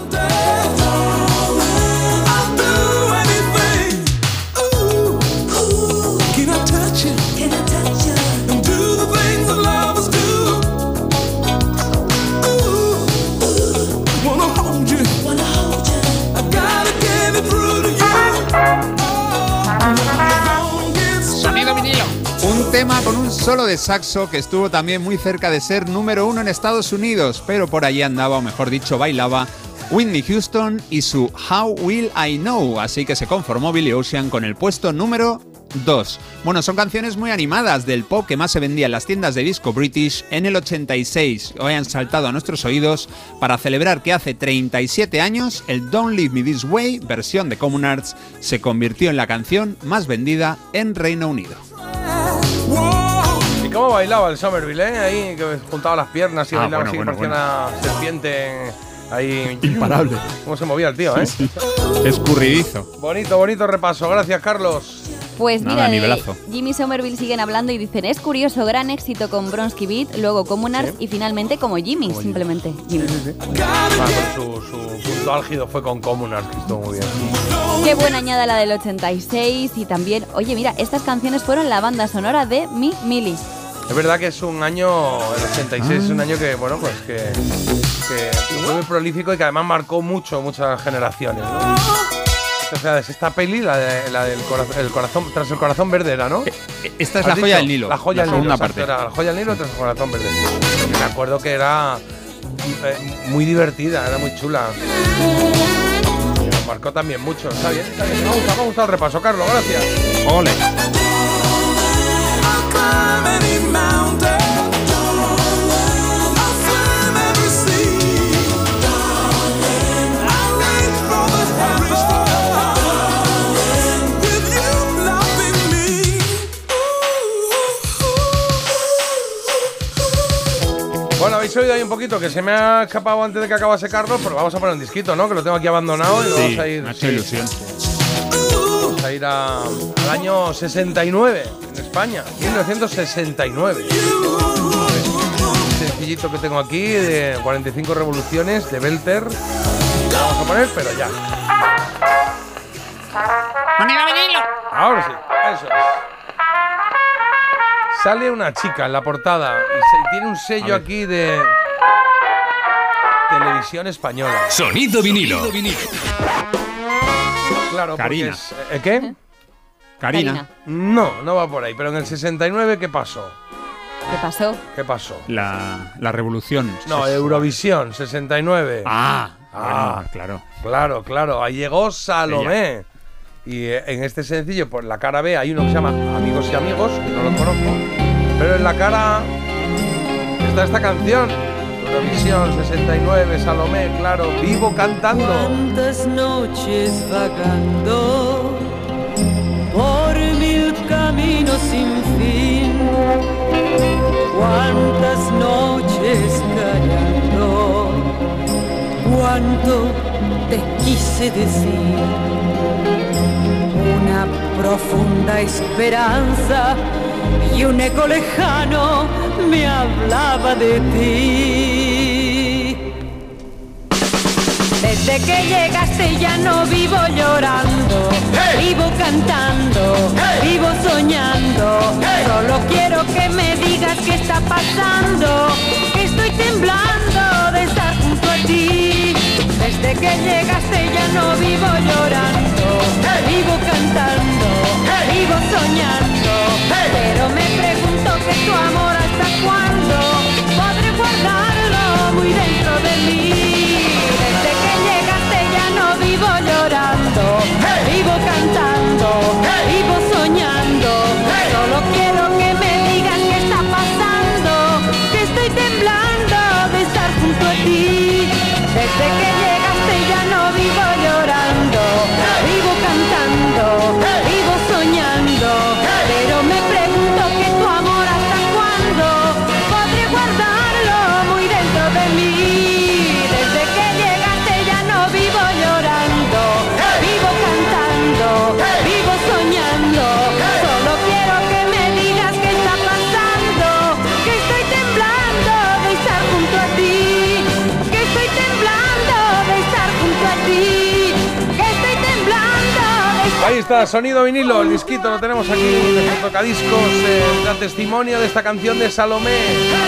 Un tema con un solo de saxo que estuvo también muy cerca de ser número uno en Estados Unidos, pero por allí andaba, o mejor dicho, bailaba Whitney Houston y su How Will I Know, así que se conformó Billy Ocean con el puesto número dos. Bueno, son canciones muy animadas del pop que más se vendía en las tiendas de disco British en el ochenta y seis. Hoy han saltado a nuestros oídos para celebrar que hace treinta y siete años el Don't Leave Me This Way, versión de Common Arts, se convirtió en la canción más vendida en Reino Unido. ¿Y cómo bailaba el Somerville, eh? Ahí que juntaba las piernas y Ah, bailaba bueno, así, bueno, parecía bueno. una serpiente ahí. Imparable. ¿Cómo se movía el tío, eh? Sí, sí. Escurridizo. Bonito, bonito repaso. Gracias, Carlos. Pues Nada, mira, de nivelazo. Jimmy Somerville siguen hablando y dicen, es curioso, gran éxito con Bronski Beat, luego Common Arts y finalmente como Jimmy, simplemente Jimmy. Ah, pues su, su punto álgido fue con Comunars, que estuvo muy bien. Qué buena añada la del ochenta y seis y también, oye mira, estas canciones fueron la banda sonora de Mi Milli. Es verdad que es un año, el ochenta y seis es un año que, bueno, pues que, que fue muy prolífico y que además marcó mucho, muchas generaciones, ¿no? O sea, es esta peli, la, de, la del corazón, el corazón, Tras el corazón verde era, ¿no? Esta es ¿Has La joya dicho? del Nilo, La joya la del Nilo, segunda exacto, parte. era La joya del Nilo Tras el corazón verde. Me acuerdo que era eh, muy divertida, era muy chula. Me marcó también mucho. Está bien, está bien. Me ha gustado, me ha gustado el repaso, Carlos, gracias. Ole. Bueno, habéis oído ahí un poquito que se me ha escapado antes de que acabase Carlos, pero vamos a poner un disquito, ¿no? Que lo tengo aquí abandonado y lo Sí, vamos a ir. me ha hecho sí. ilusión. Vamos a ir a, al año sesenta y nueve en España, mil novecientos sesenta y nueve. Un sencillito que tengo aquí de cuarenta y cinco revoluciones de Belter. Lo vamos a poner, pero ya. Ahora sí, eso es. Sale una chica en la portada y se, tiene un sello aquí de Televisión Española. Sonido vinilo. Claro, Karina. porque es, ¿eh, ¿qué? Karina. No, no va por ahí. Pero en el sesenta y nueve, ¿qué pasó? ¿Qué pasó? ¿Qué pasó? La, la revolución. No, Eurovisión, sesenta y nueve. Ah, Ah, bueno, claro. Claro, claro. Ahí llegó Salomé. Y eh, en este sencillo, por la cara B, hay uno que se llama Amigos y Amigos, que no lo conozco. Pero en la cara está esta canción. Eurovisión, sesenta y nueve, Salomé, claro. Vivo cantando. Cuántas noches vagando por mil caminos sin fin, cuántas noches callando, cuánto te quise decir, una profunda esperanza y un eco lejano me hablaba de ti. Desde que llegaste ya no vivo llorando, hey, vivo cantando, hey, vivo soñando, hey, solo quiero que me digas qué está pasando, que estoy temblando de estar junto a ti. Desde que llegaste ya no vivo llorando, hey, vivo cantando, hey, vivo soñando, hey, pero me pregunto que tu amor hasta cuándo podré guardarlo muy dentro de mí. Desde que llegaste ya no vivo llorando, hey, vivo cantando, hey, vivo soñando, hey, solo quiero que me digas qué está pasando, Ahí está, sonido vinilo, el disquito lo tenemos aquí de Tocadiscos, eh, da testimonio de esta canción de Salomé.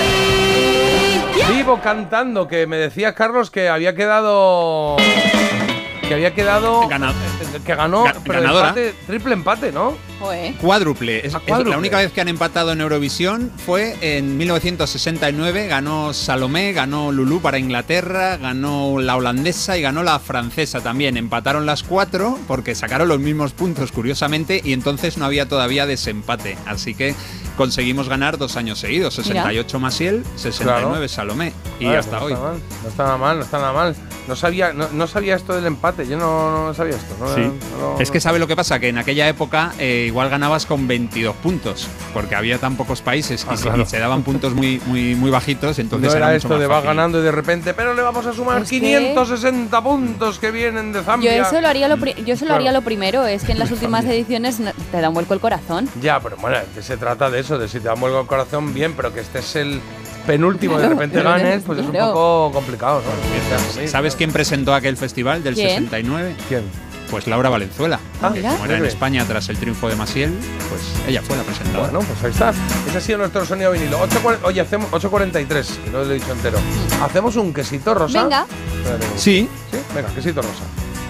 Vivo cantando, que me decías, Carlos, que había quedado... Que había quedado... Gana, que ganó, ga, pero ganadora. Empate, triple empate, ¿no? Joder. Cuádruple. Es, Ah, es cuádruple. la única vez que han empatado en Eurovisión fue en mil novecientos sesenta y nueve. Ganó Salomé, ganó Lulú para Inglaterra, ganó la holandesa y ganó la francesa también. Empataron las cuatro porque sacaron los mismos puntos, curiosamente, y entonces no había todavía desempate. Así que conseguimos ganar dos años seguidos. sesenta y ocho Maciel, sesenta y nueve Claro. Salomé. Y Vale, hasta no hoy. Está mal, no está nada mal, no está nada mal. No sabía, no, no sabía esto del empate, yo no, no sabía esto. No, Sí. no, no, es que sabe lo que pasa, que en aquella época eh, igual ganabas con veintidós puntos, porque había tan pocos países y, Ah, se, claro. y se daban puntos muy, muy, muy bajitos, entonces no era era mucho esto más de vas fácil. ganando y de repente, pero le vamos a sumar Es que- quinientos sesenta puntos que vienen de Yo Zambia. eso lo haría lo, pri- yo eso lo Claro. haría lo primero, es que en las últimas ediciones no- te da un vuelco el corazón. Ya, pero bueno, que se trata de eso, de si te da un vuelco el corazón, bien, pero que este es el penúltimo y de repente Pero ganes, pues es un claro. poco complicado, ¿no? ¿Sabes quién presentó aquel festival del ¿Quién? sesenta y nueve? ¿Quién? Pues Laura Valenzuela. Ah, que mira. como era en Hombre. España tras el triunfo de Maciel, pues ella fue la presentadora. Bueno, pues ahí está. Ese ha sido nuestro sonido vinilo. ocho, oye, hacemos ocho cuarenta y tres, que no lo he dicho entero. ¿Hacemos un quesito rosa? Venga. Espérate. Sí. ¿Sí? Venga, quesito rosa.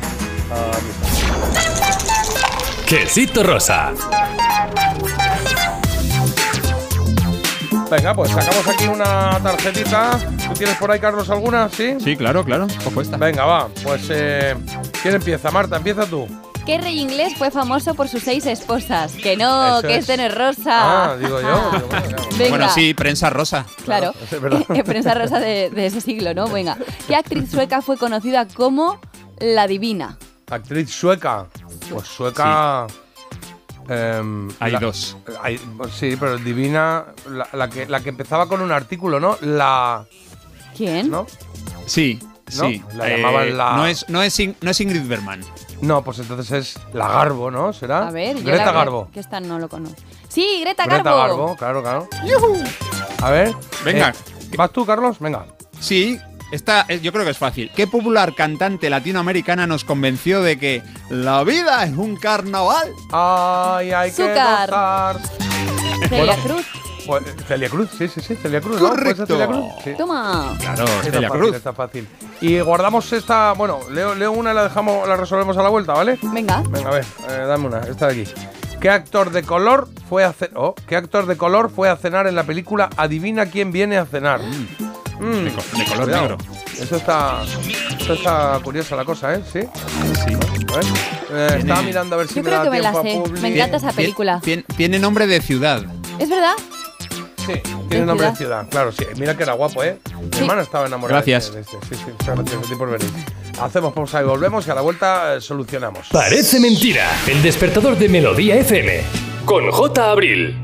Aquí está. Quesito rosa. Venga, pues sacamos aquí una tarjetita. ¿Tú tienes por ahí, Carlos, alguna? ¿Sí? Sí, claro, claro. Cojo esta. Venga, va. Pues, eh, ¿quién empieza? Marta, empieza tú. ¿Qué rey inglés fue famoso por sus seis esposas? Que no, Eso que es. este no es rosa. Ah, digo yo. Digo, bueno, claro. Venga. Bueno, sí, prensa rosa. Claro, Es verdad. prensa rosa de, de ese siglo, ¿no? Venga. ¿Qué actriz sueca fue conocida como la divina? Actriz sueca. Pues sueca. em, Hay la- dos. hay- sí, pero divina. La, la que, la que empezaba con un artículo, ¿no? La. ¿Quién? ¿No? Sí, ¿No? sí. La llamaban la- No es, no, es, In- no es Ingrid Bergman. No, pues entonces es la Garbo, ¿no? ¿Será? A ver, yo Greta la- Garbo. Que esta no lo conozco. Sí, Greta, Greta Garbo. Garbo, claro, claro. A ver. Venga. eh, ¿Vas tú, Carlos? Venga. Sí, esta es- yo creo que es fácil. ¿Qué popular cantante latinoamericana nos convenció de que la vida es un carnaval? Ay, hay que Zúcar. gozar. Celia Bueno, Cruz. Pues, Celia Cruz, sí, sí, sí, Celia Cruz, ¿no? ¿Puede ser Correcto. Celia Cruz? Sí. Toma. Claro, Está Celia fácil, Cruz. está fácil. Y guardamos esta, bueno, leo, leo una y la dejamos, la resolvemos a la vuelta, ¿vale? Venga. Venga, a ver, eh, dame una, esta de aquí. ¿Qué actor de color fue a ce- oh, ¿qué actor de color fue a cenar en la película Adivina quién viene a cenar? Mm, De, co- de color cuidado. negro. Eso está, eso está curiosa la cosa, ¿eh? Sí. Sí. A ver, eh, Tiene- estaba mirando a ver si Yo me creo da que me la tiempo a sé. publicar. Me encanta esa Tien- película. tien- tiene nombre de ciudad. ¿Es verdad? Sí, tiene nombre ciudad? de ciudad, claro, sí. Mira que era guapo, ¿eh? Mi Sí. hermana estaba enamorada Gracias. de este. Sí, sí, muchas gracias a ti por venir. Hacemos pausa y volvemos y a la vuelta eh, solucionamos. Parece mentira. El despertador de Melodía F M. Con J. Abril.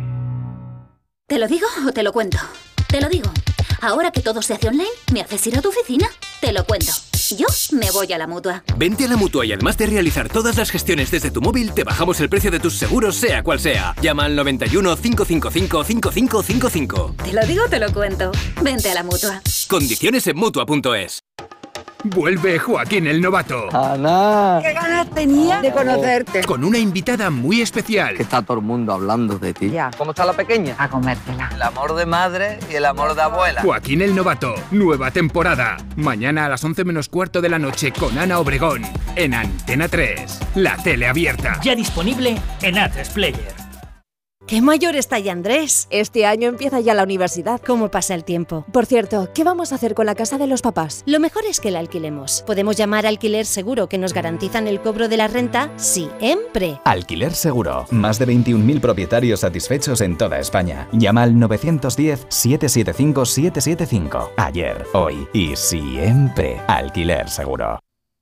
¿Te lo digo o te lo cuento? Te lo digo. Ahora que todo se hace online, ¿me haces ir a tu oficina? Te lo cuento. Yo me voy a la Mutua. Vente a la Mutua y además de realizar todas las gestiones desde tu móvil, te bajamos el precio de tus seguros sea cual sea. Llama al noventa y uno, cinco cinco cinco, cinco cinco cinco cinco. Te lo digo o te lo cuento. Vente a la Mutua. Condiciones en Mutua punto es. Vuelve Joaquín el Novato. Ana. ¿Qué ganas tenía de conocerte? Con una invitada muy especial. Que está todo el mundo hablando de ti. Ya. ¿Cómo está la pequeña? A comértela. El amor de madre y el amor de abuela. Joaquín el Novato, nueva temporada. Mañana a las once menos cuarto de la noche con Ana Obregón. En Antena tres, la tele abierta. Ya disponible en A tres Player. ¡Qué mayor está ya Andrés! Este año empieza ya la universidad. ¿Cómo pasa el tiempo? Por cierto, ¿qué vamos a hacer con la casa de los papás? Lo mejor es que la alquilemos. Podemos llamar a Alquiler Seguro, que nos garantizan el cobro de la renta siempre. Alquiler Seguro. Más de veintiún mil propietarios satisfechos en toda España. Llama al nueve uno cero, siete siete cinco, siete siete cinco. Ayer, hoy y siempre. Alquiler Seguro.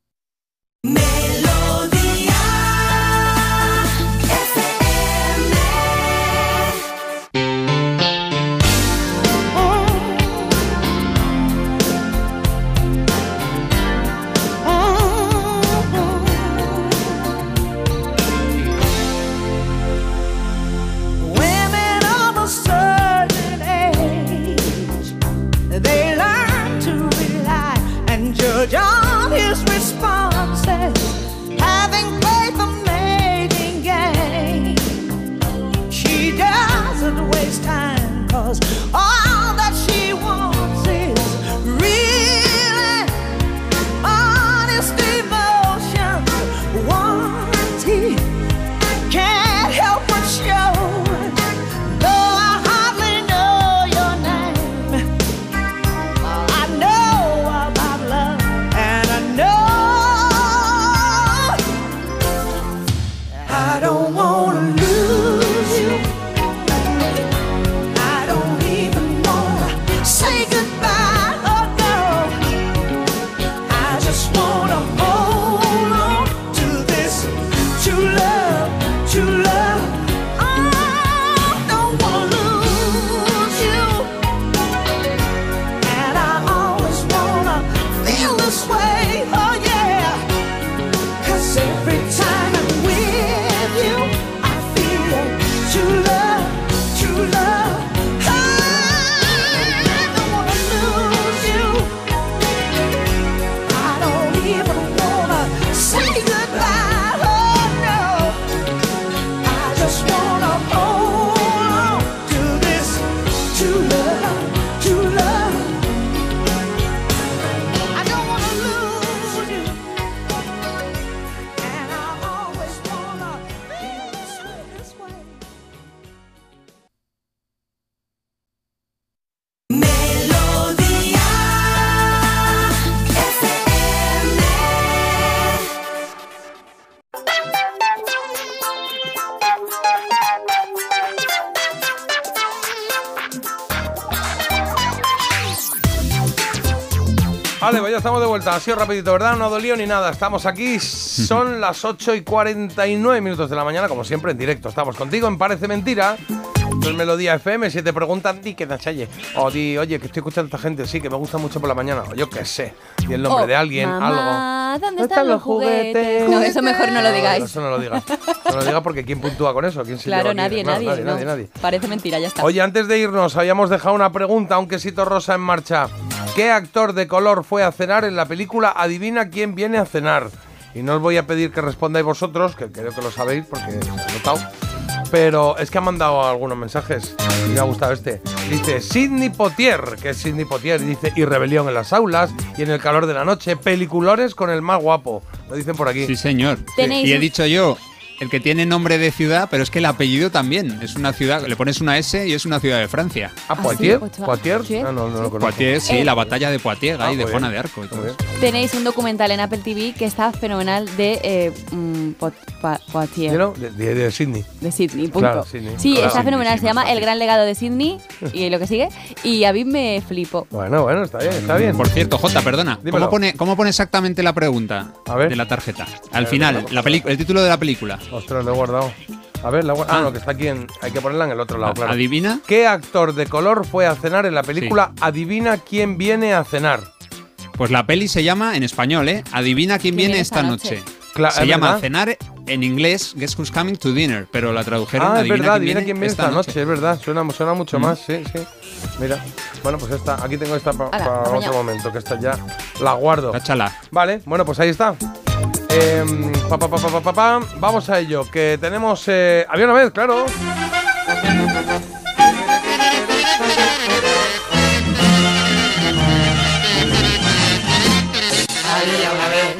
Women of a certain age, they learn to rely and judge on his responses, having faith of making say goodbye. Oh no, I just wanna hold on to this true love, true love. I don't wanna lose you, and I always wanna feel this way. Oh yeah, 'cause every time I'm with you, I feel true love, true love. I don't wanna lose you. I don't even wanna say goodbye. Oh no, I just wanna hold on to this true love, true love. I don't wanna lose you, and I always wanna feel this way, this way. Melodía F M. Vale, pues ya estamos de vuelta. Ha sido rapidito, ¿verdad? No ha dolido ni nada. Estamos aquí. Son las ocho y cuarenta y nueve minutos de la mañana, como siempre, en directo. Estamos contigo en Parece Mentira. Esto es Melodía F M. Si te preguntan, di que Nachaye. O di, oye, que estoy escuchando a esta gente, sí, que me gusta mucho por la mañana. O yo qué sé. Y el nombre Oh, de alguien, mamá, algo. ¿dónde están los juguetes? No, eso mejor no lo digáis. Eso no lo digas. No lo digas porque ¿quién puntúa con eso? ¿Quién se Claro, lleva aquí? nadie, Claro, nadie, nadie, no. nadie, nadie. Parece mentira, ya está. Oye, antes de irnos, habíamos dejado una pregunta, un quesito rosa en marcha. ¿Qué actor de color fue a cenar en la película Adivina quién viene a cenar? Y no os voy a pedir que respondáis vosotros, que creo que lo sabéis porque se ha notado. Pero es que han mandado algunos mensajes y me ha gustado este. Dice Sidney Poitier, que es Sidney Poitier, y dice y Rebelión en las aulas y en el calor de la noche, peliculones con el más guapo. Lo dicen por aquí. Sí, señor. Tenéis Y he un- dicho yo, el que tiene nombre de ciudad, pero es que el apellido también. Es una ciudad, le pones una S y es una ciudad de Francia. Ah, Poitier. Poitier. Ah, no, no lo conozco. Poitiers, sí, Eh, la batalla de Poitiers, Ah, ahí, de muy Juana bien. de Arco y todo Muy eso. Tenéis un documental en Apple T V que está fenomenal de eh, mm, Pot- Pa- Poitiers. ¿No? De, de, de Sidney. De Sydney, punto. Claro, Sydney. Sí, Claro. está Sydney, fenomenal. sí, Se llama más El gran legado de Sydney y lo que sigue. Y a mí me flipó. Bueno, bueno, está bien, está bien. Por cierto, Jota, perdona. Dímelo. ¿Cómo pone, ¿Cómo pone exactamente la pregunta A ver. de la tarjeta? A Al ver, final, vamos a la peli- el título de la película. Ostras, lo he guardado. A ver, la he guardado. Ah, Ah. no, que está aquí en. Hay que ponerla en el otro lado, claro. ¿Adivina? ¿Qué actor de color fue a cenar en la película Adivina quién viene a cenar? Pues la peli se llama, en español, ¿eh? Adivina quién viene esta noche. Cla- Se ¿es llama verdad? Cenar en inglés, Guess Who's Coming to Dinner, pero la tradujeron Ah, es Adivina verdad, quién adivina viene quién viene esta noche. Es verdad, suena, suena mucho Mm. más, sí, sí. Mira, bueno, pues esta, aquí tengo esta para Ala, otro apañado. momento, que esta ya la guardo. Cáchala. Vale, bueno, pues ahí está. Eh, pa, pa, pa, pa, pa, pa, pa. Vamos a ello, que tenemos... Eh, había una vez, claro. Había una vez.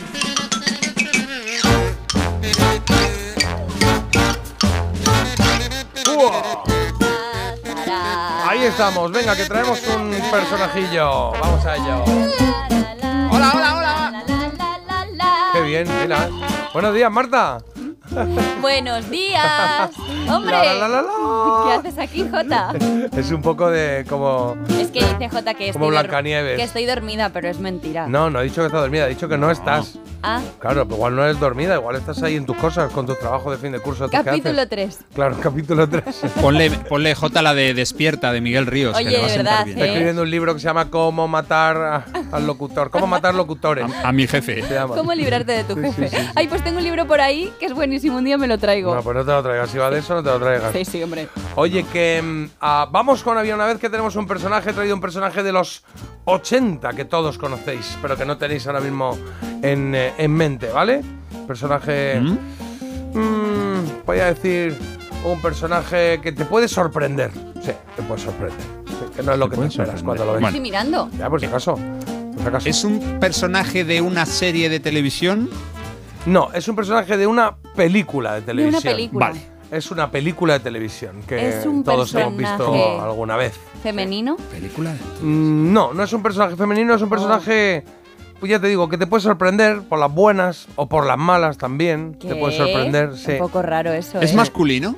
Ahí estamos, venga, que traemos un personajillo. Vamos a ello. Hola, hola, hola. Qué bien, mira. Buenos días, Marta. Buenos días. Hombre. La, la, la, la. ¿Qué haces aquí, Jota? Es un poco de como... Es que dice Jota que Como estoy, dor- Blancanieves. que estoy dormida, pero es mentira. No, no he dicho que estás dormida, he dicho que no estás. Ah, Claro, pues igual no eres dormida, igual estás ahí en tus cosas, con tus trabajos de fin de curso. ¿tú qué capítulo haces? tres. Claro, capítulo tres. Ponle, ponle J la de Despierta de Miguel Ríos. Oye, que le va a de sentar verdad, bien. Está ¿eh? escribiendo un libro que se llama Cómo matar a- al locutor. Cómo matar locutores. A, a mi jefe. Se llama. ¿Cómo librarte de tu Sí, jefe? sí, sí, sí. Ay, pues tengo un libro por ahí que es buenísimo. Un día me lo traigo. No, pues no te lo traigas. Si va de eso, no te lo traigas. Sí, sí, hombre. Oye, que mm, ah, vamos con Había una vez, que tenemos un personaje, he traído un personaje de los ochenta que todos conocéis, pero que no tenéis ahora mismo en, eh, en mente, ¿vale? Personaje... ¿Mm? mm, voy a decir un personaje que te puede sorprender. Sí, te puede sorprender. Sí, que no es lo que te puede esperas sorprender. cuando lo ves. Bueno. Estoy mirando. Ya, por si acaso. Por si acaso. ¿Es un personaje de una serie de televisión? No, es un personaje de una película de De televisión. una película. Vale. Es una película de televisión que Es un todos hemos personaje visto alguna vez. Femenino. ¿Película? Mm, No, no es un personaje femenino, es un personaje, pues ya te digo, que te puede sorprender por las buenas o por las malas también. Te puede ¿Qué? sorprender, sí. Un poco raro eso, ¿Es ¿eh? masculino?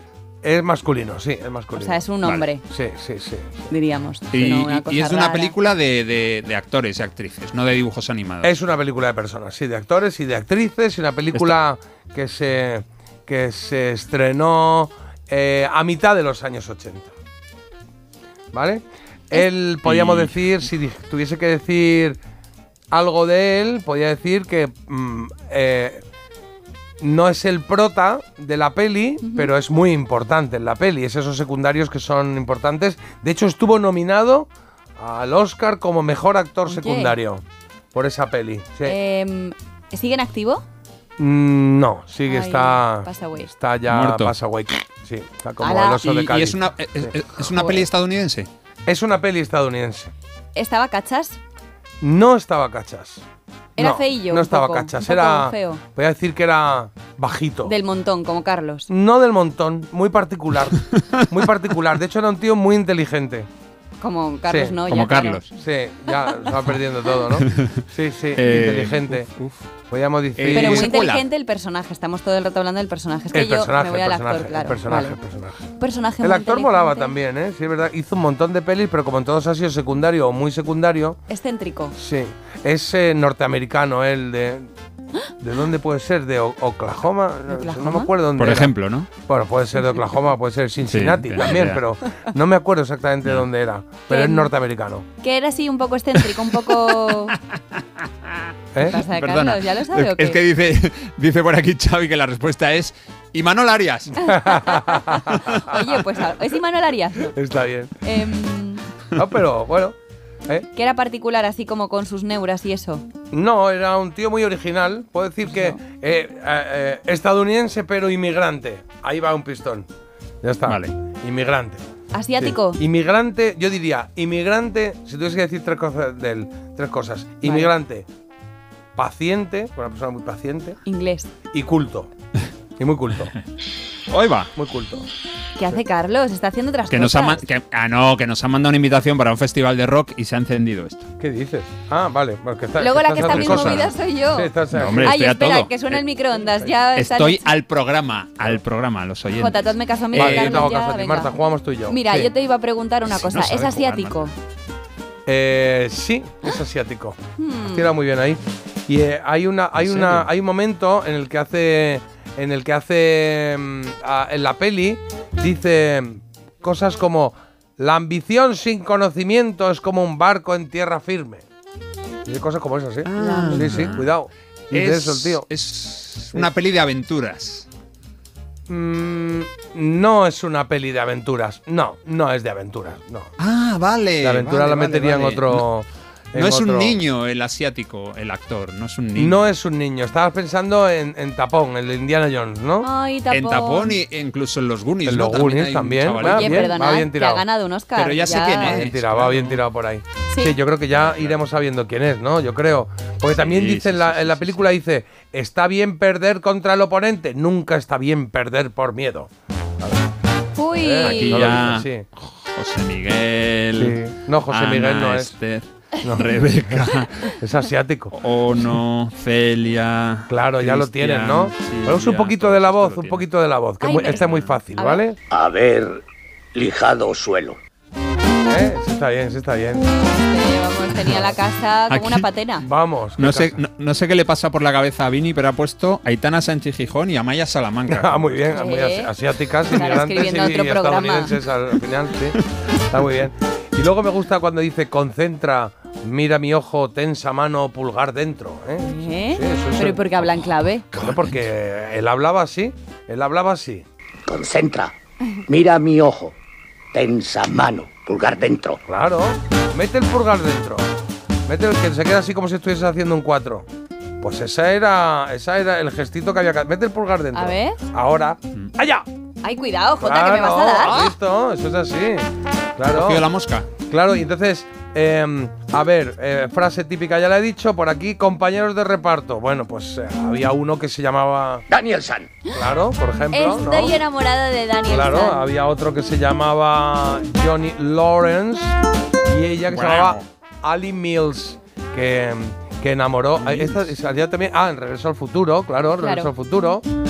Es masculino, sí, es masculino. O sea, es un hombre. Vale. Sí, sí, sí. Diríamos. Y, no una y- cosa y es una rara. película de, de- de actores y actrices, no de dibujos animados. Es una película de personas, sí, de actores y de actrices, y una película que se, que se estrenó eh, a mitad de los años ochenta. ¿Vale? Él, podríamos Y- decir, si di- tuviese que decir algo de él, podría decir que mm, eh, no es el prota de la peli, pero es muy importante en la peli. Es esos secundarios que son importantes. De hecho, estuvo nominado al Oscar como mejor actor Oye. secundario por esa peli. Sí. Eh, ¿Sigue en activo? Mm, no, sigue, Ay, está, pasa away. está ya Muerto. pasa away. Sí, está como Ala. el oso Y- de y Cádiz. es una, es, Sí. es- es una Joder. peli estadounidense. Es una peli estadounidense. ¿Estaba cachas? No estaba cachas. Era No, feillo, No un estaba poco, cachas, un poco era. feo. Voy a decir que era bajito. Del montón, como Carlos. No del montón, muy particular. Muy particular. De hecho, era un tío muy inteligente. Como Carlos, Sí, no, como ya, claro. Carlos. Sí, ya se va perdiendo todo, ¿no? Sí, sí, Eh, inteligente. Podríamos decir. Pero muy secuela. inteligente el personaje. Estamos todo el rato hablando del personaje. Es que el yo personaje, me voy el al personaje, actor, claro. el personaje, Vale. el personaje. Un personaje El muy actor molaba inteligente, también, ¿eh? Sí, es verdad. Hizo un montón de pelis, pero como en todos ha sido secundario o muy secundario. Excéntrico. Sí. Es eh, norteamericano, él, de. ¿De dónde puede ser? ¿De O- Oklahoma? No, ¿Oklahoma? no me acuerdo dónde Por era. ejemplo, ¿no? Bueno, puede ser de Oklahoma, puede ser Cincinnati Sí, también, ya. pero no me acuerdo exactamente de dónde era. Pero Que- es norteamericano. Que era así un poco excéntrico, un poco... ¿Eh? ¿Qué pasa, Perdona. Carlos? ¿Ya lo sabe o qué? Es que dice, dice por aquí Xavi que la respuesta es Imanol Arias. Oye, pues es Imanol Arias, ¿no? Está bien. Em, No, pero bueno. ¿eh? que era particular, así como con sus neuras y eso. No, era un tío muy original. Puedo decir que eh, eh, eh, estadounidense, pero inmigrante. Ahí va un pistón. Ya está. Vale. Inmigrante. Asiático. Sí. Inmigrante, yo diría, inmigrante, si tuviese que decir tres cosas de él, tres cosas. Inmigrante, paciente, una persona muy paciente, Inglés. y culto. Y muy culto. Hoy va. Muy culto. ¿Qué hace Carlos? Está haciendo otras Que nos, ha, cosas. ma- que, ah, no, que nos han mandado una invitación para un festival de rock y se ha encendido esto. ¿Qué dices? Ah, vale. Porque está, Luego la que estás está a bien otras movida cosas. soy yo. Sí, estás a- No, hombre, Ay, estoy a espera, todo. que suena el microondas. Ya está Estoy listo. al programa, al programa, los oyentes. Jota, tú hazme caso a mí, Vale, yo te Carlos, hago ya, caso a ti, venga. Marta, jugamos tú y yo. Mira, Sí. yo te iba a preguntar una Si cosa. no sabe ¿Es jugar, asiático? Eh, sí, es asiático. Hmm. Tira muy bien ahí. Y eh, hay una, hay ¿En una, serio? hay un momento en el que hace, en el que hace, mm, a- en la peli dice cosas como la ambición sin conocimiento es como un barco en tierra firme. Dice cosas como esas, ¿sí? Ah. Sí, sí, cuidado. Dice eso el tío. Es una peli de aventuras. Mm, no es una peli de aventuras. No, no es de aventuras. No. Ah, vale. La aventura vale, la vale, metería vale. en otro. No, en no es un otro- niño el asiático, el actor, no es un niño. No es un niño. Estabas pensando en, en Tapón, el de Indiana Jones, ¿no? Ay, tapón. En Tapón y e incluso en los Goonies, En ¿no? los Goonies hay un también, chavalito. va Oye, bien, perdonad, va bien que ha tirado. ganado un Oscar. Pero ya sé quién Va es. bien tirado, va claro. bien tirado por ahí. Sí. Sí, yo creo que ya iremos sabiendo quién es, ¿no? Yo creo. Porque también Sí, dice sí, en la, sí, en la sí, película dice, está bien perder contra el oponente, nunca está bien perder por miedo. Uy. Eh, Aquí no lo ya dice José Miguel. Sí. No, José Miguel no es. Esther, No. Rebeca. Es asiático. Ono, Celia. Claro, ya lo Cristian, tienen, ¿no? Silvia, Ponemos un poquito todos de la estos voz, lo un tienen. poquito de la voz, que Ay, muy- me- este es muy fácil, A ¿vale? Haber lijado suelo. ¿Eh? Sí está bien, sí está bien. Este, vamos, tenía la casa como Aquí- una patena. Vamos. No qué sé, casa. no, no sé qué le pasa por la cabeza a Vini, pero ha puesto Aitana Sánchez Gijón y Amaya Salamanca. Ah, muy bien, muy ¿Eh? asi- asiáticas, Estará inmigrantes y, escribiendo otro y programa. estadounidenses al final, sí. Está muy bien. Y luego me gusta cuando dice concentra, mira mi ojo, tensa mano, pulgar dentro. ¿eh? ¿Eh? Sí, eso, eso. Pero ¿y por qué habla en clave? Bueno, porque él hablaba así, él hablaba así. Concentra. Mira mi ojo. Tensa mano. Pulgar dentro. Claro, mete el pulgar dentro. Mete el que se queda así como si estuvieses haciendo un cuatro. Pues esa era, esa era el gestito que había que... Mete el pulgar dentro. A ver. Ahora. ¡Allá! Ay, cuidado, Jota, que me vas a Claro, dar. ¿has visto? Eso es así. Claro. ¿Cogido la mosca? Claro, y entonces, eh, a ver, eh, frase típica, ya la he dicho, por aquí, compañeros de reparto. Bueno, pues eh, había uno que se llamaba... Daniel San. Claro, por ejemplo, ¿no? Estoy enamorada de Daniel Claro, San. había otro que se llamaba Johnny Lawrence y ella que se Bravo. llamaba Ali Mills, que, que enamoró... Esta salía también... Ah, en Regreso al Futuro, claro, Regreso Claro. al Futuro. Y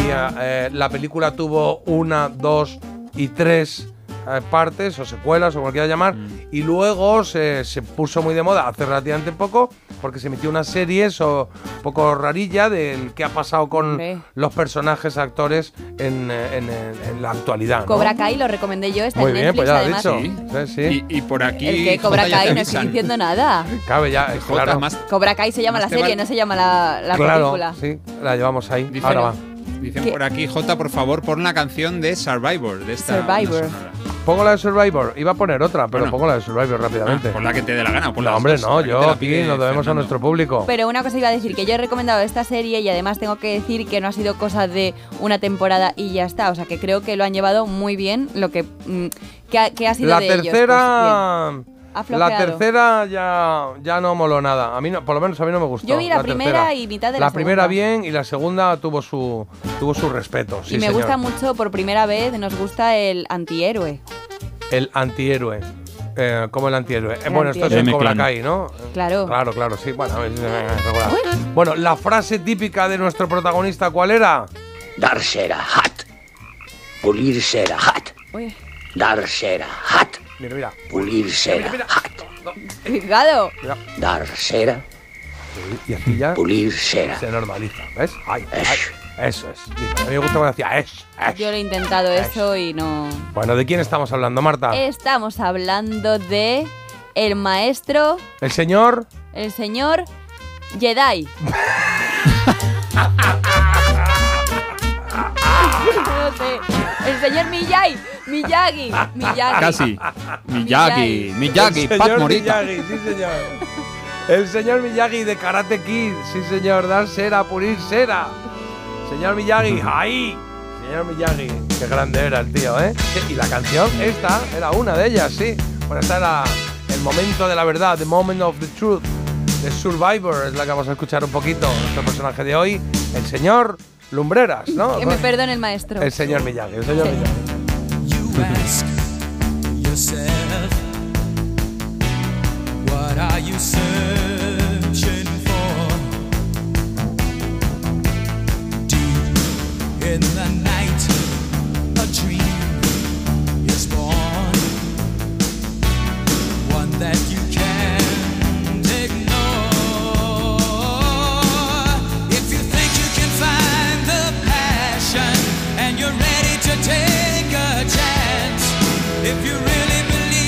eh, la película tuvo una, dos y tres eh, partes o secuelas o como quieras llamar, mm. y luego se, se puso muy de moda hace relativamente poco porque se emitió una serie so, un poco rarilla del qué ha pasado con Hombre. los personajes, actores en, en, en, en la actualidad, ¿no? Cobra Kai lo recomendé yo, está muy en bien, Netflix, pues ya además. Lo he dicho. Sí, sí. Y, y por aquí... El que Cobra Kai, no estoy diciendo nada. Cabe ya, Jota, claro. más, Cobra Kai se llama la serie, vale. no se llama la, la claro, película. Sí, la llevamos ahí. Dicen, Ahora va. Dicen ¿Qué? por aquí, Jota, por favor, pon la canción de Survivor, de esta Survivor. Pongo la de Survivor. Iba a poner otra, pero bueno, pongo la de Survivor rápidamente. Ah, pon la que te dé la gana. Pon no, hombre, no. Yo aquí nos debemos a nuestro público. Pero una cosa iba a decir, que yo he recomendado esta serie y además tengo que decir que no ha sido cosa de una temporada y ya está. O sea, que creo que lo han llevado muy bien, lo que, mm, que, ha, que ha sido la de tercera, ellos. Pues, la tercera ya, ya no moló nada. A mí no, por lo menos a mí no me gustó. Yo vi la, la primera tercera. y mitad de la la, La primera segunda. bien y la segunda tuvo su, tuvo su respeto. Sí, y me señor. gusta mucho, por primera vez, nos gusta el antihéroe. El antihéroe. Eh, como el antihéroe. El bueno, antihéroe. esto es el Cobra Kai, ¿no? Claro. Claro, claro, sí. Bueno, es, es, bueno, la frase típica de nuestro protagonista, ¿cuál era? Dar cera, hat. Pulir cera, hat. Uy. Dar cera, hat. Mira, mira. Pulir cera, mira, mira, hat. Fijado. Dar cera. Y aquí ya pulir cera. Se normaliza, ¿ves? Ay, ay, eso es. A mí me gusta cuando decía es, es. Yo lo he intentado es. eso y no... Bueno, ¿de quién estamos hablando, Marta? Estamos hablando de el maestro... ¿El señor? El señor Jedi. No sé. El señor Miyagi. Miyagi. Miyagi. Casi. Miyagi. Miyagi. Pat Morita. Miyagi, sí, señor. El señor Miyagi de Karate Kid. Sí, señor. Dar cera, pulir cera. Señor Miyagi. ¡Ahí! Señor Miyagi. Qué grande era el tío, ¿eh? Y la canción, esta, era una de ellas, sí. Bueno, esta era el momento de la verdad. The Moment of the Truth. De Survivor. Es la que vamos a escuchar un poquito. Nuestro personaje de hoy, el señor Lumbreras, ¿no? Que me perdone el maestro. El señor Miyagi. El señor sí. Miyagi. You ask yourself, what are you searching for? Deep in the night, a dream is born, one that you can't ignore. If you think you can find the passion and you're ready to take a chance, if you really believe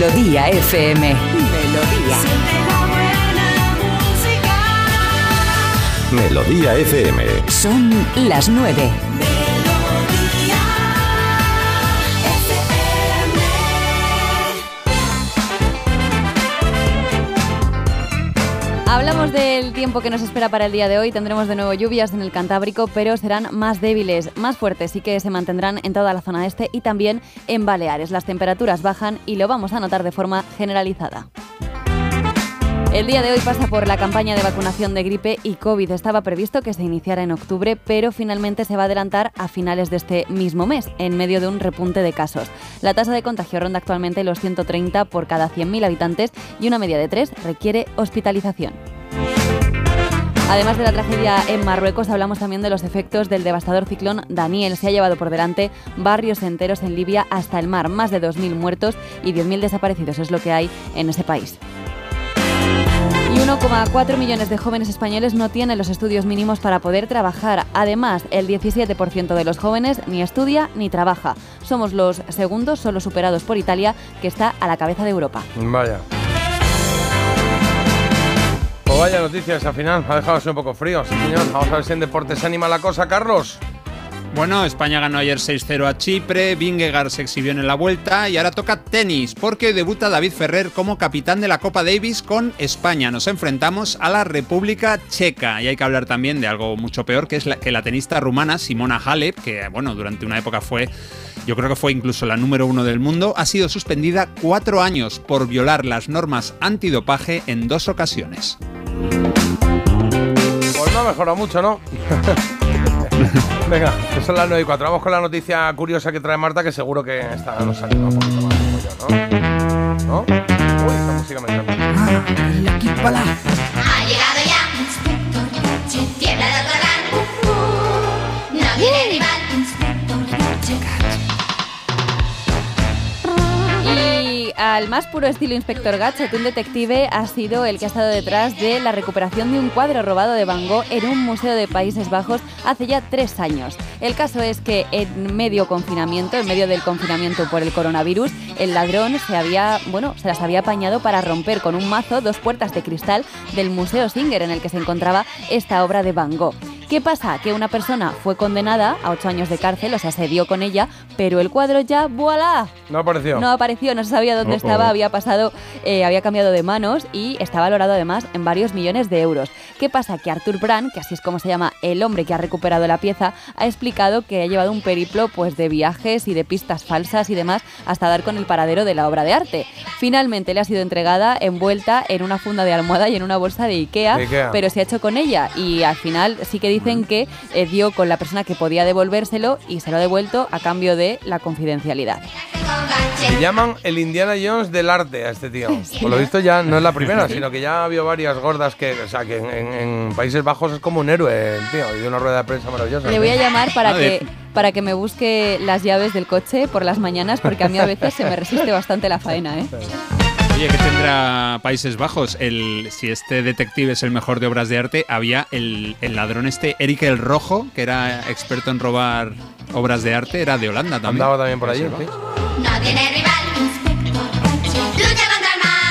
Melodía F M. Melodía. Melodía F M. Son las nueve. Hablamos del tiempo que nos espera para el día de hoy. Tendremos de nuevo lluvias en el Cantábrico, pero serán más débiles, más fuertes, y que se mantendrán en toda la zona este y también en Baleares. Las temperaturas bajan y lo vamos a notar de forma generalizada. El día de hoy pasa por la campaña de vacunación de gripe y COVID. Estaba previsto que se iniciara en octubre, pero finalmente se va a adelantar a finales de este mismo mes, en medio de un repunte de casos. La tasa de contagio ronda actualmente los ciento treinta por cada cien mil habitantes y una media de tres requiere hospitalización. Además de la tragedia en Marruecos, hablamos también de los efectos del devastador ciclón Daniel. Se ha llevado por delante barrios enteros en Libia hasta el mar. Más de dos mil muertos y diez mil desaparecidos es lo que hay en ese país. Y uno coma cuatro millones de jóvenes españoles no tienen los estudios mínimos para poder trabajar. Además, el diecisiete por ciento de los jóvenes ni estudia ni trabaja. Somos los segundos, solo superados por Italia, que está a la cabeza de Europa. Vaya. Pues vaya noticias al final. Me ha dejado así un poco frío, sí, señor. Vamos a ver si en deportes se anima la cosa, Carlos. Bueno, España ganó ayer seis cero a Chipre, Vingegaard se exhibió en la vuelta y ahora toca tenis, porque hoy debuta David Ferrer como capitán de la Copa Davis con España. Nos enfrentamos a la República Checa y hay que hablar también de algo mucho peor, que es la, que la tenista rumana Simona Halep, que bueno, durante una época fue, yo creo que fue incluso la número uno del mundo, ha sido suspendida cuatro años por violar las normas antidopaje en dos ocasiones. Pues no ha mejorado mucho, ¿no? Venga, que son las nueve y cuatro. Vamos con la noticia curiosa que trae Marta, que seguro que esta nos anima un poquito más como yo, ¿no? ¿No? Uy, esta música me encanta. Ah, la equipala. Ha llegado ya Inspector Gadget, tiembla de otorgar. Uh, uh, no tiene rival. Inspector Gadget. Y al más puro estilo Inspector Gadget, un detective ha sido el que ha estado detrás de la recuperación de un cuadro robado de Van Gogh en un museo de Países Bajos hace ya tres años. El caso es que en medio confinamiento, en medio del confinamiento por el coronavirus, el ladrón se había, bueno, se las había apañado para romper con un mazo dos puertas de cristal del Museo Singer en el que se encontraba esta obra de Van Gogh. ¿Qué pasa? Que una persona fue condenada a ocho años de cárcel, o sea, se dio con ella, pero el cuadro ya, ¡voilá! No apareció. No apareció, no se sabía dónde Oh, estaba, oh. había pasado, eh, había cambiado de manos y está valorado además en varios millones de euros. ¿Qué pasa? Que Arthur Brand, que así es como se llama el hombre que ha recuperado la pieza, ha explicado que ha llevado un periplo pues de viajes y de pistas falsas y demás hasta dar con el paradero de la obra de arte. Finalmente le ha sido entregada envuelta en una funda de almohada y en una bolsa de Ikea, de Ikea. pero se ha hecho con ella y al final sí que dicen que eh, dio con la persona que podía devolvérselo y se lo ha devuelto a cambio de la confidencialidad. Le llaman el Indiana Jones del arte a este tío. Por lo visto ya no es la primera, sino que ya ha habido varias gordas que, o sea, que en, en, en Países Bajos es como un héroe, el tío, y de una rueda de prensa maravillosa. Le voy a llamar para que para que me busque las llaves del coche por las mañanas, porque a mí a veces se me resiste bastante la faena, ¿eh? Oye, ¿qué tendrá Países Bajos? El, si este detective es el mejor de obras de arte, había el, el ladrón este, Eric el Rojo, que era experto en robar obras de arte, era de Holanda también. Andaba también por allí, sí. No tiene rival. Inspector Gadget, lucha contra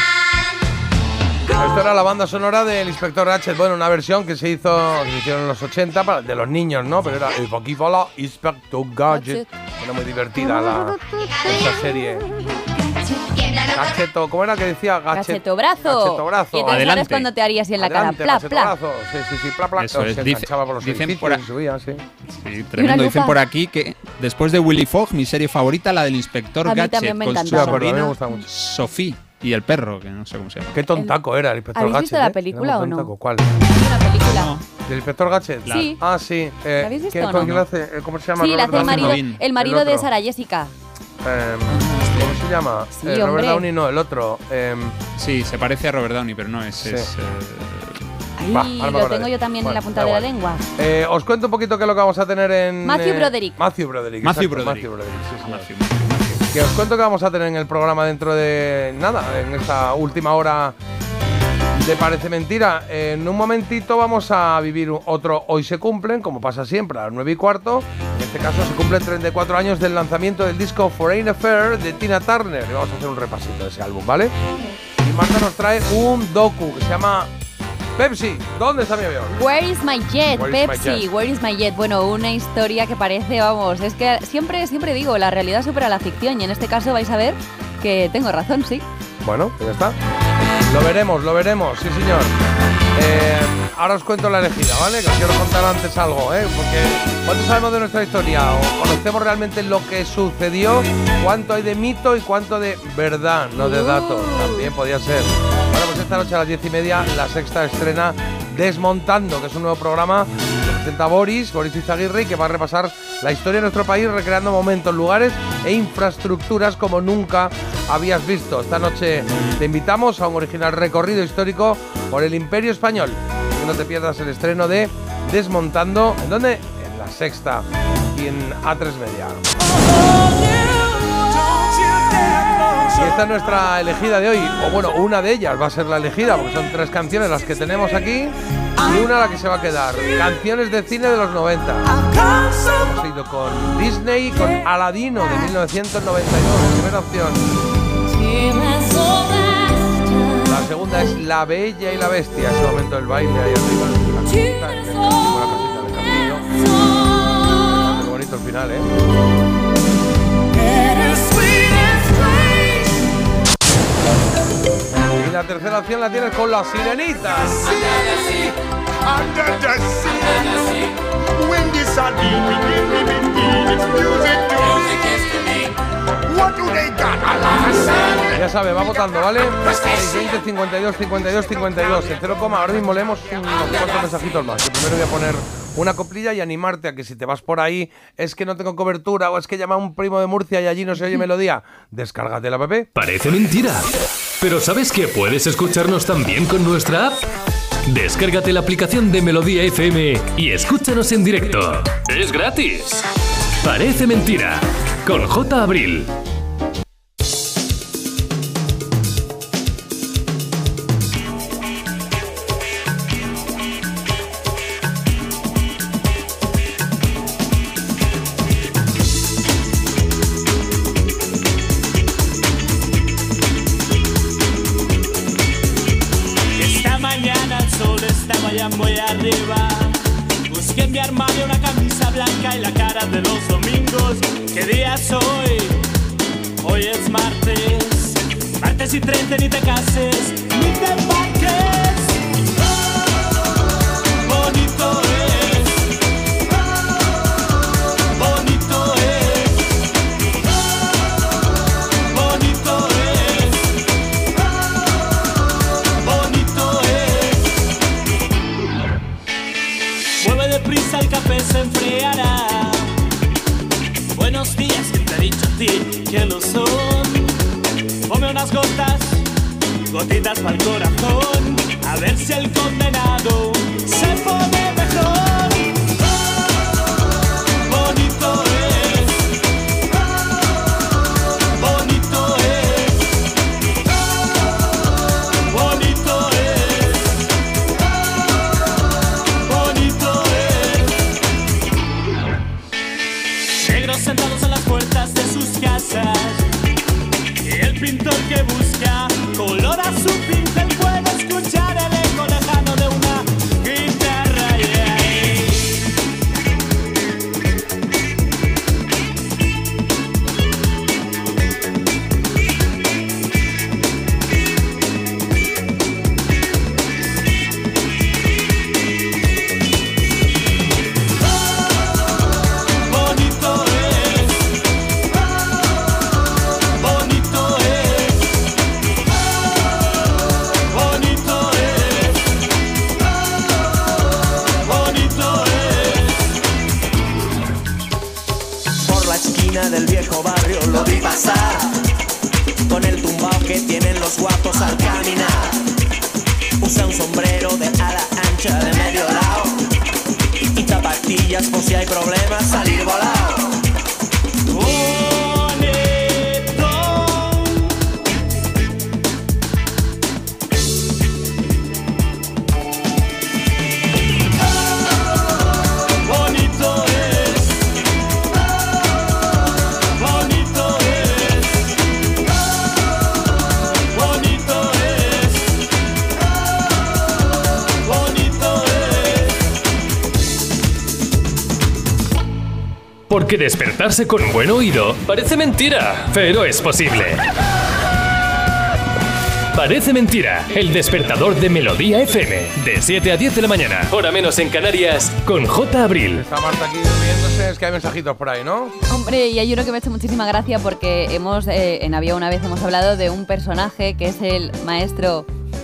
el mal. Esto era la banda sonora del Inspector Gadget, bueno, una versión que se hizo, que se hicieron en los ochenta para, de los niños, ¿no? Pero era el Pokéfola Inspector Gadget. Era muy divertida la, esta serie. Gacheto, ¿cómo era que decía? Gachet, Gacheto brazo. Gacheto brazo. Y entonces sabes cuando te harías así en la Adelante, cara. Pla, gacheto pla. brazo. Sí, sí, sí, pla, pla. Eso es, se dice- enganchaba por los dicen edificios por a- y subía, sí. Sí, tremendo. Dicen por aquí que después de Willy Fogg, mi serie favorita, la del Inspector A mí Gadget, también me con su encantaba. Sí, a mí me sobrina gusta mucho. Sophie y el perro, que no sé cómo se llama. Qué tontaco era el Inspector ¿Habéis Gadget. visto la ¿eh? película Era un o no? tontaco. ¿Cuál? Una película. ¿Del Inspector Gadget? Sí. Ah, sí. Eh, ¿La habéis visto ¿quién- o ¿Con no? quién lo hace? Eh, ¿Cómo se llama? Sí, la hace el Robert marido, Downey. el marido El de otro. Sarah Jessica. Eh, ¿Cómo se llama? Sí, Eh, Robert hombre. Downey no, el otro. Eh, Sí, se parece a Robert Downey, pero no es. Sí. es, eh, Ay, Va, ahora me lo acordaré. tengo yo también Bueno, en la punta da de la igual. lengua. Eh, os cuento un poquito qué es lo que vamos a tener en... Matthew eh, Broderick. Matthew Broderick. Matthew exacto, Broderick. Matthew Broderick, sí, señor. Que os cuento que vamos a tener en el programa dentro de... Nada, en esta última hora de Parece Mentira. En un momentito vamos a vivir otro Hoy se cumplen, como pasa siempre, a las nueve y cuarto. En este caso se cumplen treinta y cuatro años del lanzamiento del disco Foreign Affair de Tina Turner. Y vamos a hacer un repasito de ese álbum, ¿vale? Y Marta nos trae un docu que se llama Pepsi, ¿dónde está mi avión? Where is my jet, Where is Pepsi, my jet? Where is my jet? Bueno, una historia que parece, vamos, es que siempre, siempre digo, la realidad supera la ficción y en este caso vais a ver que tengo razón, sí. Bueno, pues ya está. Lo veremos, lo veremos, sí señor. Eh, ahora os cuento la elegida, ¿vale? Que os quiero contar antes algo, ¿eh? Porque ¿cuánto sabemos de nuestra historia? ¿O conocemos realmente lo que sucedió? ¿Cuánto hay de mito y cuánto de verdad, no de datos? También podía ser. Bueno, pues esta noche a las diez y media La Sexta estrena Desmontando, que es un nuevo programa que presenta Boris, Boris Izaguirre, y que va a repasar la historia de nuestro país recreando momentos, lugares e infraestructuras como nunca habías visto. Esta noche te invitamos a un original recorrido histórico por el Imperio Español. Que no te pierdas el estreno de Desmontando. ¿En dónde? En La Sexta y en A tres Media. Y esta es nuestra elegida de hoy, o bueno, una de ellas va a ser la elegida, porque son tres canciones las que tenemos aquí y una la que se va a quedar. Canciones de cine de los noventa. Hemos ido con Disney, con Aladino de mil novecientos noventa y dos, primera opción. La segunda es La Bella y la Bestia, ese momento del baile ahí arriba, la casita, la casita del castillo. Qué bonito el final, ¿eh? Y la tercera opción la tienes con La Sirenita. Ya sabe, va votando, ¿vale? seis veinte, cincuenta y dos, cincuenta y dos, cincuenta y dos. En cero coma, ahora mismo leemos unos cuantos mensajitos más. Yo primero voy a poner una coplilla y animarte a que si te vas por ahí es que no tengo cobertura o es que llama a un primo de Murcia y allí no se oye melodía. Descárgate la app. Parece mentira, pero ¿sabes que puedes escucharnos también con nuestra app? Descárgate la aplicación de Melodía F M y escúchanos en directo. ¡Es gratis! Parece mentira, con J. Abril. Muy arriba, busqué en mi armario una camisa blanca y la cara de los domingos. ¿Qué día es hoy? Hoy es martes. Martes y treinta, ni te cases, ni te embarques. Bonito es, bonito es, bonito es, bonito es. Mueve deprisa, el café se enfriará. Buenos días, ¿quién te ha dicho a ti que lo son? Ponme unas gotas, gotitas para el corazón, a ver si el condenado se pone mejor. Bonito es, bonito es, bonito es, bonito es. Negros sentados en las puertas de sus casas y el pintor que busca color a su pincel puede escuchar el eco lejano de una guitarra. Yeah. Bonito es, bonito es, bonito es, bonito es. Por la esquina del viejo barrio lo vi pasar, con el tumbao que tienen los guapos al caminar. Usa un sombrero de ala ancha de medio lado y zapatillas por si hay problemas salir volado. Bonito es, Porque despertarse con buen oído parece mentira, pero es posible. Parece mentira, el despertador de Melodía F M, de siete a diez de la mañana, hora menos en Canarias, con J. Abril. Está Marta aquí riéndose, es que hay mensajitos por ahí, ¿no? Hombre, y hay uno que me ha hecho muchísima gracia porque hemos, eh, en Había una vez hemos hablado de un personaje que es el maestro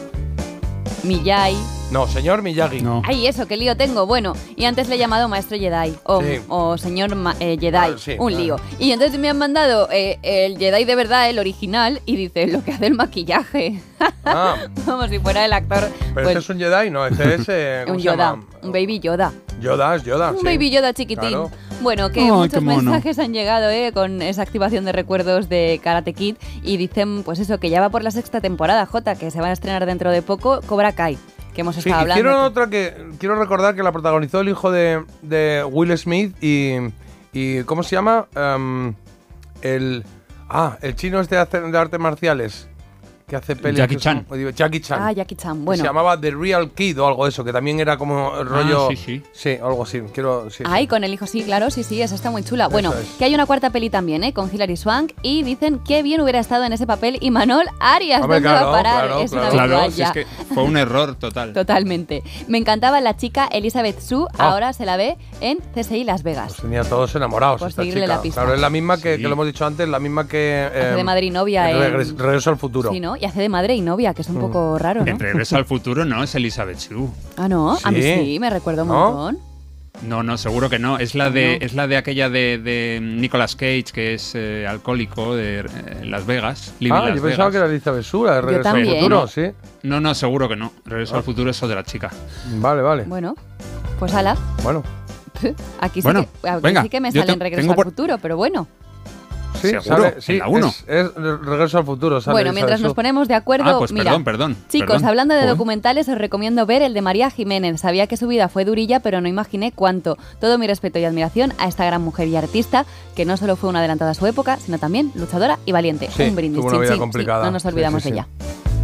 Miyagi. No, señor Miyagi. No. Ay, eso, qué lío tengo. Bueno, y antes le he llamado maestro Jedi o, Sí. o señor ma- eh, Jedi, Ah, sí, un ah. lío. Y entonces me han mandado eh, el Jedi de verdad, el original, y dice lo que hace el maquillaje. Ah, Como si fuera el actor. pero Pues, este es un Jedi, no, este es... eh, ¿cómo un se Yoda, llama? un baby Yoda. Yoda, es Yoda, Un sí. baby Yoda chiquitín. Claro. Bueno, que Ay, muchos qué mono. mensajes han llegado eh, con esa activación de recuerdos de Karate Kid y dicen, pues eso, que ya va por la sexta temporada, Jota, que se van a estrenar dentro de poco, Cobra Kai, que hemos Sí, estado hablando. hicieron otra que quiero recordar que la protagonizó el hijo de, de Will Smith y, y ¿cómo se llama? Em, el ah, el chino este de, hacer- de artes marciales que hace pelis. Jackie que son- Chan. digo, Jackie Chan. Ah, Jackie Chan, Que bueno. Se llamaba The Real Kid o algo de eso, que también era como el rollo. Ah, sí, sí. Sí, algo así. Quiero. Sí, Ay, sí. con el hijo, sí, claro, sí, sí, esa está muy chula. Bueno, es. que hay una cuarta peli también, ¿eh? Con Hilary Swank y dicen que bien hubiera estado en ese papel y Manol Arias, Hombre, ¿dónde claro, va a parar? claro, es una claro. Claro, habitual si ya. es que fue un error total. Totalmente. Me encantaba la chica Elizabeth Shue, Ah. ahora se la ve en C S I Las Vegas. Pues tenía todos enamorados. Por esta seguirle chica. la pista. Claro, es la misma que, Sí. que lo hemos dicho antes, la misma que. Hace de em, madre y novia en en- Regres- Regreso al futuro. Sí, ¿no? Y hace de madre y novia, que es un Mm. poco raro, ¿no? En Regreso al futuro no, es Elizabeth Shue. Ah, no, a mí Sí. sí, me recuerdo un ¿No? montón. No, no, seguro que no. Es la de, No. es la de aquella de, de Nicolas Cage, que es eh, alcohólico de eh, Las Vegas. Living Ah, Las yo pensaba Vegas. que era Elizabeth Shue, de Regreso al también. futuro, No. sí. No, no, seguro que no. Regreso Ah. al futuro es otra chica. Vale, vale. Bueno, pues ala. Bueno. Aquí sí, Bueno, que, aquí venga, sí que me yo sale en te- Regreso tengo al por- futuro, pero bueno. Sí, Seguro, sale- sí, en la uno. Es, es Regreso al futuro. Sale Bueno, Elizabeth mientras nos Shue. ponemos de acuerdo, Ah, pues mira, perdón, perdón. chicos, perdón. hablando de Joder. documentales, os recomiendo ver el de María Jiménez. Sabía que su vida fue durilla, pero no imaginé cuánto. Todo mi respeto y admiración a esta gran mujer y artista, que no solo fue una adelantada a su época, sino también luchadora y valiente. Sí, Un brindis, tuvo una chin, vida chin. complicada. Sí, no nos Sí, olvidamos sí, de sí. ella.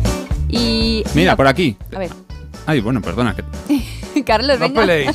Y Mira, por aquí. A ver, Ay, bueno, perdona. que- Carlos, No venga. peleéis.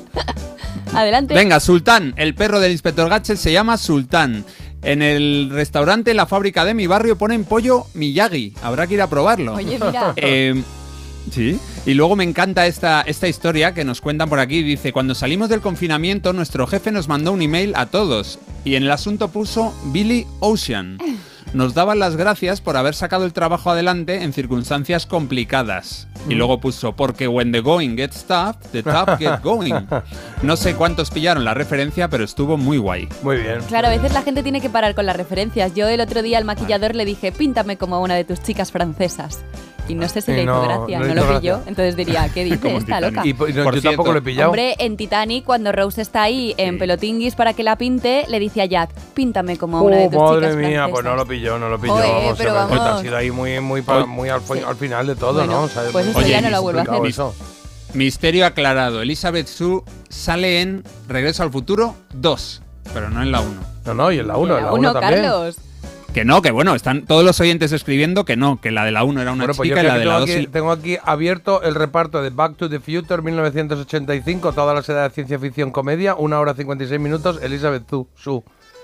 Adelante. Venga, Sultán. El perro del inspector Gadget se llama Sultán. En el restaurante La Fábrica de mi barrio ponen pollo Miyagi. Habrá que ir a probarlo. Oye, mira. Eh, sí. Y luego me encanta esta, esta historia que nos cuentan por aquí. Dice, cuando salimos del confinamiento, nuestro jefe nos mandó un email a todos. Y en el asunto puso Billy Ocean. Nos daban las gracias por haber sacado el trabajo adelante en circunstancias complicadas. Y luego puso, porque when the going gets tough, the tough get going. No sé cuántos pillaron la referencia, pero estuvo muy guay. Muy bien. Claro, a veces la gente tiene que parar con las referencias. Yo el otro día al maquillador le dije, píntame como una de tus chicas francesas. Y no sé si Y le hizo no- gracia, no no, le hizo lo pilló. gracia. Entonces diría, ¿qué dice Como esta Titanic. loca? Y, pues, no, Por yo tampoco cierto, lo he pillado. Hombre, en Titanic, cuando Rose está ahí en pelotinguis para que la pinte, le dice a Jack, píntame como una de Oh, tus madre chicas mía, francesas. pues no lo pilló, no lo pilló. Joder, vamos, pero se me- pues, vamos. ha sido ahí muy, muy, pa- muy al, fi- al final de todo, Bueno, ¿no? O sea, pues muy- eso Oye, ya no lo mis- vuelvo a hacer. complicado eso. Misterio aclarado. Elizabeth Shue sale en Regreso al futuro dos, pero no en la uno. No, no, y en la uno, en la uno, uno también. Carlos. Que no, que bueno, están todos los oyentes escribiendo que no, que la de la uno era una Bueno, pues yo chica y creo la que de tengo la dos... aquí, tengo aquí abierto el reparto de Back to the Future mil novecientos ochenta y cinco, todas las edades de ciencia ficción comedia, una hora cincuenta y seis minutos, Elizabeth Shue.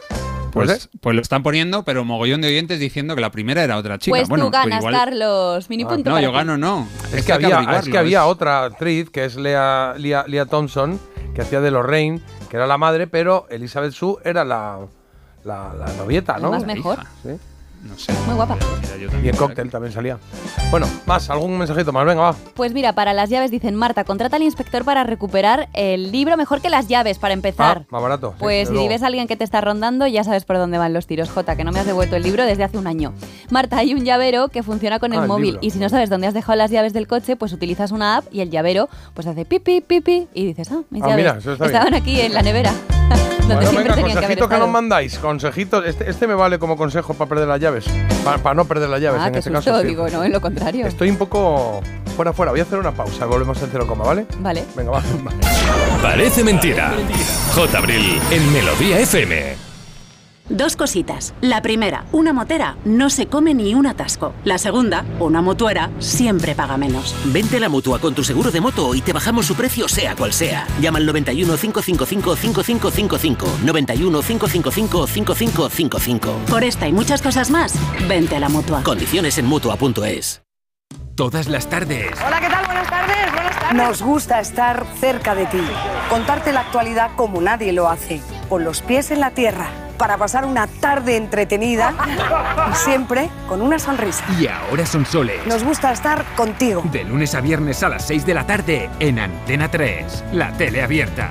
Pues, pues lo están poniendo, pero mogollón de oyentes diciendo que la primera era otra chica. Pues bueno, tú ganas, igual- Carlos. Mini Ah, punto No, para yo ti. gano no. Es que, hay había, es averiguarlo, que había es- otra actriz que es Lea, Lea, Lea Thompson, que hacía de Lorraine, que era la madre, pero Elizabeth Shue era la, la, la novieta, ¿no? Más mejor. Sí. No sé. Muy guapa. Mira, yo también Y en por Cóctel también salía. Bueno, más, algún mensajito más, venga, va. Pues mira, para las llaves dicen, Marta, contrata al inspector para recuperar el libro mejor que las llaves, para empezar. Ah, más barato. sí, Pues desde si luego. ves a alguien que te está rondando, ya sabes por dónde van los tiros, Jota, que no me has devuelto el libro desde hace un año. Marta, hay un llavero que funciona con el Ah, el móvil libro. y si no sabes dónde has dejado las llaves del coche, pues utilizas una app y el llavero pues hace pipi, pipi y dices, ah, mis Ah, llaves mira, eso está bien. estaban aquí en la nevera, donde Bueno, siempre venga, tenían que haber consejitos que, estado. nos mandáis. Consejitos. Este, este me vale como consejo para perder las llaves. Para no perder las llaves, Ah, en qué este susto, caso. sí. digo, no, en lo contrario. Estoy un poco fuera, fuera. Voy a hacer una pausa. Volvemos en cero coma, ¿vale? Vale. Venga, va. Parece mentira. J. Abril en Melodía F M. Dos cositas. La primera, una motera no se come ni un atasco. La segunda, una mutuera siempre paga menos. Vente a la Mutua con tu seguro de moto y te bajamos su precio sea cual sea. Llama al noventa y uno, cinco cinco cinco, cinco cinco cinco cinco. noventa y uno, cinco cinco cinco, cinco cinco cinco cinco. Por esta y muchas cosas más, vente a la Mutua. Condiciones en Mutua punto es. Todas las tardes. Hola, ¿qué tal? Buenas tardes, buenas tardes. Nos gusta estar cerca de ti, contarte la actualidad como nadie lo hace, con los pies en la tierra, para pasar una tarde entretenida y siempre con una sonrisa. Y ahora son soles. Nos gusta estar contigo. De lunes a viernes a las seis de la tarde en Antena tres, la tele abierta.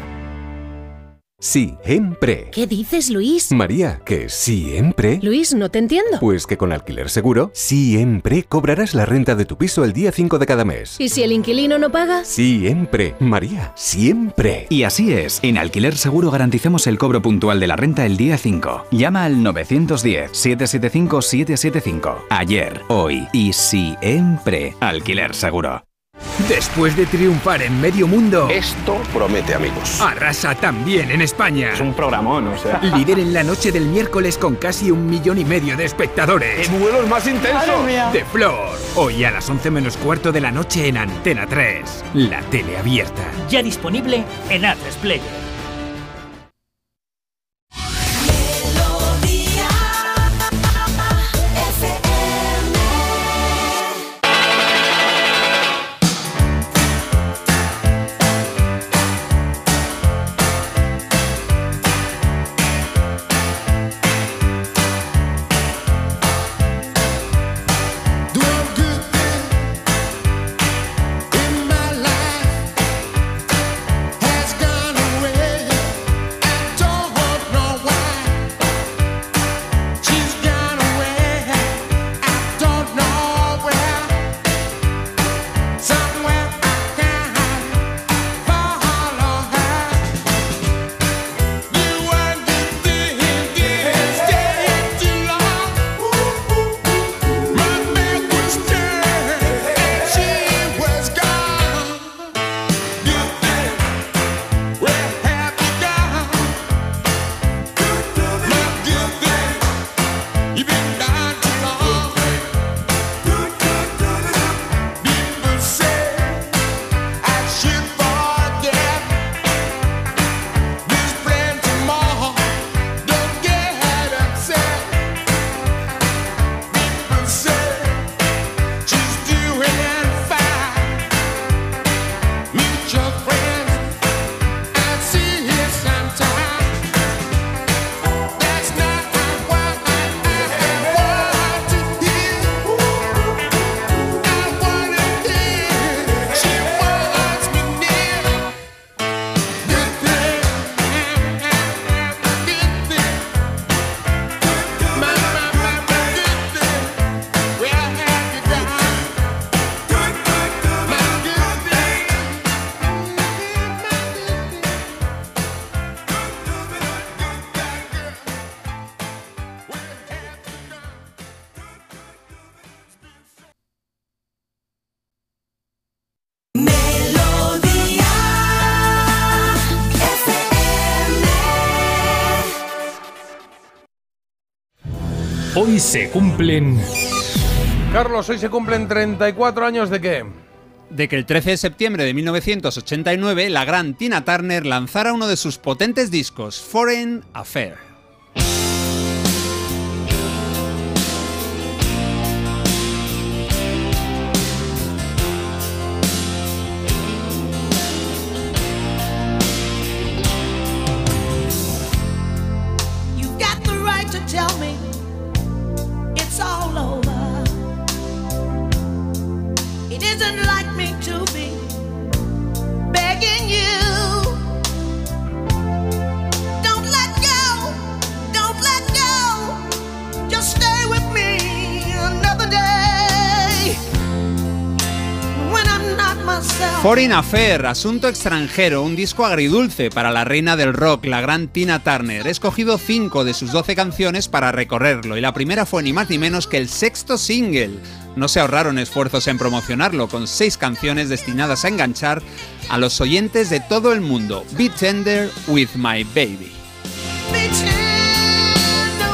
Siempre. ¿Qué dices, Luis? María, que siempre. Luis, no te entiendo. Pues que con Alquiler Seguro, siempre cobrarás la renta de tu piso el día cinco de cada mes. ¿Y si el inquilino no paga? Siempre, María, siempre. Y así es, en Alquiler Seguro garantizamos el cobro puntual de la renta el día cinco. Llama al nueve uno cero, siete siete cinco, siete siete cinco. Ayer, hoy y siempre. Alquiler Seguro. Después de triunfar en medio mundo, esto promete, amigos. Arrasa también en España. Es un programón, o sea. Líder en la noche del miércoles con casi un millón y medio de espectadores. ¡Qué vuelos más intensos! De Flor. Hoy a las once menos cuarto de la noche en Antena tres, la tele abierta. Ya disponible en A tres Player. Hoy se cumplen... Carlos, hoy se cumplen treinta y cuatro años de qué? De que el trece de septiembre de mil novecientos ochenta y nueve la gran Tina Turner lanzara uno de sus potentes discos, Foreign Affair. Foreign Affair, Asunto Extranjero, un disco agridulce para la reina del rock, la gran Tina Turner. He escogido cinco de sus doce canciones para recorrerlo y la primera fue ni más ni menos que el sexto single. No se ahorraron esfuerzos en promocionarlo, con seis canciones destinadas a enganchar a los oyentes de todo el mundo. Be Tender with My Baby. Be tender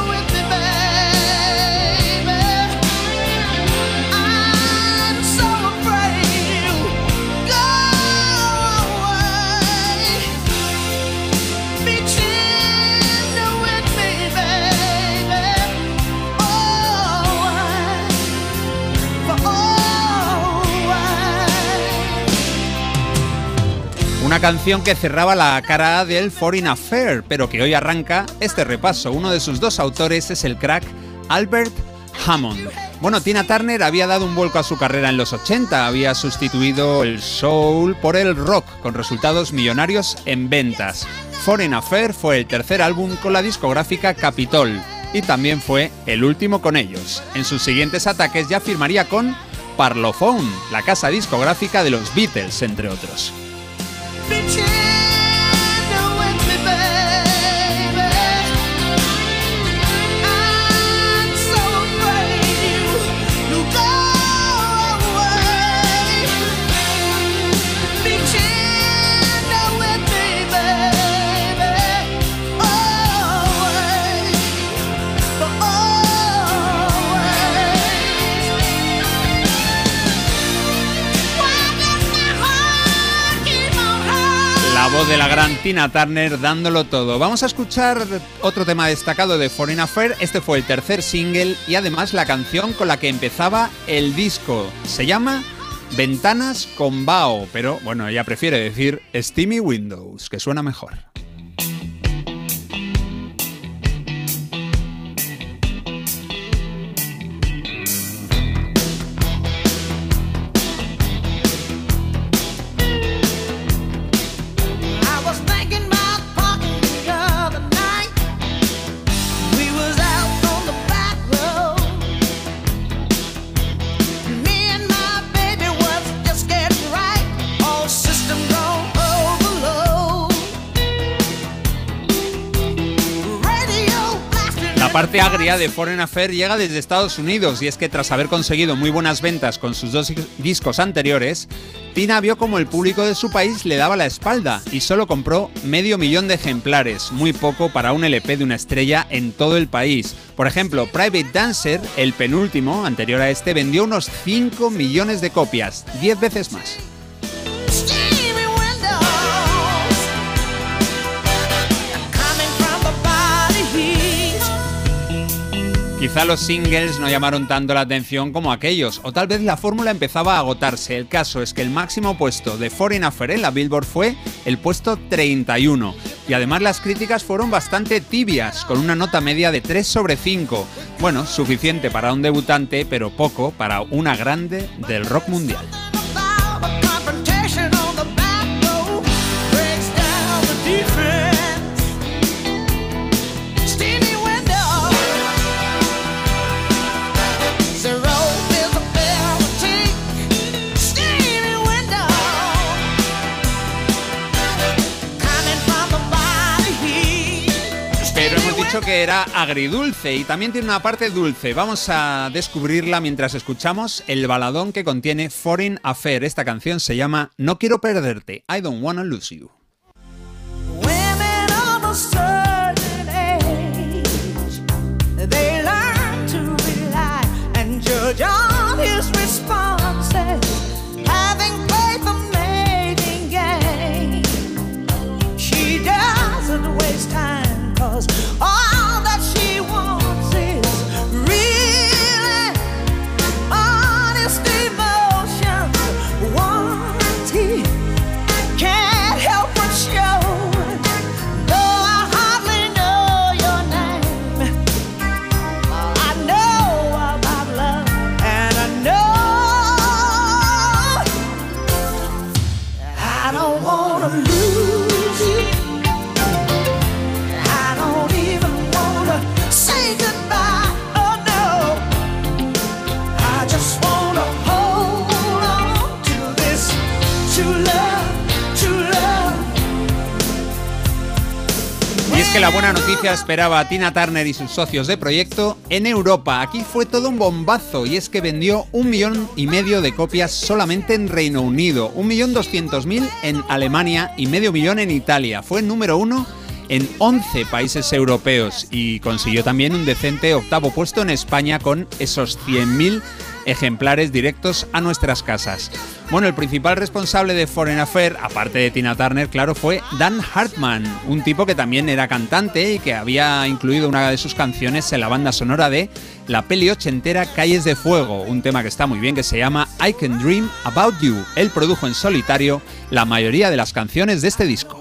canción que cerraba la cara A del Foreign Affair, pero que hoy arranca este repaso. Uno de sus dos autores es el crack Albert Hammond. Bueno, Tina Turner había dado un vuelco a su carrera en los ochenta, había sustituido el soul por el rock, con resultados millonarios en ventas. Foreign Affair fue el tercer álbum con la discográfica Capitol y también fue el último con ellos. En sus siguientes ataques ya firmaría con Parlophone, la casa discográfica de los Beatles, entre otros. La voz de la gran Tina Turner dándolo todo. Vamos a escuchar otro tema destacado de Foreign Affair. Este fue el tercer single y además la canción con la que empezaba el disco. Se llama Ventanas con Bao, pero bueno, ella prefiere decir Steamy Windows, que suena mejor. La parte agria de Foreign Affair llega desde Estados Unidos, y es que tras haber conseguido muy buenas ventas con sus dos discos anteriores, Tina vio como el público de su país le daba la espalda y solo compró medio millón de ejemplares, muy poco para un L P de una estrella en todo el país. Por ejemplo, Private Dancer, el penúltimo, anterior a este, vendió unos cinco millones de copias, diez veces más. Quizá los singles no llamaron tanto la atención como aquellos, o tal vez la fórmula empezaba a agotarse. El caso es que el máximo puesto de Foreign Affair en la Billboard fue el puesto treinta y uno. Y además las críticas fueron bastante tibias, con una nota media de tres sobre cinco. Bueno, suficiente para un debutante, pero poco para una grande del rock mundial. Que era agridulce y también tiene una parte dulce. Vamos a descubrirla mientras escuchamos el baladón que contiene Foreign Affair. Esta canción se llama No quiero perderte, I don't wanna lose you. All that she wants is really honest emotions. Warranty can't help but show. Though I hardly know your name, I know about love, and I know I don't wanna lose you. Y es que la buena noticia esperaba a Tina Turner y sus socios de proyecto en Europa. Aquí fue todo un bombazo, y es que vendió un millón y medio de copias solamente en Reino Unido, un millón doscientos mil en Alemania y medio millón en Italia. Fue número uno en once países europeos y consiguió también un decente octavo puesto en España con esos cien mil ejemplares directos a nuestras casas. Bueno, el principal responsable de Foreign Affair, aparte de Tina Turner, claro, fue Dan Hartman, un tipo que también era cantante y que había incluido una de sus canciones en la banda sonora de la peli ochentera Calles de Fuego, un tema que está muy bien, que se llama I Can Dream About You. Él produjo en solitario la mayoría de las canciones de este disco.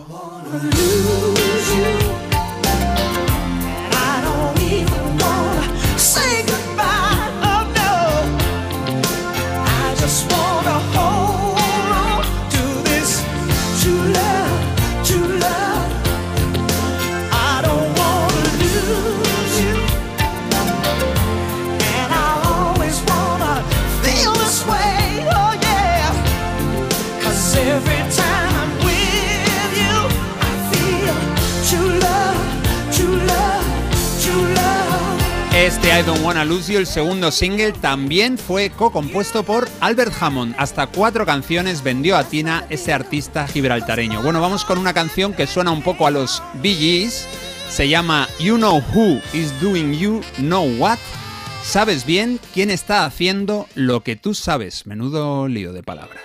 Este I Don't Wanna Lose You, el segundo single, también fue co-compuesto por Albert Hammond. Hasta cuatro canciones vendió a Tina ese artista gibraltareño. Bueno, vamos con una canción que suena un poco a los Bee Gees. Se llama You Know Who Is Doing You Know What. Sabes bien quién está haciendo lo que tú sabes. Menudo lío de palabras.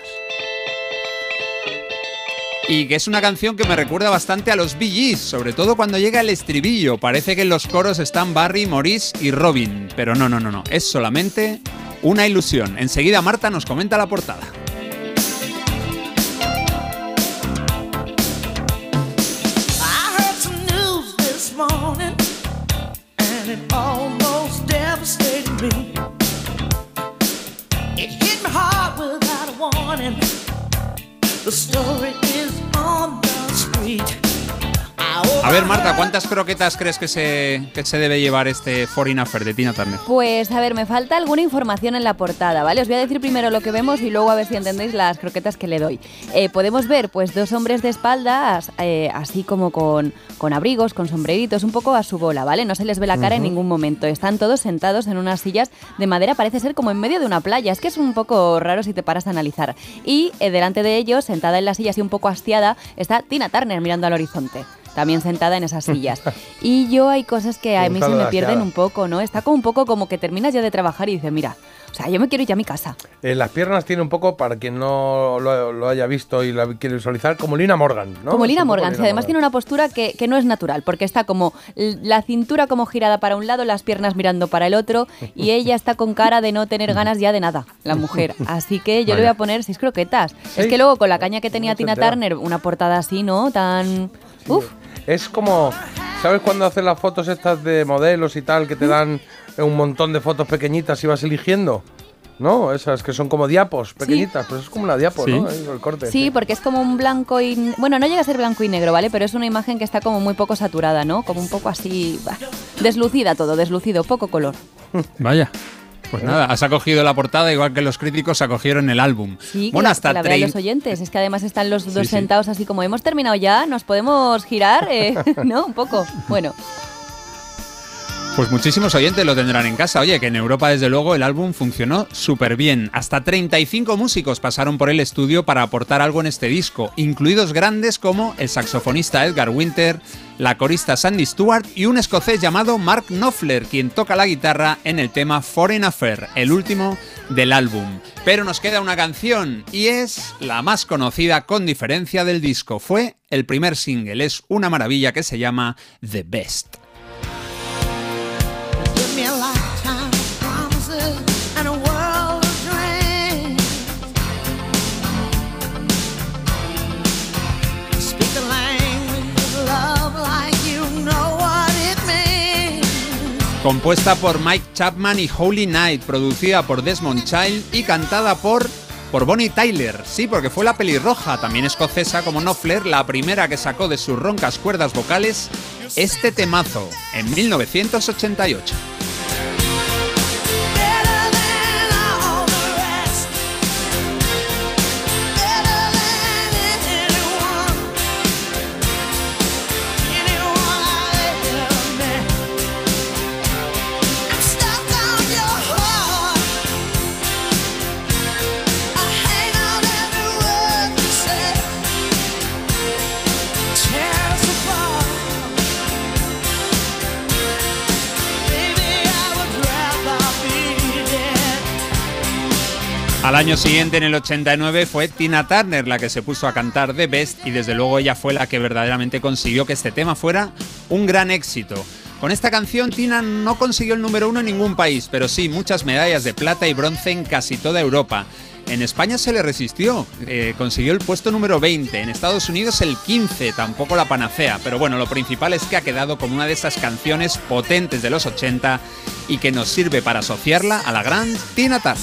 Y que es una canción que me recuerda bastante a los Bee Gees, sobre todo cuando llega el estribillo. Parece que en los coros están Barry, Maurice y Robin, pero no, no, no, no, es solamente una ilusión. Enseguida Marta nos comenta la portada. The story is on the street. A ver, Marta, ¿cuántas croquetas crees que se, que se debe llevar este Foreign Affair de Tina Turner? Pues, a ver, me falta alguna información en la portada, ¿vale? Os voy a decir primero lo que vemos y luego a ver si entendéis las croquetas que le doy. Eh, podemos ver, pues, dos hombres de espaldas, eh, así como con, con abrigos, con sombreritos, un poco a su bola, ¿vale? No se les ve la cara uh-huh. en ningún momento. Están todos sentados en unas sillas de madera, parece ser como en medio de una playa. Es que es un poco raro si te paras a analizar. Y eh, delante de ellos, sentada en la silla así un poco hastiada, está Tina Turner mirando al horizonte. También sentada en esas sillas. Y yo hay cosas que a mí se me pierden un poco, ¿no? Está como un poco como que terminas ya de trabajar y dices, mira, o sea, yo me quiero ir ya a mi casa. Eh, las piernas tiene un poco, para quien no lo, lo haya visto y lo quiere visualizar, como Lina Morgan, ¿no? Como Lina Morgan, Lina además Morgan. Tiene una postura que, que no es natural, porque está como la cintura como girada para un lado, las piernas mirando para el otro, y ella está con cara de no tener ganas ya de nada, la mujer. Así que yo vale. le voy a poner seis croquetas. ¿Sí? Es que luego con la caña que tenía Tina Turner, una portada así, ¿no? Tan... Uf. Es como, ¿sabes cuando haces las fotos estas de modelos y tal, que te dan un montón de fotos pequeñitas y vas eligiendo? ¿No? Esas que son como diapos pequeñitas, sí. Pues es como una diapo, ¿sí? ¿No? El corte. Sí, sí, porque es como un blanco y... Bueno, no llega a ser blanco y negro, ¿vale? Pero es una imagen que está como muy poco saturada, ¿no? Como un poco así... Bah, deslucida todo, deslucido, poco color. Vaya. Pues nada, has acogido la portada igual que los críticos acogieron el álbum. Sí, que bueno, la, hasta que la vean los oyentes. Es que además están los dos sí, sentados sí. así como hemos terminado ya, nos podemos girar, eh, ¿no? Un poco. Bueno. Pues muchísimos oyentes lo tendrán en casa. Oye, que en Europa desde luego el álbum funcionó súper bien. Hasta treinta y cinco músicos pasaron por el estudio para aportar algo en este disco, incluidos grandes como el saxofonista Edgar Winter, la corista Sandy Stewart y un escocés llamado Mark Knopfler, quien toca la guitarra en el tema Foreign Affair, el último del álbum. Pero nos queda una canción y es la más conocida con diferencia del disco. Fue el primer single, es una maravilla que se llama The Best. Me a lifetime of promises and a world of dreams. Speak the language of love like you know what it means. Compuesta por Mike Chapman y Holy Night, producida por Desmond Child y cantada por por Bonnie Tyler. Sí, porque fue la pelirroja, también escocesa como Knopfler, la primera que sacó de sus roncas cuerdas vocales este temazo en mil novecientos ochenta y ocho. Baby, Al año siguiente, en el ochenta y nueve, fue Tina Turner la que se puso a cantar The Best y desde luego ella fue la que verdaderamente consiguió que este tema fuera un gran éxito. Con esta canción Tina no consiguió el número uno en ningún país, pero sí muchas medallas de plata y bronce en casi toda Europa. En España se le resistió, eh, consiguió el puesto número veinte, en Estados Unidos el quince, tampoco la panacea, pero bueno, lo principal es que ha quedado como una de esas canciones potentes de los ochenta y que nos sirve para asociarla a la gran Tina Turner.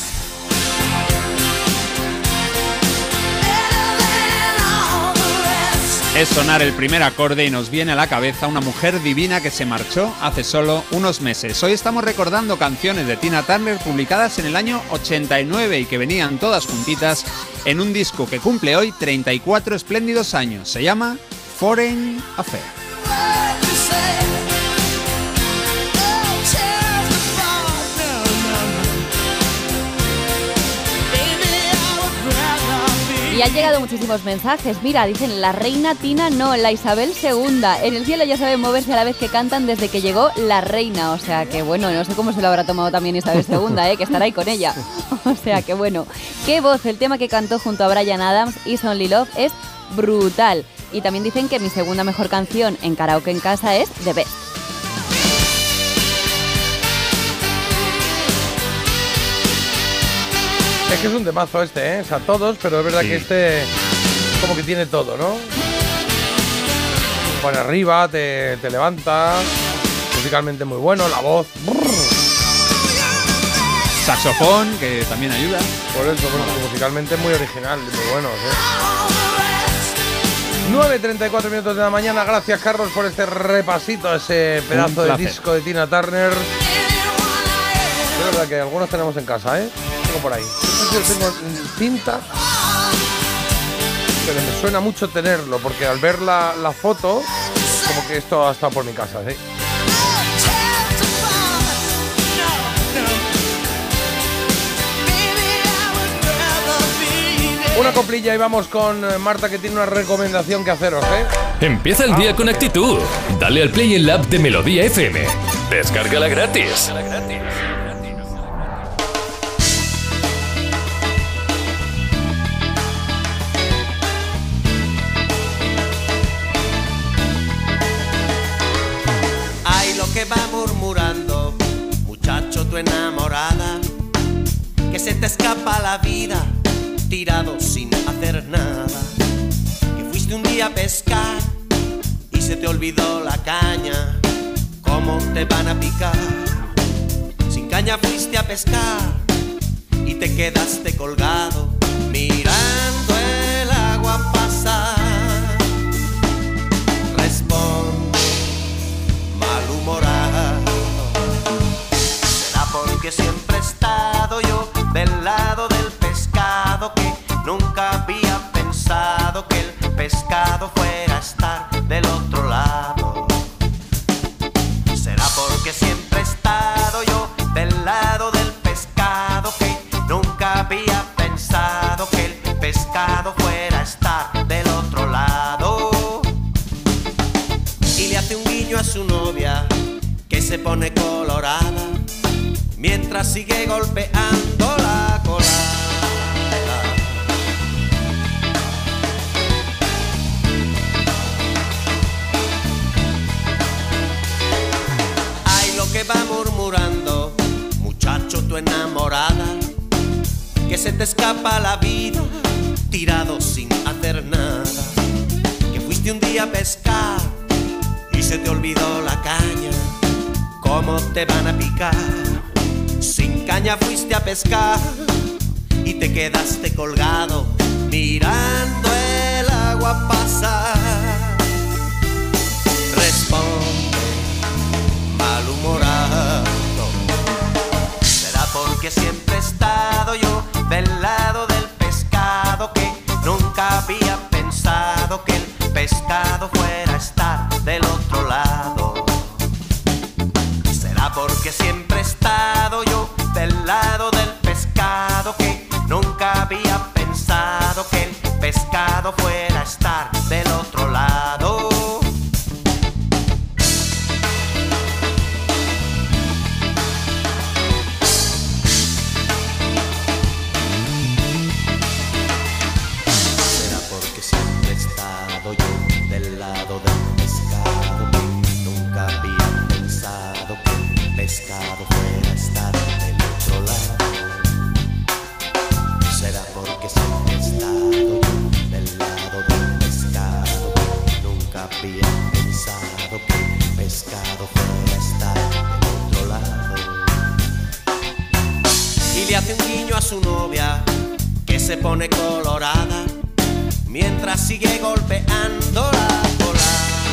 Es sonar el primer acorde y nos viene a la cabeza una mujer divina que se marchó hace solo unos meses. Hoy estamos recordando canciones de Tina Turner publicadas en el año ochenta y nueve y que venían todas juntitas en un disco que cumple hoy treinta y cuatro espléndidos años. Se llama Foreign Affair. Y han llegado muchísimos mensajes. Mira, dicen la reina Tina, no, la Isabel segunda. En el cielo ya saben moverse a la vez que cantan desde que llegó la reina. O sea que bueno, no sé cómo se lo habrá tomado también Isabel segunda, ¿eh? Que estará ahí con ella. O sea que bueno. Qué voz, el tema que cantó junto a Bryan Adams, Is Only Love, es brutal. Y también dicen que mi segunda mejor canción en karaoke en casa es The Best. Es que es un temazo este, ¿eh? O sea, todos, pero es verdad sí. que este como que tiene todo, ¿no? Pone arriba, te, te levanta, musicalmente muy bueno, la voz. Brrr. Saxofón, que también ayuda. Por eso, bueno, musicalmente muy original, muy bueno, ¿eh? nueve y treinta y cuatro minutos de la mañana, gracias Carlos por este repasito a ese pedazo de disco de Tina Turner. Es verdad que algunos tenemos en casa, ¿eh? Tengo por ahí. Yo tengo cinta, pero me suena mucho tenerlo, porque al ver la, la foto, como que esto ha estado por mi casa, ¿sí? Una coplilla y vamos con Marta, que tiene una recomendación que haceros, ¿eh? Empieza el día con actitud. Dale al play en la app de Melodía F M. Descárgala gratis. Que va murmurando, muchacho, tu enamorada, que se te escapa la vida, tirado sin hacer nada, que fuiste un día a pescar y se te olvidó la caña, cómo te van a picar, sin caña fuiste a pescar y te quedaste colgado, mirando el agua pasar, responde malhumorado. Será porque siempre he estado yo del lado del pescado, que nunca había pensado que el pescado fuera a estar del otro lado. Será porque siempre he estado yo del lado del pescado, que nunca había pensado que el pescado fuera a estar del otro lado. Y le hace un guiño a su novia, que se pone colorada, mientras sigue golpeando la colada. Ay, lo que va murmurando, muchacho, tu enamorada, que se te escapa la vida, tirado sin hacer nada, que fuiste un día a pescar y se te olvidó la caña, cómo te van a picar, sin caña fuiste a pescar y te quedaste colgado, mirando el agua pasar, responde malhumorado, será porque siempre he estado yo del lado del pescado, que nunca había pensado que el pescado fuera a estar del otro lado. Será porque siempre he estado yo del lado del pescado, que nunca había pensado que el pescado fuera a estar del otro lado. pescado fuera estar del otro lado. Será porque siempre he estado yo del lado del pescado. Nunca había pensado que el pescado fuera estar del otro lado. Y le hace un guiño a su novia que se pone colorada mientras sigue golpeando la colada.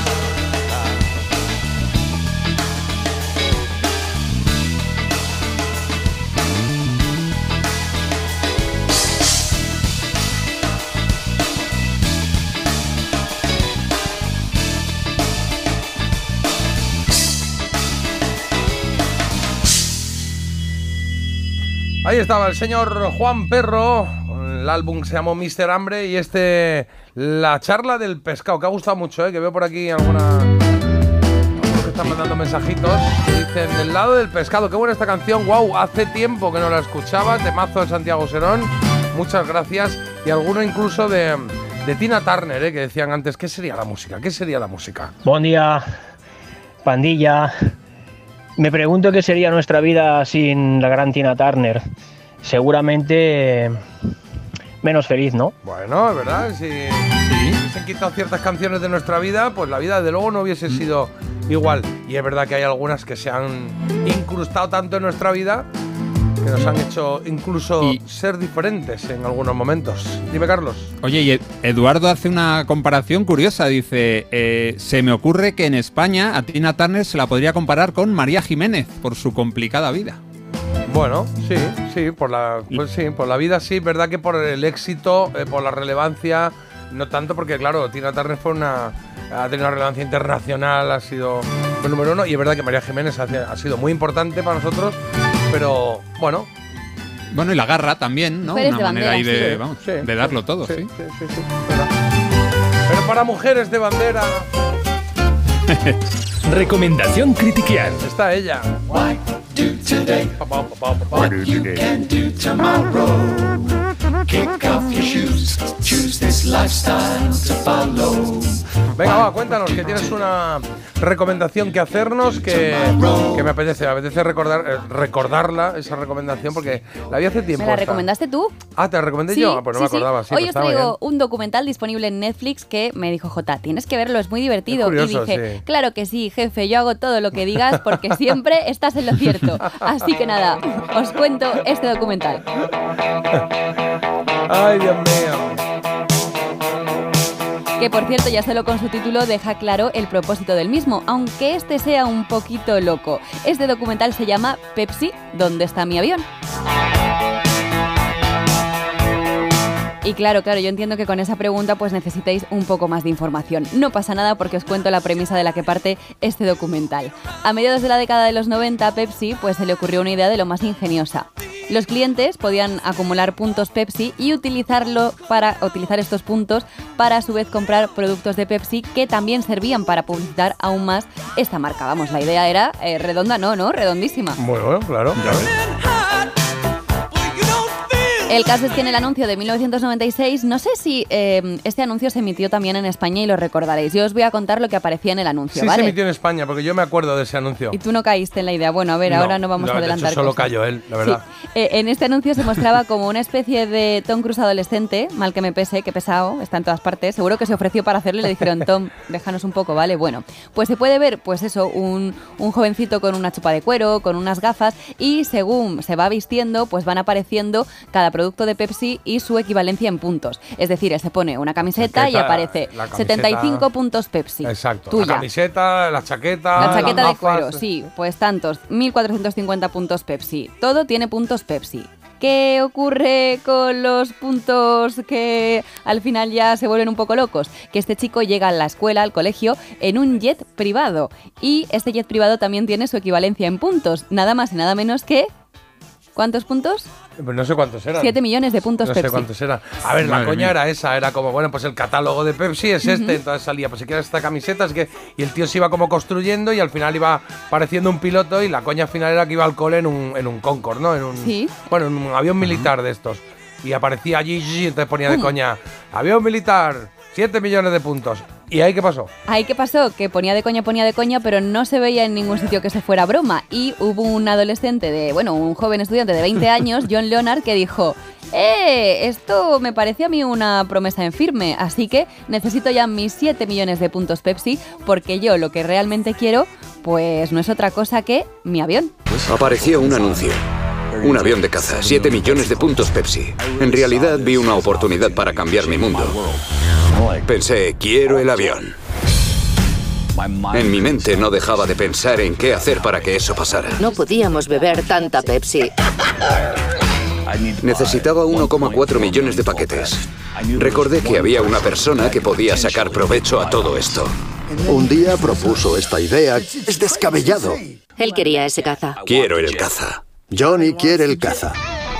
Ahí estaba el señor Juan Perro. El álbum se llamó míster Hambre y este, la charla del pescado, que ha gustado mucho, ¿eh? Que veo por aquí alguna, algunos que están mandando mensajitos que dicen, del lado del pescado, qué buena esta canción, wow, hace tiempo que no la escuchaba, temazo de Santiago Serón, muchas gracias, y alguno incluso de, de Tina Turner, ¿eh? Que decían antes, ¿qué sería la música? ¿Qué sería la música? Buen día, pandilla. Me pregunto qué sería nuestra vida sin la gran Tina Turner. Seguramente menos feliz, ¿no? Bueno, es verdad, si, si se han quitado ciertas canciones de nuestra vida, pues la vida de luego no hubiese sido igual. Y es verdad que hay algunas que se han incrustado tanto en nuestra vida que nos han hecho incluso y... ser diferentes en algunos momentos. Dime, Carlos. Oye, y Eduardo hace una comparación curiosa. Dice, eh, se me ocurre que en España a Tina Turner se la podría comparar con María Jiménez por su complicada vida. Bueno, sí, sí, por la, pues sí, por la vida sí, verdad que por el éxito, eh, por la relevancia, no tanto porque, claro, Tina Turner fue una, ha tenido una relevancia internacional, ha sido el número uno, y es verdad que María Jiménez ha, ha sido muy importante para nosotros, pero bueno. Bueno, y la garra también, ¿no? Mujeres una de manera bandera, ahí de, sí. vamos, Sí, de darlo todo, sí. Sí, sí, sí, sí, pero, pero para mujeres de bandera. Recomendación Critiquial. Está ella. Why do today what you can do tomorrow? Kick off your shoes, choose this lifestyle to follow. Venga, va, cuéntanos que tienes una recomendación que hacernos que, que me apetece, me apetece recordar, eh, recordarla, esa recomendación, porque la vi hace tiempo. ¿Me la esta. recomendaste tú? Ah, ¿te la recomendé Sí, yo? Ah, pues no sí, me acordaba. Sí. Sí, Hoy pues os traigo bien. un documental disponible en Netflix que me dijo Jota, tienes que verlo, es muy divertido. Es curioso, y dije, sí. claro que sí, jefe, yo hago todo lo que digas porque siempre estás en lo cierto. Así que nada, os cuento este documental. Ay, Dios mío. Que por cierto, ya solo con su título deja claro el propósito del mismo, aunque este sea un poquito loco. Este documental se llama Pepsi, ¿dónde está mi avión? Y claro, claro, yo entiendo que con esa pregunta pues necesitéis un poco más de información. No pasa nada porque os cuento la premisa de la que parte este documental. A mediados de la década de los noventa, a Pepsi pues se le ocurrió una idea de lo más ingeniosa. Los clientes podían acumular puntos Pepsi y utilizarlo para utilizar estos puntos para a su vez comprar productos de Pepsi que también servían para publicitar aún más esta marca. Vamos, la idea era eh, redonda, no, no, redondísima. Bueno, claro. Ya ves. El caso es que en el anuncio de mil novecientos noventa y seis, no sé si eh, este anuncio se emitió también en España y lo recordaréis. Yo os voy a contar lo que aparecía en el anuncio, Sí, ¿vale? se emitió en España, porque yo me acuerdo de ese anuncio. Y tú no caíste en la idea. Bueno, a ver, No, ahora no vamos no, a adelantar de hecho, solo cosas. cayó él, la verdad. Sí. Eh, en este anuncio se mostraba como una especie de Tom Cruise adolescente, mal que me pese, que pesado, está en todas partes. Seguro que se ofreció para hacerlo y le dijeron, Tom, déjanos un poco, ¿vale? Bueno, pues se puede ver, pues eso, un, un jovencito con una chupa de cuero, con unas gafas, y según se va vistiendo, pues van apareciendo cada producto de Pepsi y su equivalencia en puntos. Es decir, él se pone una camiseta Chaqueta, y aparece la camiseta- setenta y cinco puntos Pepsi. Exacto. Tuya. La camiseta, la chaqueta. La chaqueta las de cuero, gafas. sí, pues tantos, mil cuatrocientos cincuenta puntos Pepsi. Todo tiene puntos Pepsi. ¿Qué ocurre con los puntos que al final ya se vuelven un poco locos? Que este chico llega a la escuela, al colegio, en un jet privado. Y este jet privado también tiene su equivalencia en puntos. Nada más y nada menos que... ¿Cuántos puntos? Pues no sé cuántos eran. siete millones de puntos No Pepsi. sé cuántos eran. A ver, la Madre coña mía. era esa, era como, bueno, pues el catálogo de Pepsi es este, Ujú. entonces salía, pues si quieres esta camiseta, es que... Y el tío se iba como construyendo y al final iba pareciendo un piloto y la coña final era que iba al cole en un, en un Concorde, ¿no? En un, Sí. Bueno, en un avión militar de estos. Y aparecía allí y entonces ponía de Pum. coña, avión militar, siete millones de puntos. ¿Y ahí qué pasó? Ahí qué pasó, que ponía de coña, ponía de coña, pero no se veía en ningún sitio que eso fuera broma. Y hubo un adolescente de, bueno, un joven estudiante de veinte años, John Leonard, que dijo, ¡eh! Esto me parece a mí una promesa en firme, así que necesito ya mis siete millones de puntos Pepsi, porque yo lo que realmente quiero, pues no es otra cosa que mi avión. Apareció un anuncio. Un avión de caza, siete millones de puntos Pepsi. En realidad vi una oportunidad para cambiar mi mundo. Pensé, quiero el avión. En mi mente no dejaba de pensar en qué hacer para que eso pasara. No podíamos beber tanta Pepsi. Necesitaba uno coma cuatro millones de paquetes. Recordé que había una persona que podía sacar provecho a todo esto. Un día propuso esta idea. Es descabellado. Él quería ese caza. Quiero el caza. Johnny quiere el caza.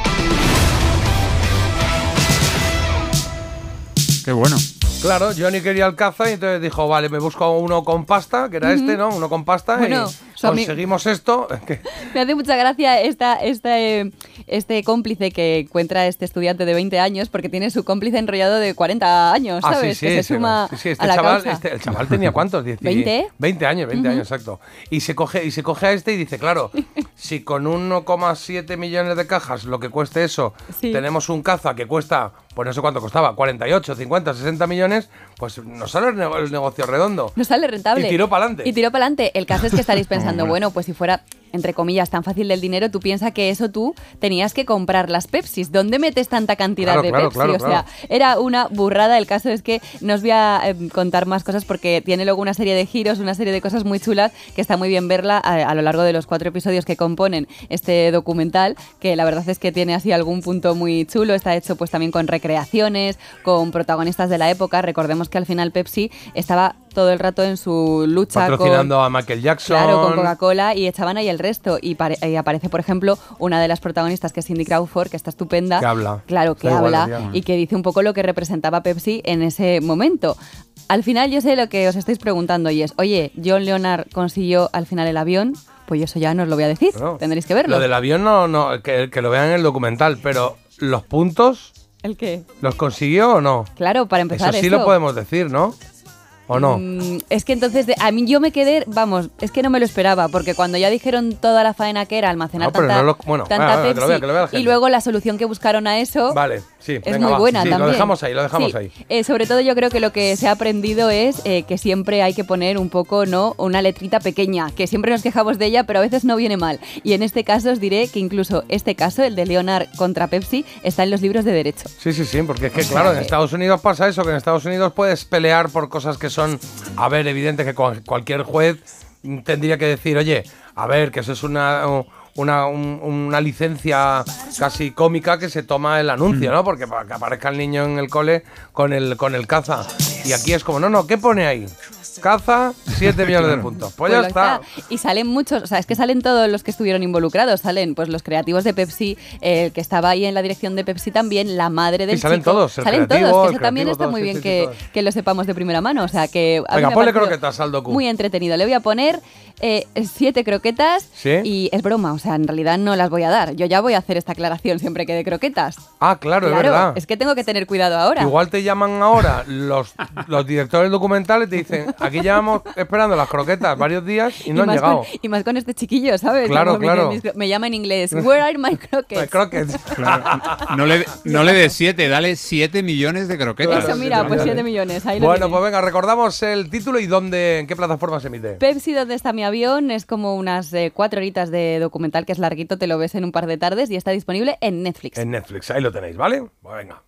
Qué bueno. Claro, Johnny quería el caza y entonces dijo, vale, me busco uno con pasta, que era uh-huh. este, ¿no? Uno con pasta bueno, y conseguimos esto. Me hace mucha gracia esta, esta, eh, este cómplice que encuentra este estudiante de veinte años, porque tiene su cómplice enrollado de cuarenta años, ¿sabes? Ah, sí, sí, que se sí, suma sí, sí, este a la chaval, causa. Este, el chaval tenía ¿cuántos? ¿veinte? veinte años, veinte uh-huh. años, exacto. Y se coge y se coge a este y dice, claro, si con uno coma siete millones de cajas, lo que cueste eso, sí. tenemos un caza que cuesta, pues no sé cuánto costaba, cuarenta y ocho, cincuenta, sesenta millones, pues nos sale el, nego- el negocio redondo. Nos sale rentable. Y tiró para adelante. Y tiró para adelante. El caso es que estaréis pensando, bueno, pues si fuera, entre comillas, tan fácil del dinero, tú piensas que eso tú tenías que comprar las Pepsis. ¿Dónde metes tanta cantidad claro, de claro, Pepsi? Claro, o claro. sea, era una burrada. El caso es que no os voy a eh, contar más cosas porque tiene luego una serie de giros, una serie de cosas muy chulas que está muy bien verla a, a lo largo de los cuatro episodios que componen este documental, que la verdad es que tiene así algún punto muy chulo. Está hecho pues también con recreaciones, con protagonistas de la época. Recordemos que al final Pepsi estaba todo el rato en su lucha patrocinando con, a Michael Jackson. Claro, con Coca-Cola, y echaban ahí el resto. Y, pare, y aparece, por ejemplo, una de las protagonistas, que es Cindy Crawford, que está estupenda. Que habla. Claro, que da habla igual, y que dice un poco lo que representaba Pepsi en ese momento. Al final yo sé lo que os estáis preguntando y es, oye, John Leonard consiguió al final el avión. Pues yo eso ya no os lo voy a decir, no. Tendréis que verlo. Lo del avión no, no que, que lo vean en el documental, pero los puntos... ¿El qué? ¿Los consiguió o no? Claro, para empezar eso sí eso. lo podemos decir, ¿no? ¿O no? Mm, es que entonces, de, a mí yo me quedé, vamos, es que no me lo esperaba, porque cuando ya dijeron toda la faena que era almacenar no, pero tanta, no lo, bueno, tanta vale, Pepsi, que lo vea, que lo vea la gente. Y luego la solución que buscaron a eso vale, sí, es venga, muy va, buena sí, también. Lo dejamos ahí, lo dejamos sí. ahí. Eh, sobre todo yo creo que lo que se ha aprendido es eh, que siempre hay que poner un poco, ¿no?, una letrita pequeña, que siempre nos quejamos de ella, pero a veces no viene mal. Y en este caso os diré que incluso este caso, el de Leonard contra Pepsi, está en los libros de derecho. Sí, sí, sí, porque es que claro, en Estados Unidos pasa eso, que en Estados Unidos puedes pelear por cosas que son, a ver, evidente que cualquier juez tendría que decir, oye, a ver, que eso es una, una, un, una licencia casi cómica que se toma el anuncio, ¿no? Porque para que aparezca el niño en el cole con el, con el caza. Y aquí es como, no, no, ¿qué pone ahí? Caza, siete millones de puntos. Pues, pues ya está. está. Y salen muchos, o sea, es que salen todos los que estuvieron involucrados. Salen pues los creativos de Pepsi, el eh, que estaba ahí en la dirección de Pepsi también, la madre del y salen chico. todos, el salen creativo, todos, que el eso también está todos, muy sí, bien sí, que, sí, que lo sepamos de primera mano. O sea, que a Venga, mí me ponle pareció croquetas al docu. muy entretenido. Le voy a poner eh, siete croquetas. ¿Sí? Y es broma, o sea, en realidad no las voy a dar. Yo ya voy a hacer esta aclaración siempre que de croquetas. Ah, claro, claro, es verdad. Es que tengo que tener cuidado ahora. Igual te llaman ahora los, los directores documentales y te dicen, aquí llevamos esperando las croquetas varios días y no y han llegado. Con, y más con este chiquillo, ¿sabes? Claro, Como claro. Me, me llama en inglés, where are my croquets? My croquets. Claro. No le, no le des siete, dale siete millones de croquetas. Eso, mira, pues siete millones. Ahí bueno, lo pues venga, recordamos el título y dónde, en qué plataforma se emite. Pepsi, ¿dónde está mi avión? Es como unas eh, cuatro horitas de documental que es larguito, te lo ves en un par de tardes y está disponible en Netflix. En Netflix, ahí lo tenéis, ¿vale? Pues venga.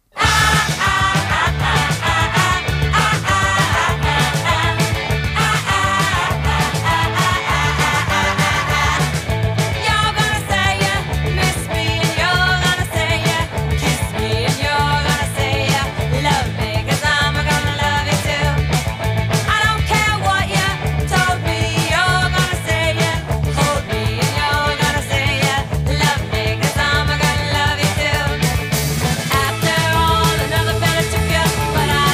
After all, another fella took you, but I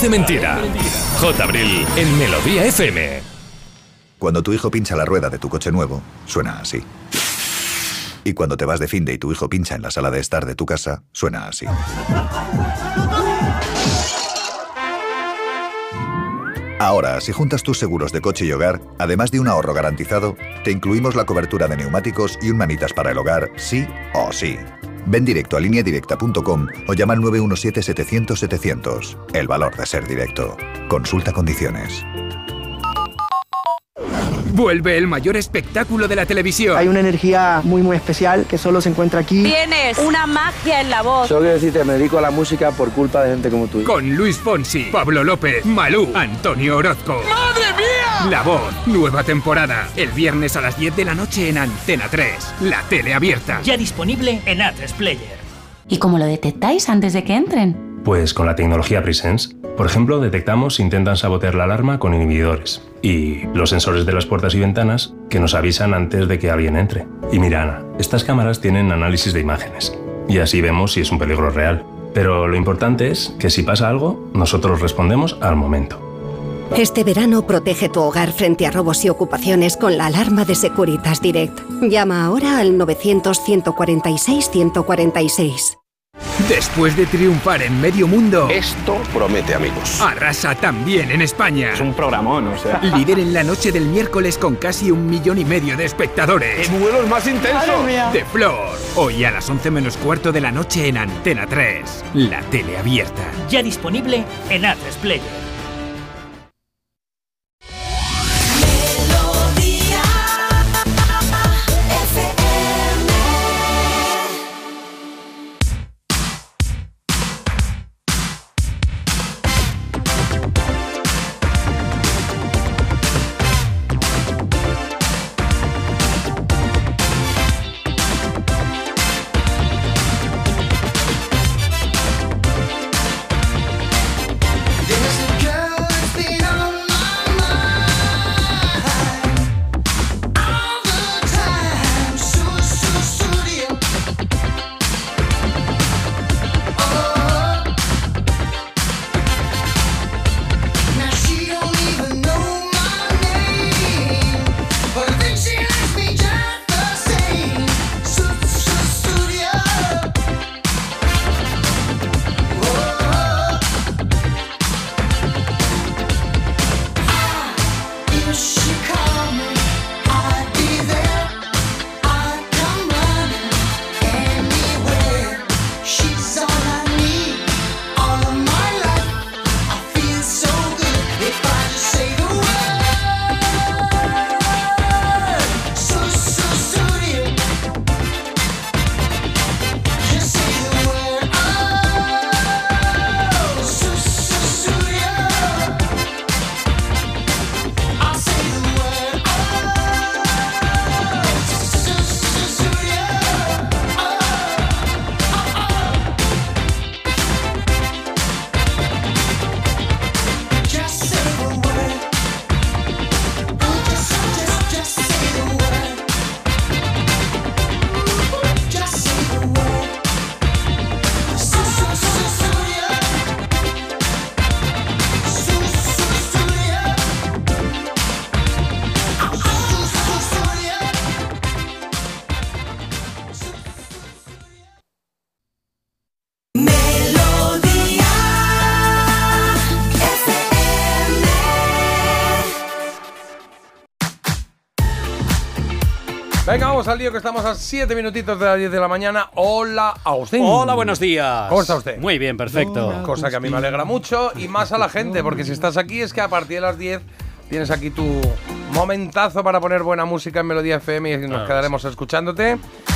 de mentira. J. Abril en Melodía F M. Cuando tu hijo pincha la rueda de tu coche nuevo, suena así. Y cuando te vas de finde y tu hijo pincha en la sala de estar de tu casa, suena así. Ahora, si juntas tus seguros de coche y hogar, además de un ahorro garantizado, te incluimos la cobertura de neumáticos y un manitas para el hogar, sí o sí. Ven directo a línea directa punto com o llama al nueve uno siete, setecientos, setecientos. El valor de ser directo. Consulta condiciones. Vuelve el mayor espectáculo de la televisión. Hay una energía muy muy especial que solo se encuentra aquí. Tienes una magia en la voz. Solo quiero decirte, me dedico a la música por culpa de gente como tú. Con Luis Fonsi, Pablo López, Malú, Antonio Orozco. ¡Madre mía! La Voz, nueva temporada. El viernes a las diez de la noche en Antena tres. La tele abierta. Ya disponible en A tres Player. ¿Y cómo lo detectáis antes de que entren? Pues con la tecnología Presence. Por ejemplo, detectamos si intentan sabotear la alarma con inhibidores. Y los sensores de las puertas y ventanas que nos avisan antes de que alguien entre. Y mira, Ana, estas cámaras tienen análisis de imágenes. Y así vemos si es un peligro real. Pero lo importante es que si pasa algo, nosotros respondemos al momento. Este verano protege tu hogar frente a robos y ocupaciones con la alarma de Securitas Direct. Llama ahora al novecientos, ciento cuarenta y seis, ciento cuarenta y seis. Después de triunfar en medio mundo, esto promete, amigos. Arrasa también en España. Es un programón, o sea. Líder en la noche del miércoles con casi un millón y medio de espectadores. ¡Qué vuelo más intenso! De Flor. Hoy a las once menos cuarto de la noche en Antena tres. La tele abierta. Ya disponible en A tres Player. Venga, vamos al lío que estamos a siete minutitos de las diez de la mañana. Hola, Agustín. Hola, buenos días. ¿Cómo está usted? Muy bien, perfecto. Cosa que a mí me alegra mucho y más a la gente, porque si estás aquí es que a partir de las diez tienes aquí tu momentazo para poner buena música en Melodía F M y nos ah, quedaremos sí. escuchándote.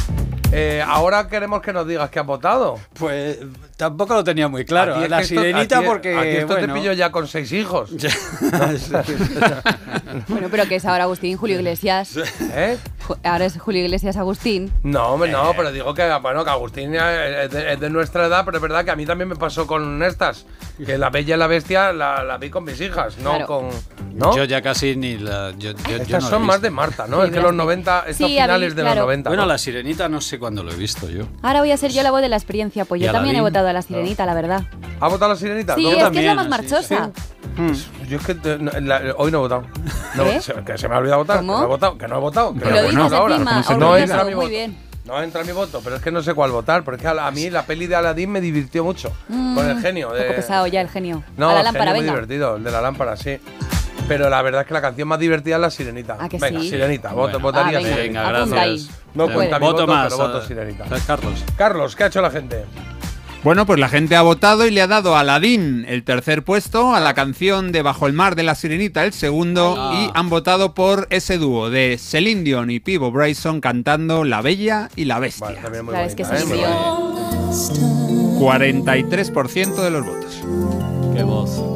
Eh, ahora queremos que nos digas qué has votado. Pues tampoco lo tenía muy claro. La esto, sirenita ti, porque... A ti esto bueno. te pillo ya con seis hijos. Bueno, pero que es ahora Agustín, Julio Iglesias. ¿Eh? Ahora es Julio Iglesias Agustín. No, hombre, no, pero digo que, bueno, que Agustín es de, es de nuestra edad, pero es verdad que a mí también me pasó con estas. Que La Bella y la Bestia la, la vi con mis hijas, no Claro. con... ¿no? Yo ya casi ni la... Yo, yo, yo Estas no la he son más visto. de Marta, ¿no? Sí, es que ¿verdad? los noventa, estos Sí, a mí, finales de claro. los noventa. Bueno, ¿no? La Sirenita no sé cuándo lo he visto yo. Ahora voy a ser yo la voz de la experiencia, pues Y yo también he Aladín. votado a la Sirenita, la verdad. ¿Ha votado la Sirenita? Sí, ¿Tú? es que es también, la más sí, marchosa. Yo es que te- no, la- hoy no he votado. No, ¿Qué? se- que se me ha olvidado votar. ¿Cómo? Que no he votado. Que no he votado. Que Y no lo he dices votado ahora. encima, No orgulloso, entra mi muy voto. bien. No entra mi voto, pero es que no sé cuál votar, porque a, a mí la peli de Aladdin me divirtió mucho. Mm, con el genio. Un De, poco pesado ya el genio. No, a la el lámpara, genio muy venga. divertido, el de la lámpara, sí. Pero la verdad es que la canción más divertida es La Sirenita. ¿A que venga, sí? Sirenita, voto, Bueno. votaría Ah, venga, Sirenita. Venga, apunta gracias. ahí. No Puede. cuenta mi Voto voto, más. pero voto eh, Sirenita. Carlos. Carlos, ¿qué ha hecho la gente? Bueno, pues la gente ha votado y le ha dado a Aladdin el tercer puesto, a la canción de Bajo el mar de La Sirenita el segundo, Ay. y han votado por ese dúo de Celine Dion y Peebo Bryson cantando La Bella y la Bestia. Vale, también muy Claro, es que bonita, es ¿eh? el Muy bonita. cuarenta y tres por ciento de los votos. Qué voz.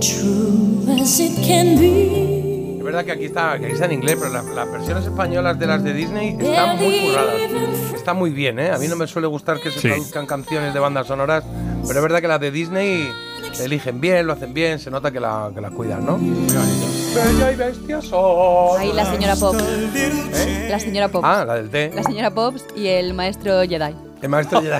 Es verdad que aquí está, que aquí está en inglés, pero la- las versiones españolas de las de Disney están muy curradas. Está muy bien, ¿eh? A mí no me suele gustar que se Sí. traduzcan canciones de bandas sonoras, pero es verdad que las de Disney eligen bien, lo hacen bien, se nota que la, que la cuidan, ¿no? Bella y bestia soy. Ahí la señora Pop. ¿Eh? La señora Pop. Ah, la del té. La señora Pops y el maestro Jedi. El maestro Jedi.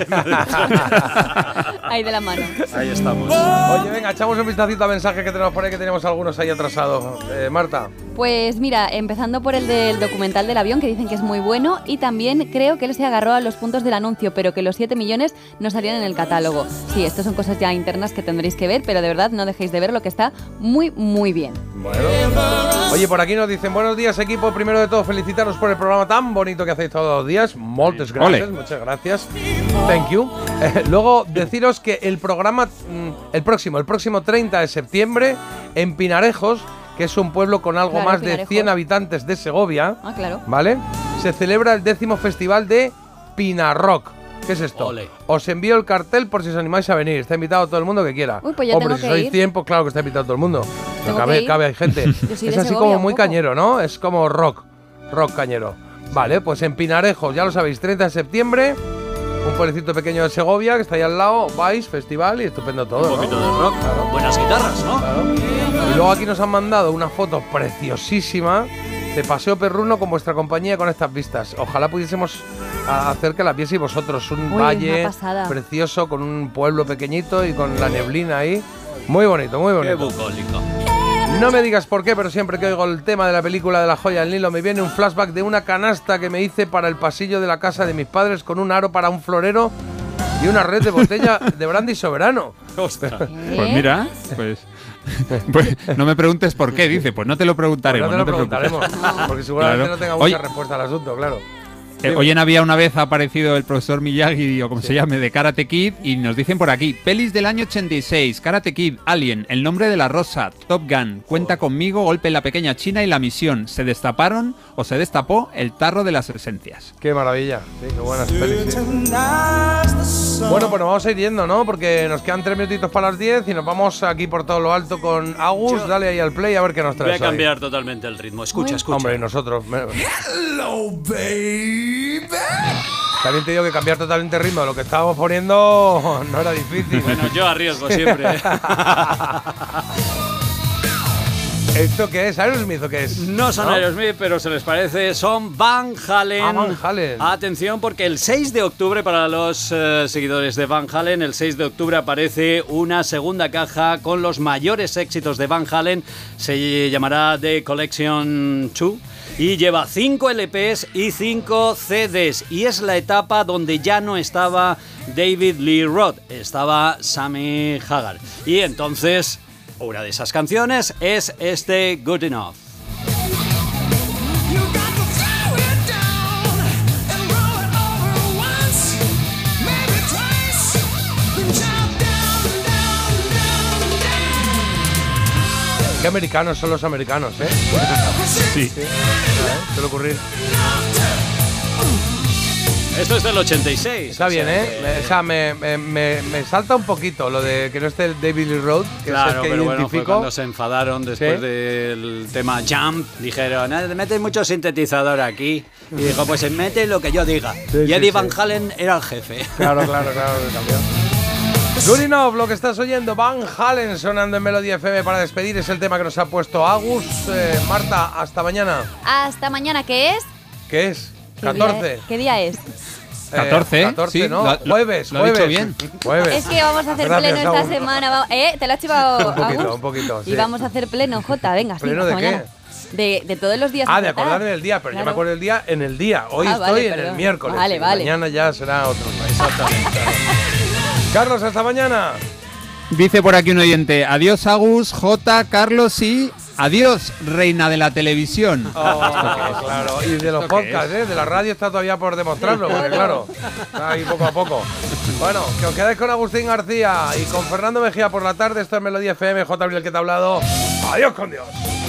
Ahí de la mano. Ahí estamos. Oye, venga, echamos un vistacito a mensajes que tenemos por ahí, que tenemos algunos ahí atrasados. Eh, Marta. Pues mira, empezando por el del documental del avión, que dicen que es muy bueno, y también creo que él se agarró a los puntos del anuncio, pero que los siete millones no salían en el catálogo. Sí, esto son cosas ya internas que tendréis que ver, pero de verdad no dejéis de ver lo que está muy, muy bien. Bueno. Oye, por aquí nos dicen, buenos días equipo, primero de todo felicitaros por el programa tan bonito que hacéis todos los días. Muchas gracias, Ole. muchas gracias. Thank you. Eh, luego deciros que el programa, mm, el próximo, el próximo treinta de septiembre, en Pinarejos, que es un pueblo con algo Claro, más de Pinarejos. cien habitantes de Segovia, Ah, claro. ¿vale? Se celebra el décimo festival de Pinarrock. ¿Qué es esto? Ole. Os envío el cartel por si os animáis a venir. Está invitado todo el mundo que quiera. Uy, pues ya Hombre, tengo si que sois ir. cien, pues claro que está invitado todo el mundo. Pero Tengo cabe, que ir. cabe, hay gente. Yo soy Es de así Segovia, como un muy poco. cañero, ¿no? Es como rock. Rock cañero. Vale, pues en Pinarejos, ya lo sabéis, treinta de septiembre. Un pueblecito pequeño de Segovia que está ahí al lado. Vais, festival y estupendo todo. Un ¿no? poquito de rock. Buenas guitarras, ¿no? Claro. Y luego aquí nos han mandado una foto preciosísima de Paseo Perruno con vuestra compañía con estas vistas. Ojalá pudiésemos a- hacer que las vieseis vosotros. Un Uy, una valle pasada. precioso con un pueblo pequeñito y con la neblina ahí. Muy bonito, muy Qué bonito. bucólico. No me digas por qué, pero siempre que oigo el tema de la película de La joya del Nilo me viene un flashback de una canasta que me hice para el pasillo de la casa de mis padres con un aro para un florero y una red de botella de brandy soberano. Pues mira, pues, pues no me preguntes por qué, dice, pues no te lo preguntaremos. Pues no te lo preocupes. preguntaremos, porque seguramente Claro. no tenga Oye, mucha respuesta al asunto, claro. Eh, hoy en Había una vez ha aparecido el profesor Miyagi, o como se llame, de Karate Kid, y nos dicen por aquí, pelis del año ochenta y seis, Karate Kid, Alien, El nombre de la rosa, Top Gun, Cuenta conmigo, Golpe en la pequeña China y La misión. Se destaparon, o se destapó, el tarro de las esencias. Qué maravilla, sí, qué buenas pelis. Sí. Bueno, pues nos vamos a ir yendo, ¿no? Porque nos quedan tres minutitos para las diez y nos vamos aquí por todo lo alto con Agus. Dale ahí al play a ver qué nos Voy traes a cambiar totalmente el ritmo. Escucha, escucha. Hombre, y nosotros. me- Hello, baby. También te digo que cambiar totalmente el ritmo de lo que estábamos poniendo no era difícil. Bueno, yo arriesgo siempre. ¿eh? ¿Esto qué es? ¿Aerosmith o qué es? No son Aerosmith, pero se les parece, son Van Halen. Ah, Van Halen. Atención, porque el seis de octubre, para los eh, seguidores de Van Halen, el seis de octubre aparece una segunda caja con los mayores éxitos de Van Halen. Se llamará The Collection dos. Y lleva cinco L Pes y cinco C Ds. Y es la etapa donde ya no estaba David Lee Roth, estaba Sammy Hagar. Y entonces, una de esas canciones es este Good Enough. Qué americanos son los americanos, ¿eh? Sí. ¿Eh? Suele ocurrir. Esto es del ochenta y seis. Está bien, ¿eh? que- Me- o sea, me, me, me, me salta un poquito lo de que no esté el David Lee Roth, que Claro, es el que pero bueno, fue identifico. cuando se enfadaron después Sí. del tema Jump. Dijeron, "Eh, metes mucho sintetizador aquí. Y dijo, pues se mete lo que yo diga. Sí, y sí, Eddie sí. Van Halen era el jefe. Claro, claro, claro, que cambió. Good enough, lo que estás oyendo, Van Halen sonando en Melodía F M para despedir, es el tema que nos ha puesto Agus. Eh, Marta, hasta mañana. Hasta mañana, ¿qué es? ¿Qué es? ¿Qué día catorce. es? ¿Qué día es? Eh, catorce, catorce, sí, ¿no? lo- lo- jueves, lo ha jueves. dicho bien. Jueves. Es que vamos a hacer Gracias, pleno esta Agus. semana. va- ¿Eh? ¿Te lo has chivado? Un poquito, Agus? un poquito, sí. Y vamos a hacer pleno, Jota, venga, sí, ¿Pleno hasta de qué? mañana. De, de todos los días. Ah, a de votar. acordarme del día, pero yo Claro. me acuerdo del día en el día. Hoy Ah, estoy vale, en el perdón. miércoles. Vale, y vale. Mañana ya será otro. Exactamente. Carlos, hasta mañana. Dice por aquí un oyente, adiós Agus, J, Carlos y adiós, reina de la televisión. Oh, claro, y de los ¿Esto qué podcasts, ¿eh? De la radio está todavía por demostrarlo, porque claro, está ahí poco a poco. Bueno, que os quedáis con Agustín García y con Fernando Mejía por la tarde. Esto es Melodía F M, J. el que te ha hablado. Adiós con Dios.